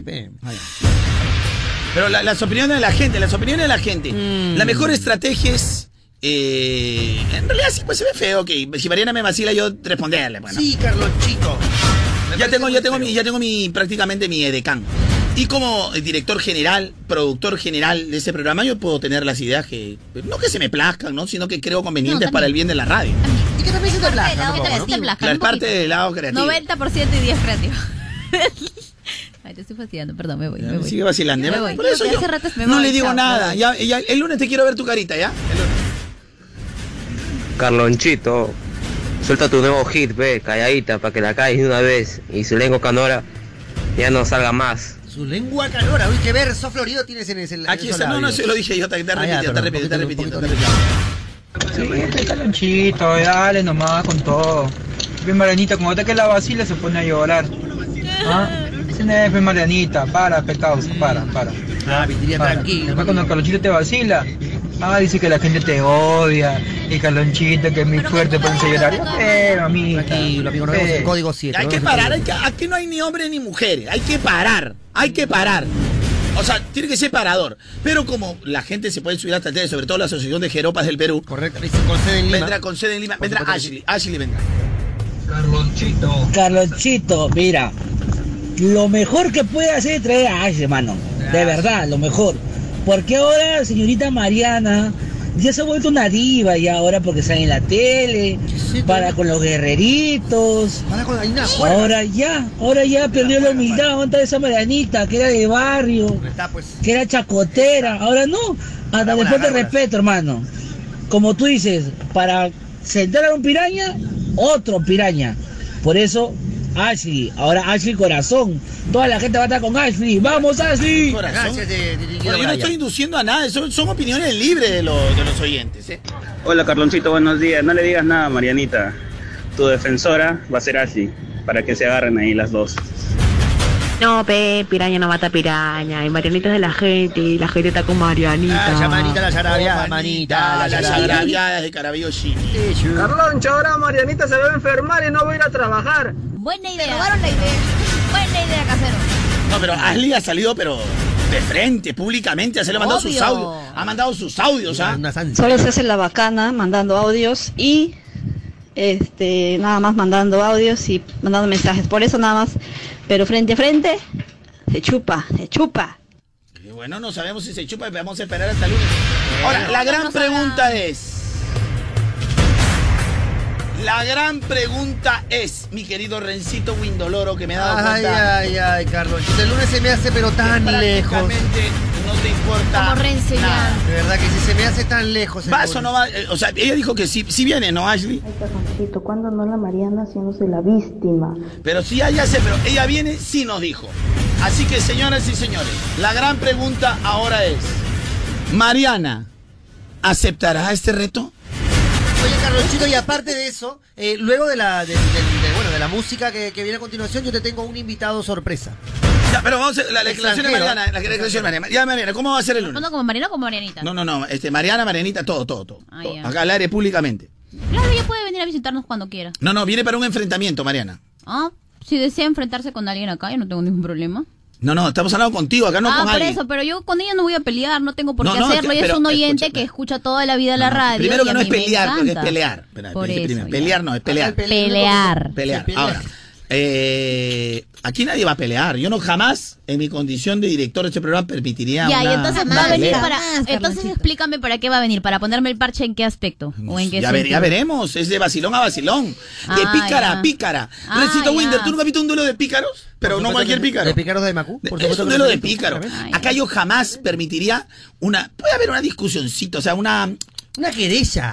Pero las opiniones de la gente, La mejor estrategia es... en realidad sí, pues se ve feo, ok. Si Mariana me vacila, yo responderle, bueno. Sí, Carlonchito. Ya tengo prácticamente mi edecán. Y como director general, productor general de ese programa, yo puedo tener las ideas que, no que se me plazcan, ¿no? Sino que creo convenientes para el bien de la radio. Y que también se te plazca, La parte del lado creativo. 90% y 10 creativo. Ay, te estoy fastidiando, perdón, me voy. Sigue vacilando. Me voy. Por eso yo no le digo nada. Ya, el lunes te quiero ver tu carita, ¿ya? El lunes. Carlonchito, suelta tu nuevo hit, ve, calladita, para que la caigas de una vez y su lengua canora ya no salga más. Su lengua canora, uy, qué verso florido tienes en ese. Aquí está, no, se lo dije yo, te repitiendo. Sí, Carlonchito, dale nomás con todo. Ve Marianita, cuando te que la vacila se pone a llorar. ¿Ah? Ese no es Marianita, para, pecados, para. Diría tranquilo. Además cuando Carlonchito te vacila, dice que la gente te odia, y Carlonchito que es muy fuerte, ponerse a llorar. Mamita. Tranquilo, amigo, no vemos el código 7. Hay que parar, aquí no hay ni hombres ni mujeres, hay que parar. O sea, tiene que ser parador. Pero como la gente se puede subir hasta el tele, sobre todo la Asociación de Jeropas del Perú. Correcto, con sede en Lima. Vendrá con sede en Lima, vendrá Ashley vendrá. Carlonchito, mira, lo mejor que puede hacer es traer a Ashley, hermano. De verdad, lo mejor. Porque ahora, señorita Mariana, ya se ha vuelto una diva y ahora porque sale en la tele, para con los guerreritos. Ahora ya perdió la humildad. ¿Dónde está esa Marianita que era de barrio, que era chacotera? Ahora no, hasta después de respeto, hermano. Como tú dices, para sentar a un piraña, otro piraña. Por eso, Ashley, ahora Ashley Corazón. Toda la gente va a estar con Ashley. ¡Vamos, Ashley! Gracias, bueno, yo no estoy induciendo a nada, son opiniones libres de los oyentes, ¿eh? Hola, Carlonchito, buenos días. No le digas nada, Marianita. Tu defensora va a ser Ashley, para que se agarren ahí las dos. No, piraña no mata piraña. Y Marianita es de la gente. Y la gente está con Marianita. Ya, manita, la yarabiada, manita. La yarabiada de Caraballo City. Carloncho, ahora Marianita se va a enfermar y no va a ir a trabajar. Buena idea. Me robaron la idea. Buena idea, casero. No, pero Ashley ha salido, pero de frente, públicamente. Se le ha mandado sus audios. Ha mandado sus audios, ¿ah? Solo se hace la bacana mandando audios y nada más mandando audios y mandando mensajes. Por eso nada más. Pero frente a frente se chupa. Y bueno, no sabemos si se chupa, pero vamos a esperar hasta el lunes. Ahora, la gran pregunta es, mi querido Rencito Windoloro, que me ha dado cuenta. Ay, Carlos. El lunes se me hace pero tan lejos. Prácticamente no te importa. Como Renzo ya. De verdad que si se me hace tan lejos. ¿Vas o no va? O sea, ella dijo que sí viene, ¿no, Ashley? Ay, Carlonchito, ¿cuándo no la Mariana haciéndose la víctima? Pero sí, ya sé, pero ella viene, sí nos dijo. Así que, señoras y señores, la gran pregunta ahora es, ¿Mariana aceptará este reto? Oye, Carlonchito, y aparte de eso, luego de la música que viene a continuación, yo te tengo un invitado sorpresa. Ya, pero vamos a hacer la declaración de Mariana. La declaración de Mariana. Ya, Mariana, ¿cómo va a ser el lunes? ¿Respondo como Mariana o como Marianita? No, Mariana, Marianita, todo. Ah, ya. Acá al aire públicamente. Claro, ella puede venir a visitarnos cuando quiera. No, viene para un enfrentamiento, Mariana. Ah, si desea enfrentarse con alguien acá, yo no tengo ningún problema. No, estamos hablando contigo, acá no con por alguien. eso, pero yo con ella no voy a pelear, no tengo por qué hacerlo. Ella es un oyente que escucha toda la vida la radio. Primero que y no a es mí me pelear, porque es encanta. pelear. Por eso, primero. Pelear no, es pelear. Pelear. Ahora, aquí nadie va a pelear. Yo no jamás, en mi condición de director de este programa, permitiría Ya, una y entonces va a venir pelea. para... Entonces explícame para qué va a venir, para ponerme el parche en qué aspecto, o en qué Ya sentido. veremos, es de vacilón a vacilón. De pícara a pícara. Rencito Winder, ¿tú nunca has visto un duelo de pícaros? Pero no cualquier pícaro. ¿De pícaros de Macú? Es un duelo de pícaros. Acá yo jamás permitiría puede haber una discusioncita, o sea, una querella.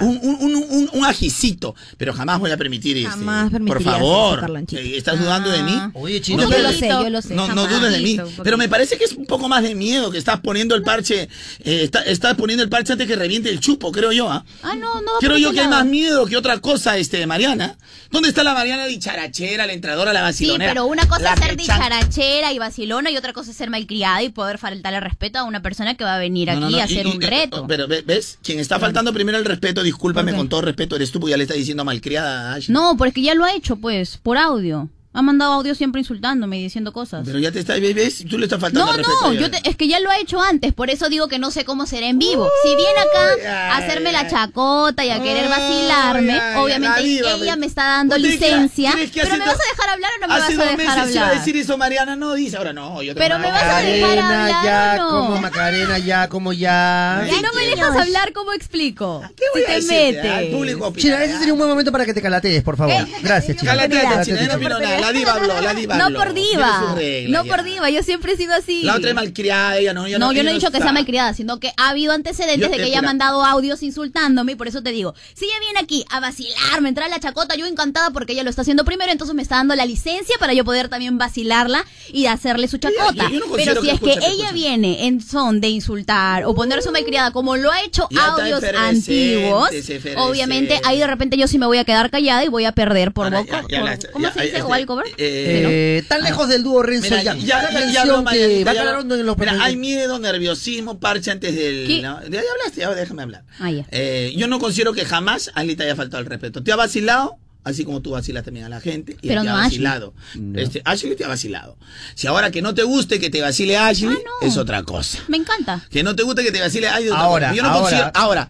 Un ajicito, pero jamás voy a permitir Jamás por permitirías favor. eso, Carlonchito. ¿Estás dudando de mí? Oye, Chino, yo lo sé. No dudes de mí. Pero me parece que es un poco más de miedo que estás poniendo el parche. Estás poniendo el parche antes que reviente el chupo, creo yo. No. Creo yo que hay más miedo que otra cosa, Mariana. ¿Dónde está la Mariana dicharachera, la entradora, la vacilonera? Sí, pero una cosa La es ser que chan- dicharachera y vacilona y otra cosa es ser malcriada y poder faltarle respeto a una persona que va a venir aquí a hacer un reto. Pero, ¿ves? Quien está faltando primero el respeto, discúlpame con todo respeto, eres tú, porque ya le estás diciendo malcriada a Ashley. No, porque ya lo ha hecho, pues, por audio. Ha mandado audio siempre insultándome y diciendo cosas. Pero ya te está, ¿ves? Tú le estás faltando al respeto. Es que ya lo ha hecho antes, por eso digo que no sé cómo será en vivo. Si viene acá a hacerme la chacota y a querer vacilarme, obviamente ella me está dando licencia. Pero ¿me vas a dejar hablar o no me vas a dejar hablar? Hace 2 meses iba a decir eso, Mariana, no dice, ahora no. Pero me vas a dejar hablar o no. Macarena, ya. Si no me dejas hablar, ¿cómo explico? voy Si a te decirte? metes. Al público China, ese sería un buen momento para que te calatees, por favor. Gracias, China. Calateate, China, no opino nada. La diva habló. No por diva. Tiene sus reglas, No por diva, yo siempre he sido así. La otra es malcriada, ella no. Yo no he dicho que sea malcriada, sino que ha habido antecedentes de que ella ha mandado audios insultándome y por eso te digo, si ella viene aquí a vacilarme, entrar a la chacota, yo encantada porque ella lo está haciendo primero, entonces me está dando la licencia para yo poder también vacilarla y hacerle su chacota. Pero si es que ella viene en son de insultar o ponerse malcriada como lo ha hecho audios antiguos, obviamente ahí de repente yo sí me voy a quedar callada y voy a perder por boca. ¿Cómo se dice? ¿Walcover? Tan lejos del dúo Renzo Ya habló Mariana. Mira, hay miedo, nerviosismo, parche antes del... ¿Qué? ¿no? Ya hablaste, ya déjame hablar. Ya. Yo no considero que jamás Ashley te haya faltado el respeto. Te ha vacilado, así como tú vacilas también a la gente. Y pero te no ha vacilado. Ashley te ha vacilado. Si ahora que no te guste que te vacile Ashley, es otra cosa. Me encanta. Que no te guste que te vacile Ashley. Ahora, yo no considero,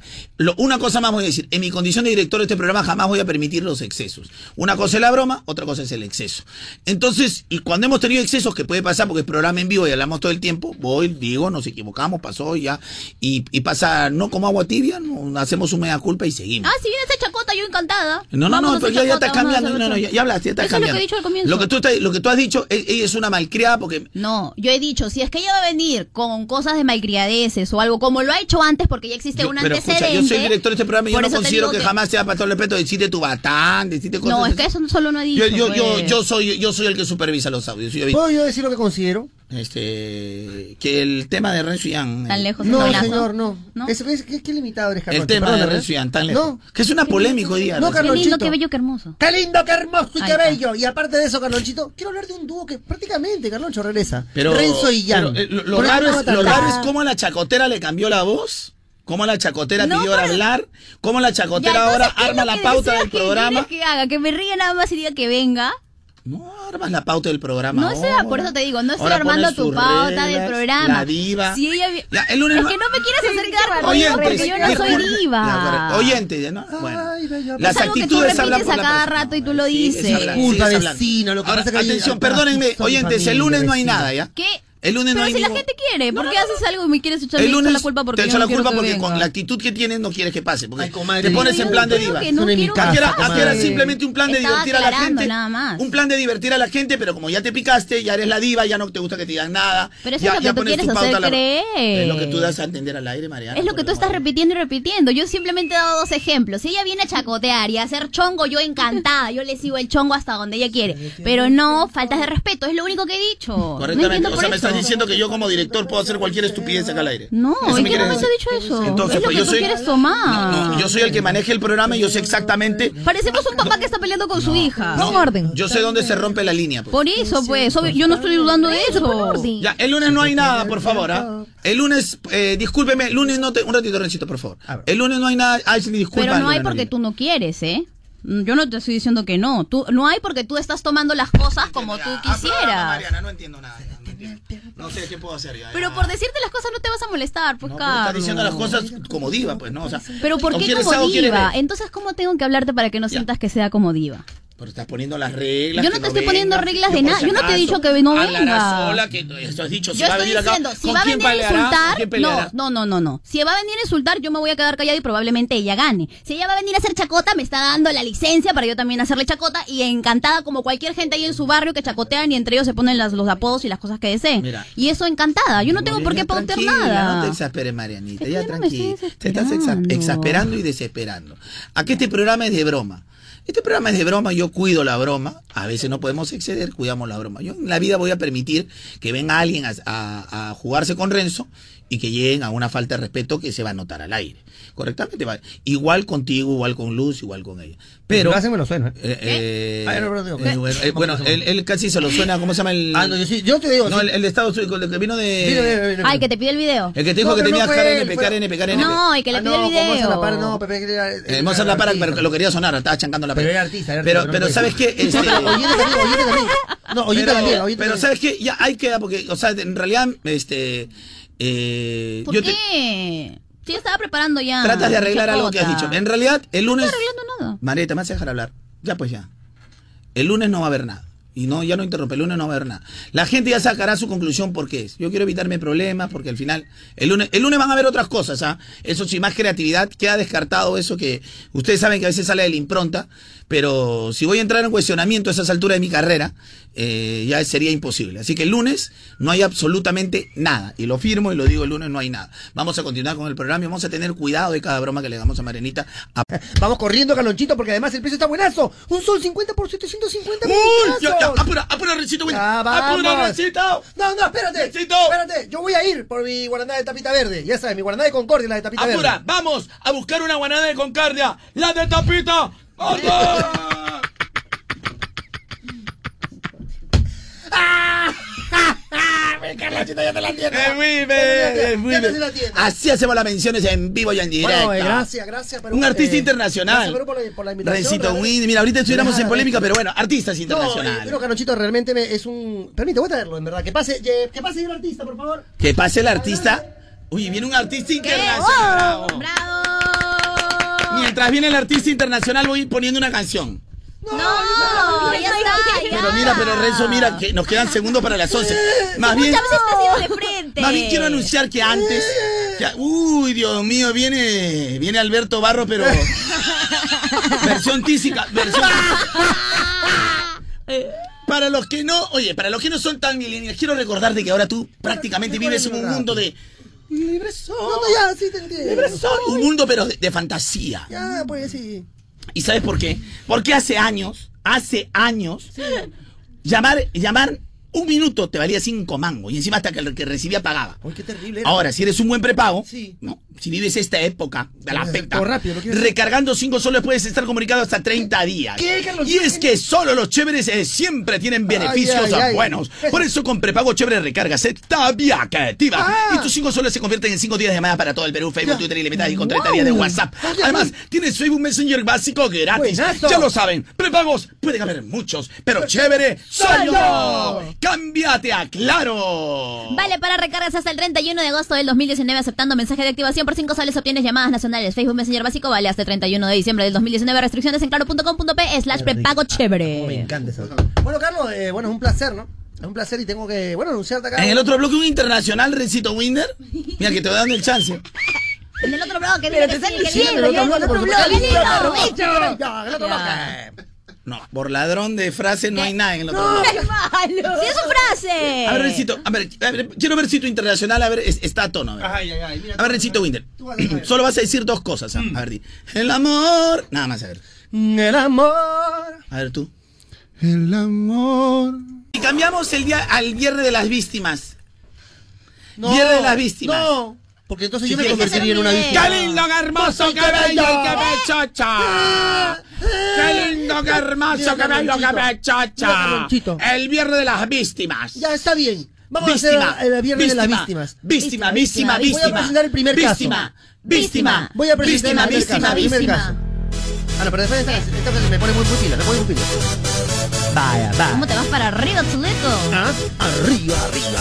una cosa más voy a decir. En mi condición de director de este programa jamás voy a permitir los excesos. Una cosa es la broma, otra cosa es el exceso. Entonces, y cuando hemos tenido excesos, que puede pasar porque es programa en vivo y hablamos todo el tiempo, digo, nos equivocamos, pasó ya. Y pasa, no como agua tibia, no, hacemos un mea culpa y seguimos. Si viene esa chacota, yo encantada. No, pero ya estás cambiando. Ya hablaste, ya estás cambiando. Eso es lo que he dicho al comienzo. Lo que tú has dicho, ella es una malcriada porque... No, yo he dicho, si es que ella va a venir con cosas de malcriadeces o algo, como lo ha hecho antes, porque ya existe un antecedente. soy el director de este programa y yo Por no eso te considero digo que jamás sea para todo el respeto decirte tu batán, decirte cosas. No, es que eso solo no he dicho. Yo soy el que supervisa los audios. ¿Puedo yo decir lo que considero? Que el tema de Renzo y Ian. Tan lejos. No, Tonazo. señor, no. ¿Qué limitado eres, Carloncho? El tema de Perdóname. Renzo y Ian, tan lejos. No. Que es una polémica hoy día. No, Renzo. Qué lindo, Carlonchito. qué bello, qué hermoso. ¡Qué lindo, qué hermoso y Ahí qué está. bello! Y aparte de eso, Carlonchito, quiero hablar de un dúo que prácticamente, Carloncho, regresa. Pero, Renzo y Jan. Lo raro es cómo la chacotera le cambió la voz. Cómo la chacotera No, pidió pero- hablar. Cómo la chacotera Ya, ahora entonces, ¿qué es arma lo la que pauta deseas del que programa. quieres que haga? Que me ría nada más y diga que venga. No, armas la pauta del programa. No sé, por eso te digo, no estoy Ahora armando pones tu sus pauta reglas, del programa. La diva. Si ella... Ya, el lunes Es no- que no me quieres hacer quedar como Oyentes, porque yo no soy disculpe. diva. Ya, correcto. Oyentes, ¿no? Bueno. Es Las algo que tú actitudes hablan repites por a la cada persona. rato y tú lo Sigues dices. hablando, Disculpa, sigues hablando. vecino, lo que Ahora, pasa es que hay- atención, hay perdónenme, razón, oyentes, el familia, lunes no hay vecino. nada, ¿ya? ¿Qué? El lunes no Pero hay si la ningún- gente quiere, ¿por qué haces algo y me quieres echar El lunes la culpa porque te yo echo no la quiero culpa que porque venga? con la actitud que tienes no quieres que pase. Porque Ay, comadre, te pones en plan de yo diva. que no Eso no es mi quiero casa, Aquí era comadre. simplemente un plan de Estaba divertir a la aclarando, gente. nada más. Un plan de divertir a la gente, pero como ya te picaste, ya eres la diva, ya no te gusta que te digan nada. Pero eso ya, es lo que ya tú pones quieres tu pauta hacer a la- creer. Es lo que tú das a entender al aire, Mariana. Es lo que tú estás repitiendo y repitiendo. Yo simplemente he dado dos ejemplos. Si ella viene a chacotear y a hacer chongo, yo encantada. Yo le sigo el chongo hasta donde ella quiere. Pero no, faltas de respeto. Es lo único que he dicho. No Correctamente. entiendo O por sea, me eso. estás diciendo que yo como director puedo hacer cualquier estupidez acá al aire. No, ¿Eso ¿en me qué quieres momento he decir? dicho eso? Entonces, es lo pues que yo tú soy. quieres tomar. No, yo soy el que maneja el programa y yo sé exactamente. Parecemos un papá que está peleando con su hija. No, yo sé dónde se rompe la línea. Pues. Por eso, pues, yo no estoy dudando de eso. Ya, el lunes no hay nada, por favor. ¿Ah? El lunes, discúlpeme, el lunes no te. Un ratito, Rencito, por favor. El lunes no hay nada. Ay, sí, disculpa. Pero no hay el lunes porque hay. tú no quieres, ¿eh? Yo no te estoy diciendo que no. No hay porque tú estás tomando las cosas como tú quisieras. Mariana, no entiendo nada. No sé qué puedo hacer ya. Pero por decirte las cosas no te vas a molestar, pues, Carlos. Estás diciendo las cosas como diva, pues, ¿no? O sea, Pero ¿por o qué quieres como algo, quieres diva? ver. Entonces, ¿cómo tengo que hablarte para que no sientas que sea como diva? Pero estás poniendo las reglas. Yo no que te estoy poniendo venga, reglas que de por nada. si Yo no te he acaso dicho que no hablarás venga. sola, que eso has dicho. Si Yo va a estoy venir acá, diciendo, si ¿con va a quién venir a peleará? ¿Con insultar, quién peleará? no. Si va a venir a insultar, yo me voy a quedar callada y probablemente ella gane. Si ella va a venir a hacer chacota, me está dando la licencia para yo también hacerle chacota y encantada como cualquier gente ahí en su barrio que chacotean y entre ellos se ponen los apodos y las cosas que deseen. Mira. Y eso encantada. Yo no tengo por qué Ya, pautear tranquila, nada. No te exasperes, Marianita. Es que Ya yo no me tranquila. estoy Te estás exasperando y desesperando. Aquí este programa es de broma. Este programa es de broma, yo cuido la broma. A veces no podemos exceder, cuidamos la broma. Yo en la vida voy a permitir que venga alguien a jugarse con Renzo y que lleguen a una falta de respeto que se va a notar al aire. Correctamente, vale. Igual contigo, igual con Luz, igual con ella. Pero. Lo hacen me lo suena. Bueno, él casi se lo suena, ¿cómo se llama el? Ah, no, yo te digo. No, sí. el de Estados Unidos, el que vino de. Ay, que te pide el video. El que te dijo No, que pero tenías no fue él, KNP. No, y que le pide el video. No, Pepe. Mozart La Para, pero lo quería sonar, estaba chancando la Pero pera. era artista. Pero ¿sabes qué? Oyente también. No, oyente también. Pero ¿sabes qué? Ya hay que, porque, o sea, en realidad, ¿Por qué? Sí, estaba preparando ya. Tratas de arreglar algo que has chacota. dicho. En realidad, el lunes. No estoy arreglando nada. Marieta, me vas a dejar hablar. Ya, pues ya. El lunes no va a haber nada. Y no, ya no interrumpe, el lunes no va a haber nada. La gente ya sacará su conclusión por qué es. Yo quiero evitarme problemas porque al final, el lunes van a haber otras cosas, ¿ah? Eso sí, más creatividad, queda descartado eso que ustedes saben que a veces sale de la impronta, pero si voy a entrar en cuestionamiento a esas alturas de mi carrera, ya sería imposible. Así que el lunes no hay absolutamente nada. Y lo firmo y lo digo, el lunes no hay nada. Vamos a continuar con el programa y vamos a tener cuidado de cada broma que le damos a Marianita. Vamos corriendo, Carlonchito, porque además el precio está buenazo. Un sol 50 por 750 ¡Uy! pesos. Ya, apura, Rencito, güey. Ya, vamos. ¡Apura, Rencito! No, espérate. Rencito. Espérate, yo voy a ir por mi guaraná de tapita verde. Ya sabes, mi guaraná de Concordia, la de tapita verde. ¡Apura! ¡Vamos a buscar una guanada de Concordia! ¡La de tapita! ¡Vamos! Carlonchito, ya te la entiendo. Así hacemos las menciones en vivo y en directo. Bueno, gracias. Un artista internacional. Gracias, Perú, por la invitación. Rencito Winnie, mira, ahorita estuviéramos en polémica, pero bueno, artistas internacionales. Pero Carlonchito, realmente es un... Permite, voy a traerlo, en verdad. Que pase el artista, por favor. Que pase el artista. Uy, viene un artista internacional. Bravo. Mientras viene el artista internacional, voy poniendo una canción. No, ya está. Pero Renzo, mira, que nos quedan segundos para las 11. Más bien quiero anunciar que antes. Uy, Dios mío, viene Alberto Barro, pero. versión tísica. Para los que no son tan millennials, quiero recordarte que ahora tú prácticamente vives en un mundo de Libre soy. No, ya, sí te entiendo. Libre soy. Un mundo pero de fantasía. Ya, pues sí. ¿Y sabes por qué? Porque hace años, sí. llamar un minuto te valía 5 mangos y encima hasta que el que recibía pagaba. Uy, qué terrible era. Ahora, si eres un buen prepago, sí. ¿no? Si vives esta época de la afecta, rápido, recargando 5 soles puedes estar comunicado hasta 30 días. ¿Qué, Carlos? Y es que solo los chéveres siempre tienen beneficios buenos. Por eso con prepago chévere recargas está bien activa. Y tus 5 soles se convierten en 5 días de llamada para todo el Perú, Facebook, Twitter ilimitadas y con 30 días de WhatsApp. Además, tienes Facebook Messenger básico gratis. Buenazo. Ya lo saben, prepagos pueden haber muchos, pero chévere soy yo. Cámbiate a Claro. Vale para recargas hasta el 31 de agosto del 2019 aceptando mensaje de activación por 5 soles obtienes llamadas nacionales. Facebook Messenger básico vale hasta el 31 de diciembre del 2019. Restricciones en claro.com.p/prepago chévere. Me encanta eso. Bueno, Carlos, bueno, es un placer, ¿no? Es un placer y tengo que, bueno, anunciarte acá. En el otro bloque un internacional, Rencito Winder. Mira que te voy dando el chance. En el otro bloque, mira que lindo, el otro bloque. No, por ladrón de frase no hay nada en el otro bloque. ¡Qué malo! ¡Sí es su frase! A ver, Rencito, a ver, quiero ver Cito internacional, a ver, está a tono. A ver, Rencito Winder. Solo vas a decir 2 cosas. A ver, di. El amor. Nada más, a ver. El amor. A ver, tú. El amor. Y cambiamos el día al Viernes de las Víctimas. No, Viernes de las Víctimas. No, porque entonces yo me quieres convertiría en una víctima. ¡Qué lindo, qué hermoso, qué bello y qué bechocha! ¡Qué lindo, qué hermoso, qué bello, qué bechocha! El Viernes de las Víctimas. Ya, está bien. Vamos a hacer el Viernes de las Víctimas. Víctima. Voy a presentar el primer caso. Víctima. Voy a presentar el primer caso. Ah, no, pero después esta me pone muy pila, Vaya, va. ¿Cómo te vas para arriba, Chuleto? ¿Ah? Arriba.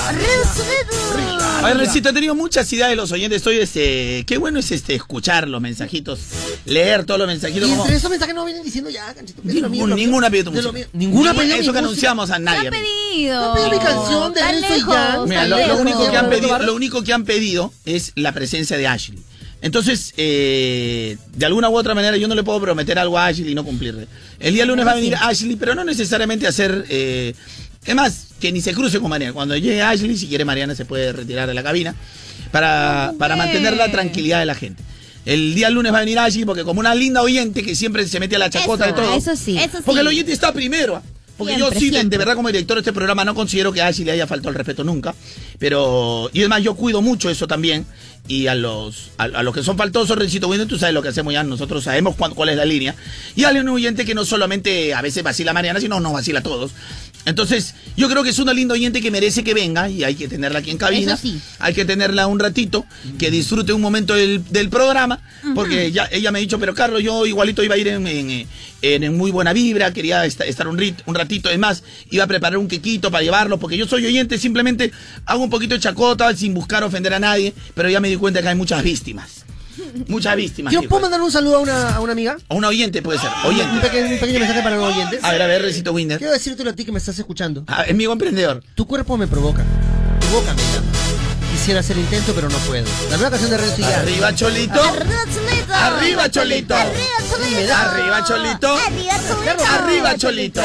A ver, Rencito, he tenido muchas ideas de los oyentes. Qué bueno es escuchar los mensajitos, leer todos los mensajitos. Y como... entre esos mensajes no vienen diciendo ya, Canchito. Ninguna pedido tu música. Ninguna pedido eso que anunciamos a nadie. ¿Qué ha pedido? No pedido mi canción de Renzo y Jan. Mira, lo único que han pedido es la presencia de Ashley. Entonces, de alguna u otra manera yo no le puedo prometer algo a Ashley y no cumplirle. El día lunes va a venir Ashley, pero no necesariamente hacer... es más, que ni se cruce con Mariana. Cuando llegue Ashley, si quiere Mariana se puede retirar de la cabina para mantener la tranquilidad de la gente. El día lunes va a venir Ashley porque como una linda oyente que siempre se mete a la chacota de todo. Eso sí. Porque el oyente está primero. Porque siempre, yo sí, siempre. de verdad como director de este programa no considero que a Ashley le haya faltado el respeto nunca. Pero, y además yo cuido mucho eso también. Y a los que son faltosos, Rencito Winder, tú sabes lo que hacemos ya, nosotros sabemos cuál es la línea. Y hay un oyente que no solamente a veces vacila a Mariana, sino nos vacila a todos. Entonces, yo creo que es una linda oyente que merece que venga y hay que tenerla aquí en cabina. Eso sí. Hay que tenerla un ratito, que disfrute un momento del programa, porque ella me ha dicho, pero Carlos, yo igualito iba a ir en muy buena vibra, quería estar un ratito, es más, iba a preparar un quequito para llevarlo, porque yo soy oyente, simplemente hago un poquito de chacota sin buscar ofender a nadie, pero ya me di cuenta que hay muchas víctimas. Muchas víctimas. ¿Yo puedo mandar un saludo a una amiga? A una oyente puede ser. Oyente. Un pequeño mensaje para los oyentes. A ver, Rencito Winder. Quiero decirte a ti que me estás escuchando. Amigo emprendedor. Tu cuerpo me provoca. Tu boca me llama. Quisiera hacer intento, pero no puedo. La nueva canción de Renzo y Jan. Arriba, Cholito. Arriba, Cholito. Arriba, Cholito. Arriba, Cholito.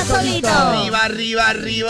Arriba.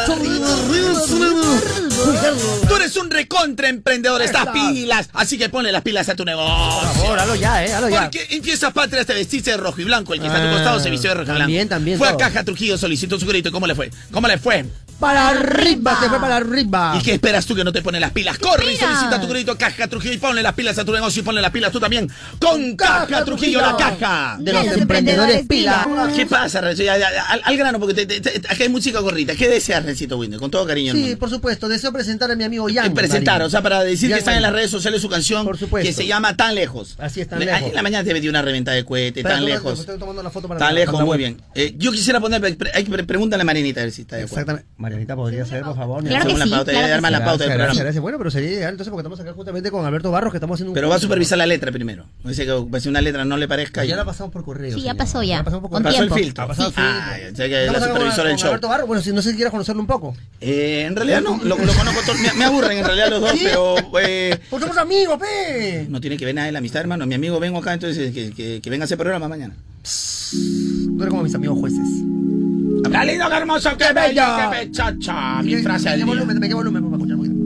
Tú eres un recontra emprendedor, estás pilas, así que ponle las pilas a tu negocio. Por favor, hazlo ya, hazlo ya. Porque en Fiestas Patrias te vestiste de rojo y blanco, el que está a tu costado se vistió de rojo y blanco. También. Fue a Caja Trujillo, solicitó su crédito, ¿cómo le fue? Para arriba, se fue para arriba. ¿Y qué esperas tú que no te pones las pilas? Corre y solicita tu crédito a Caja Trujillo y ponle las pilas a tu negocio y ponle las pilas tú también con Caja Trujillo, la caja de los emprendedores pila. ¿Qué pasa, Renzo? Al grano, porque aquí hay música gorrita. ¿Qué deseas, Rencito Winder? Con todo cariño. Sí, por supuesto. Deseo presentar a mi amigo Jan. Presentar, o sea, para decir que está en las redes sociales su canción, por supuesto, que se llama Tan Lejos. Así es, Tan Lejos. En la mañana te metí una reventa de cohete, Tan Lejos. Estoy tomando la foto para Tan Lejos, muy bien. Yo quisiera poner, pregúntale a Marianita a ver si está de acuerdo. Exactamente. Marianita podría ser, por favor. Claro que sí, darme la pauta del programa. Gracias. Bueno, pero sería ideal entonces porque estamos acá justamente con Alberto Barros, que estamos haciendo un... Pero va a supervisar la letra primero. Dice que si una letra no le parezca... Ya la pasamos por correo. Sí, ya pasó ya. Pasó el filtro. La supervisora del show. Alberto Barros, bueno, si no sé si quieres conocerlo un poco. En realidad no, lo conozco todo. Me aburren en realidad los dos, pero... Pues somos amigos, pe. No tiene que ver nada de la amistad, hermano. Mi amigo vengo acá, entonces que venga a hacer programa mañana. Tú eres como mis amigos jueces. ¡Qué lindo, qué hermoso, qué bello, qué bechacha! Mi frase del día. Me qué volumen para escuchar un poquito.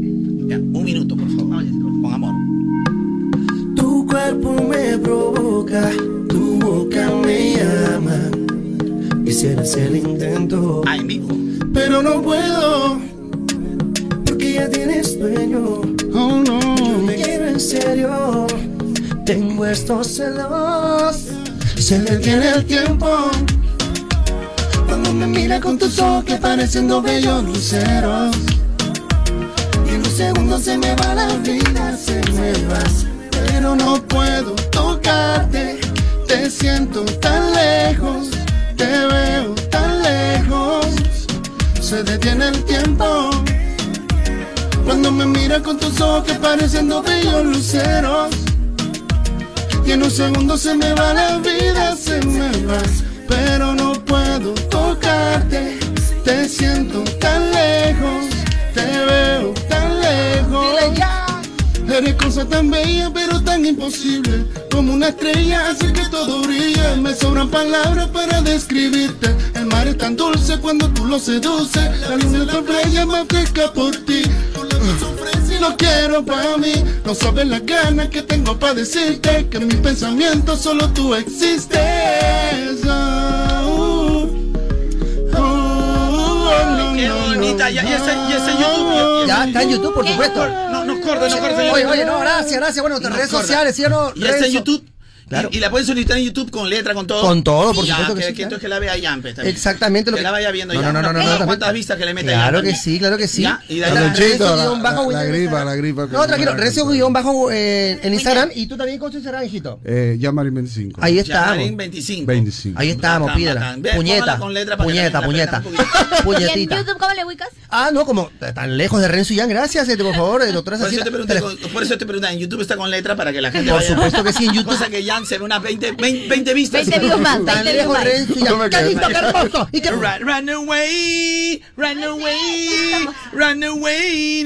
Ya, un minuto, por favor. Con amor. Tu cuerpo me provoca, tu boca me llama. Quisiera hacer el intento, ay, mijo, pero no puedo, porque ya tienes dueño. Oh no, yo te quiero en serio. Tengo estos celos, se me detiene el tiempo cuando me mira con tus ojos que parecen dos bellos luceros. Y en un segundo se me va la vida, se me va. Pero no puedo tocarte, te siento tan lejos, te veo tan lejos. Se detiene el tiempo cuando me mira con tus ojos que parecen dos bellos luceros. Y en un segundo se me va la vida, se me va. Pero no puedo tocarte, te siento tan lejos, te veo tan lejos. Dile ya. Eres cosa tan bella pero tan imposible, como una estrella hace que todo brille. Me sobran palabras para describirte. El mar es tan dulce cuando tú lo seduces. La luna de la playa más fresca por ti. Si lo quiero para mí, no sabes las ganas que tengo para decirte que en mis pensamientos solo tú existes. Qué bonita, ya está en YouTube. Ya está en YouTube, por supuesto. No corte. Oye, no, gracias. Bueno, tus redes sociales, ¿sí o no? Ya está en YouTube. Claro. Y la pueden solicitar en YouTube con letra, con todo. Con todo, por ya, supuesto que sí. Entonces que la vea Yampe también. Exactamente. Que la vaya viendo ya. No. ¿Cuántas vistas que le meta Claro que sí, claro que sí. ¿Ya? Y la gripa. No, tranquilo, Recio_bajo en Instagram. Y tú también con tu Instagram, hijito. Yamarin 25. Ahí estamos. Yamarin 25. Ahí estamos, pídela. Puñeta. Puñetita. ¿Y en YouTube cómo le ubicas? Ah, no, como tan lejos de Renzo y Jan, gracias, por favor, doctora Cecilia. Por eso te pregunté, en YouTube está con letra para que la gente vaya. Por supuesto que sí, en YouTube. Cosa que Jan se ve unas 20 vistas. 20 views más. Tan lejos Renzo y Jan. ¡Qué lindo, qué hermoso! Run away,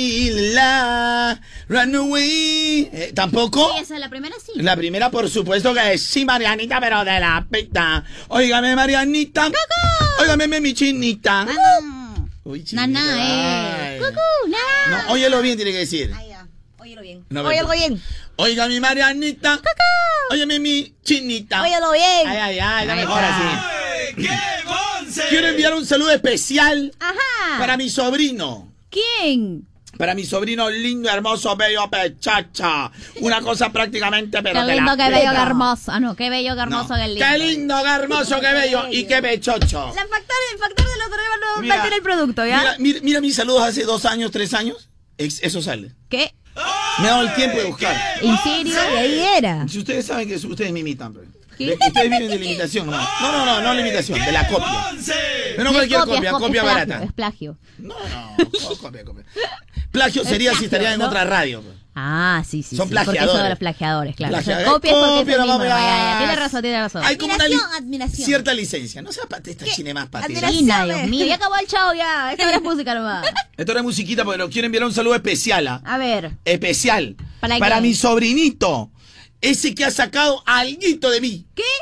Danila. Run away. ¿Tampoco? Sí, esa es la primera, sí. La primera, por supuesto que es sí, Marianita, pero de la pita. Óigame, Marianita. ¡Coco! Óigame, mi chinita. Uy, chinita. Naná, ¡Cucú! ¡Naná! No, óyelo bien, tiene que decir. Óyelo bien. No, Óyelo bien. Oiga, mi Marianita. ¡Coco! Óyeme, mi chinita. Óyelo bien. Ay, la mejor así. ¡Qué bonce! Quiero enviar un saludo especial para mi sobrino. ¿Quién? Para mi sobrino lindo, hermoso, bello, pechacha. Una cosa prácticamente, pero qué lindo, qué bello, qué hermoso. Ah, no, qué bello, qué hermoso, qué lindo. Qué lindo, qué hermoso, qué bello y qué pechocho. El factor de los no va a tener el producto, ¿ya? Mira mis saludos hace 2 años, 3 años. Eso sale. ¿Qué? Me ha dado el tiempo de buscar. ¿En serio? Y ahí era. Si ustedes saben que ustedes me imitan, pero ustedes viven de la imitación nomás. No limitación, de la copia. Pero no cualquier copia barata. Es plagio. No, copia. Plagio sería si estaría en otra radio. Ah, sí. Son plagiadores. Porque son los plagiadores, claro. Copia porque es tiene razón. Hay como admiración. Cierta licencia. No seas patista, chine más patista. Admiración, Dios mío. Ya acabó el show, ya. Esta hora es música nomás. Esto era musiquita, pero quiero enviar un saludo especial. A ver. Especial. ¿Para mi sobrinito. Ese que ha sacado alguito de mí. ¿Qué?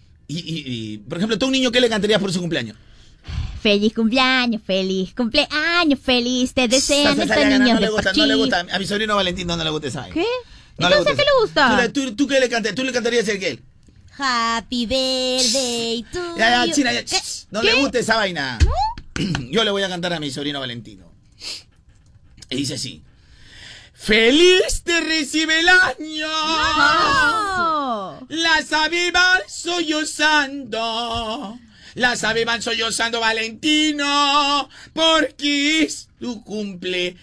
Y por ejemplo, tú a un niño, ¿qué le cantarías por su cumpleaños? Feliz cumpleaños, feliz. Te desean estos niños de no le gusta. A mi sobrino Valentín no le gusta esa. ¿Qué? Entonces, ¿qué le gusta? ¿Tú qué le cantarías? ¿Tú le cantarías el qué? Happy birthday to ya, China, ya. No ¿Qué? le gusta esa vaina. Yo le voy a cantar a mi sobrino Valentino. Y dice así. ¡Feliz te recibe el año! ¡No! Las aves van sollozando. Las aves van sollozando, Valentino, porque es tu cumpleaños.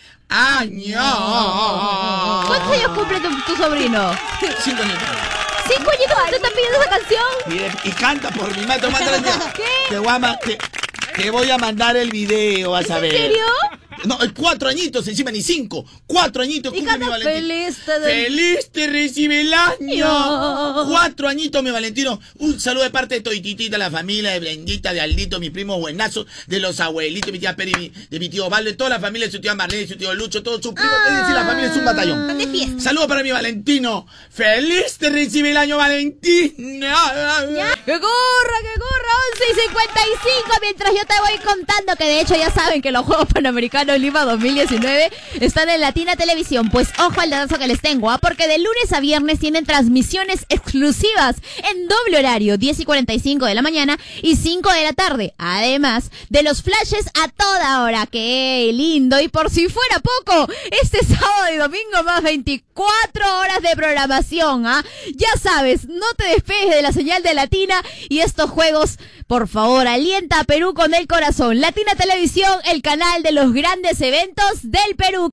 ¿Cuántos años cumple tu sobrino? 5 años. 5 añitos, ¿te están pidiendo esa canción? Y canta por mi madre. ¿Qué? Te voy a mandar el video, vas a ver. ¿En serio? No, 4 añitos, encima ni 5. 4 añitos cumple mi Valentino. Feliz te recibe el año. 4 añitos, mi Valentino. Un saludo de parte de Toititita, la familia de Blendita, de Aldito, mis primos buenazos, de los abuelitos, mi tía Peri, de mi tío Valdo, de toda la familia, de su tía Marlene, de su tío Lucho, todos sus primos. Es decir, la familia es un batallón. De fiesta. Saludos para mi Valentino. Feliz te recibe el año, Valentino. ¡Que corra! 11:55, mientras yo te voy contando que de hecho ya saben que los Juegos Panamericanos Lima 2019 están en Latina Televisión. Pues ojo al dato que les tengo, porque de lunes a viernes tienen transmisiones exclusivas en doble horario, 10:45 de la mañana y 5 de la tarde. Además de los flashes a toda hora. ¡Qué lindo! Y por si fuera poco, este sábado y domingo más 24 horas de programación, ¿ah? Ya sabes, no te despegues de la señal de Latina y estos juegos, por favor, alienta a Perú con el corazón. Latina Televisión, el canal de los grandes eventos del Perú.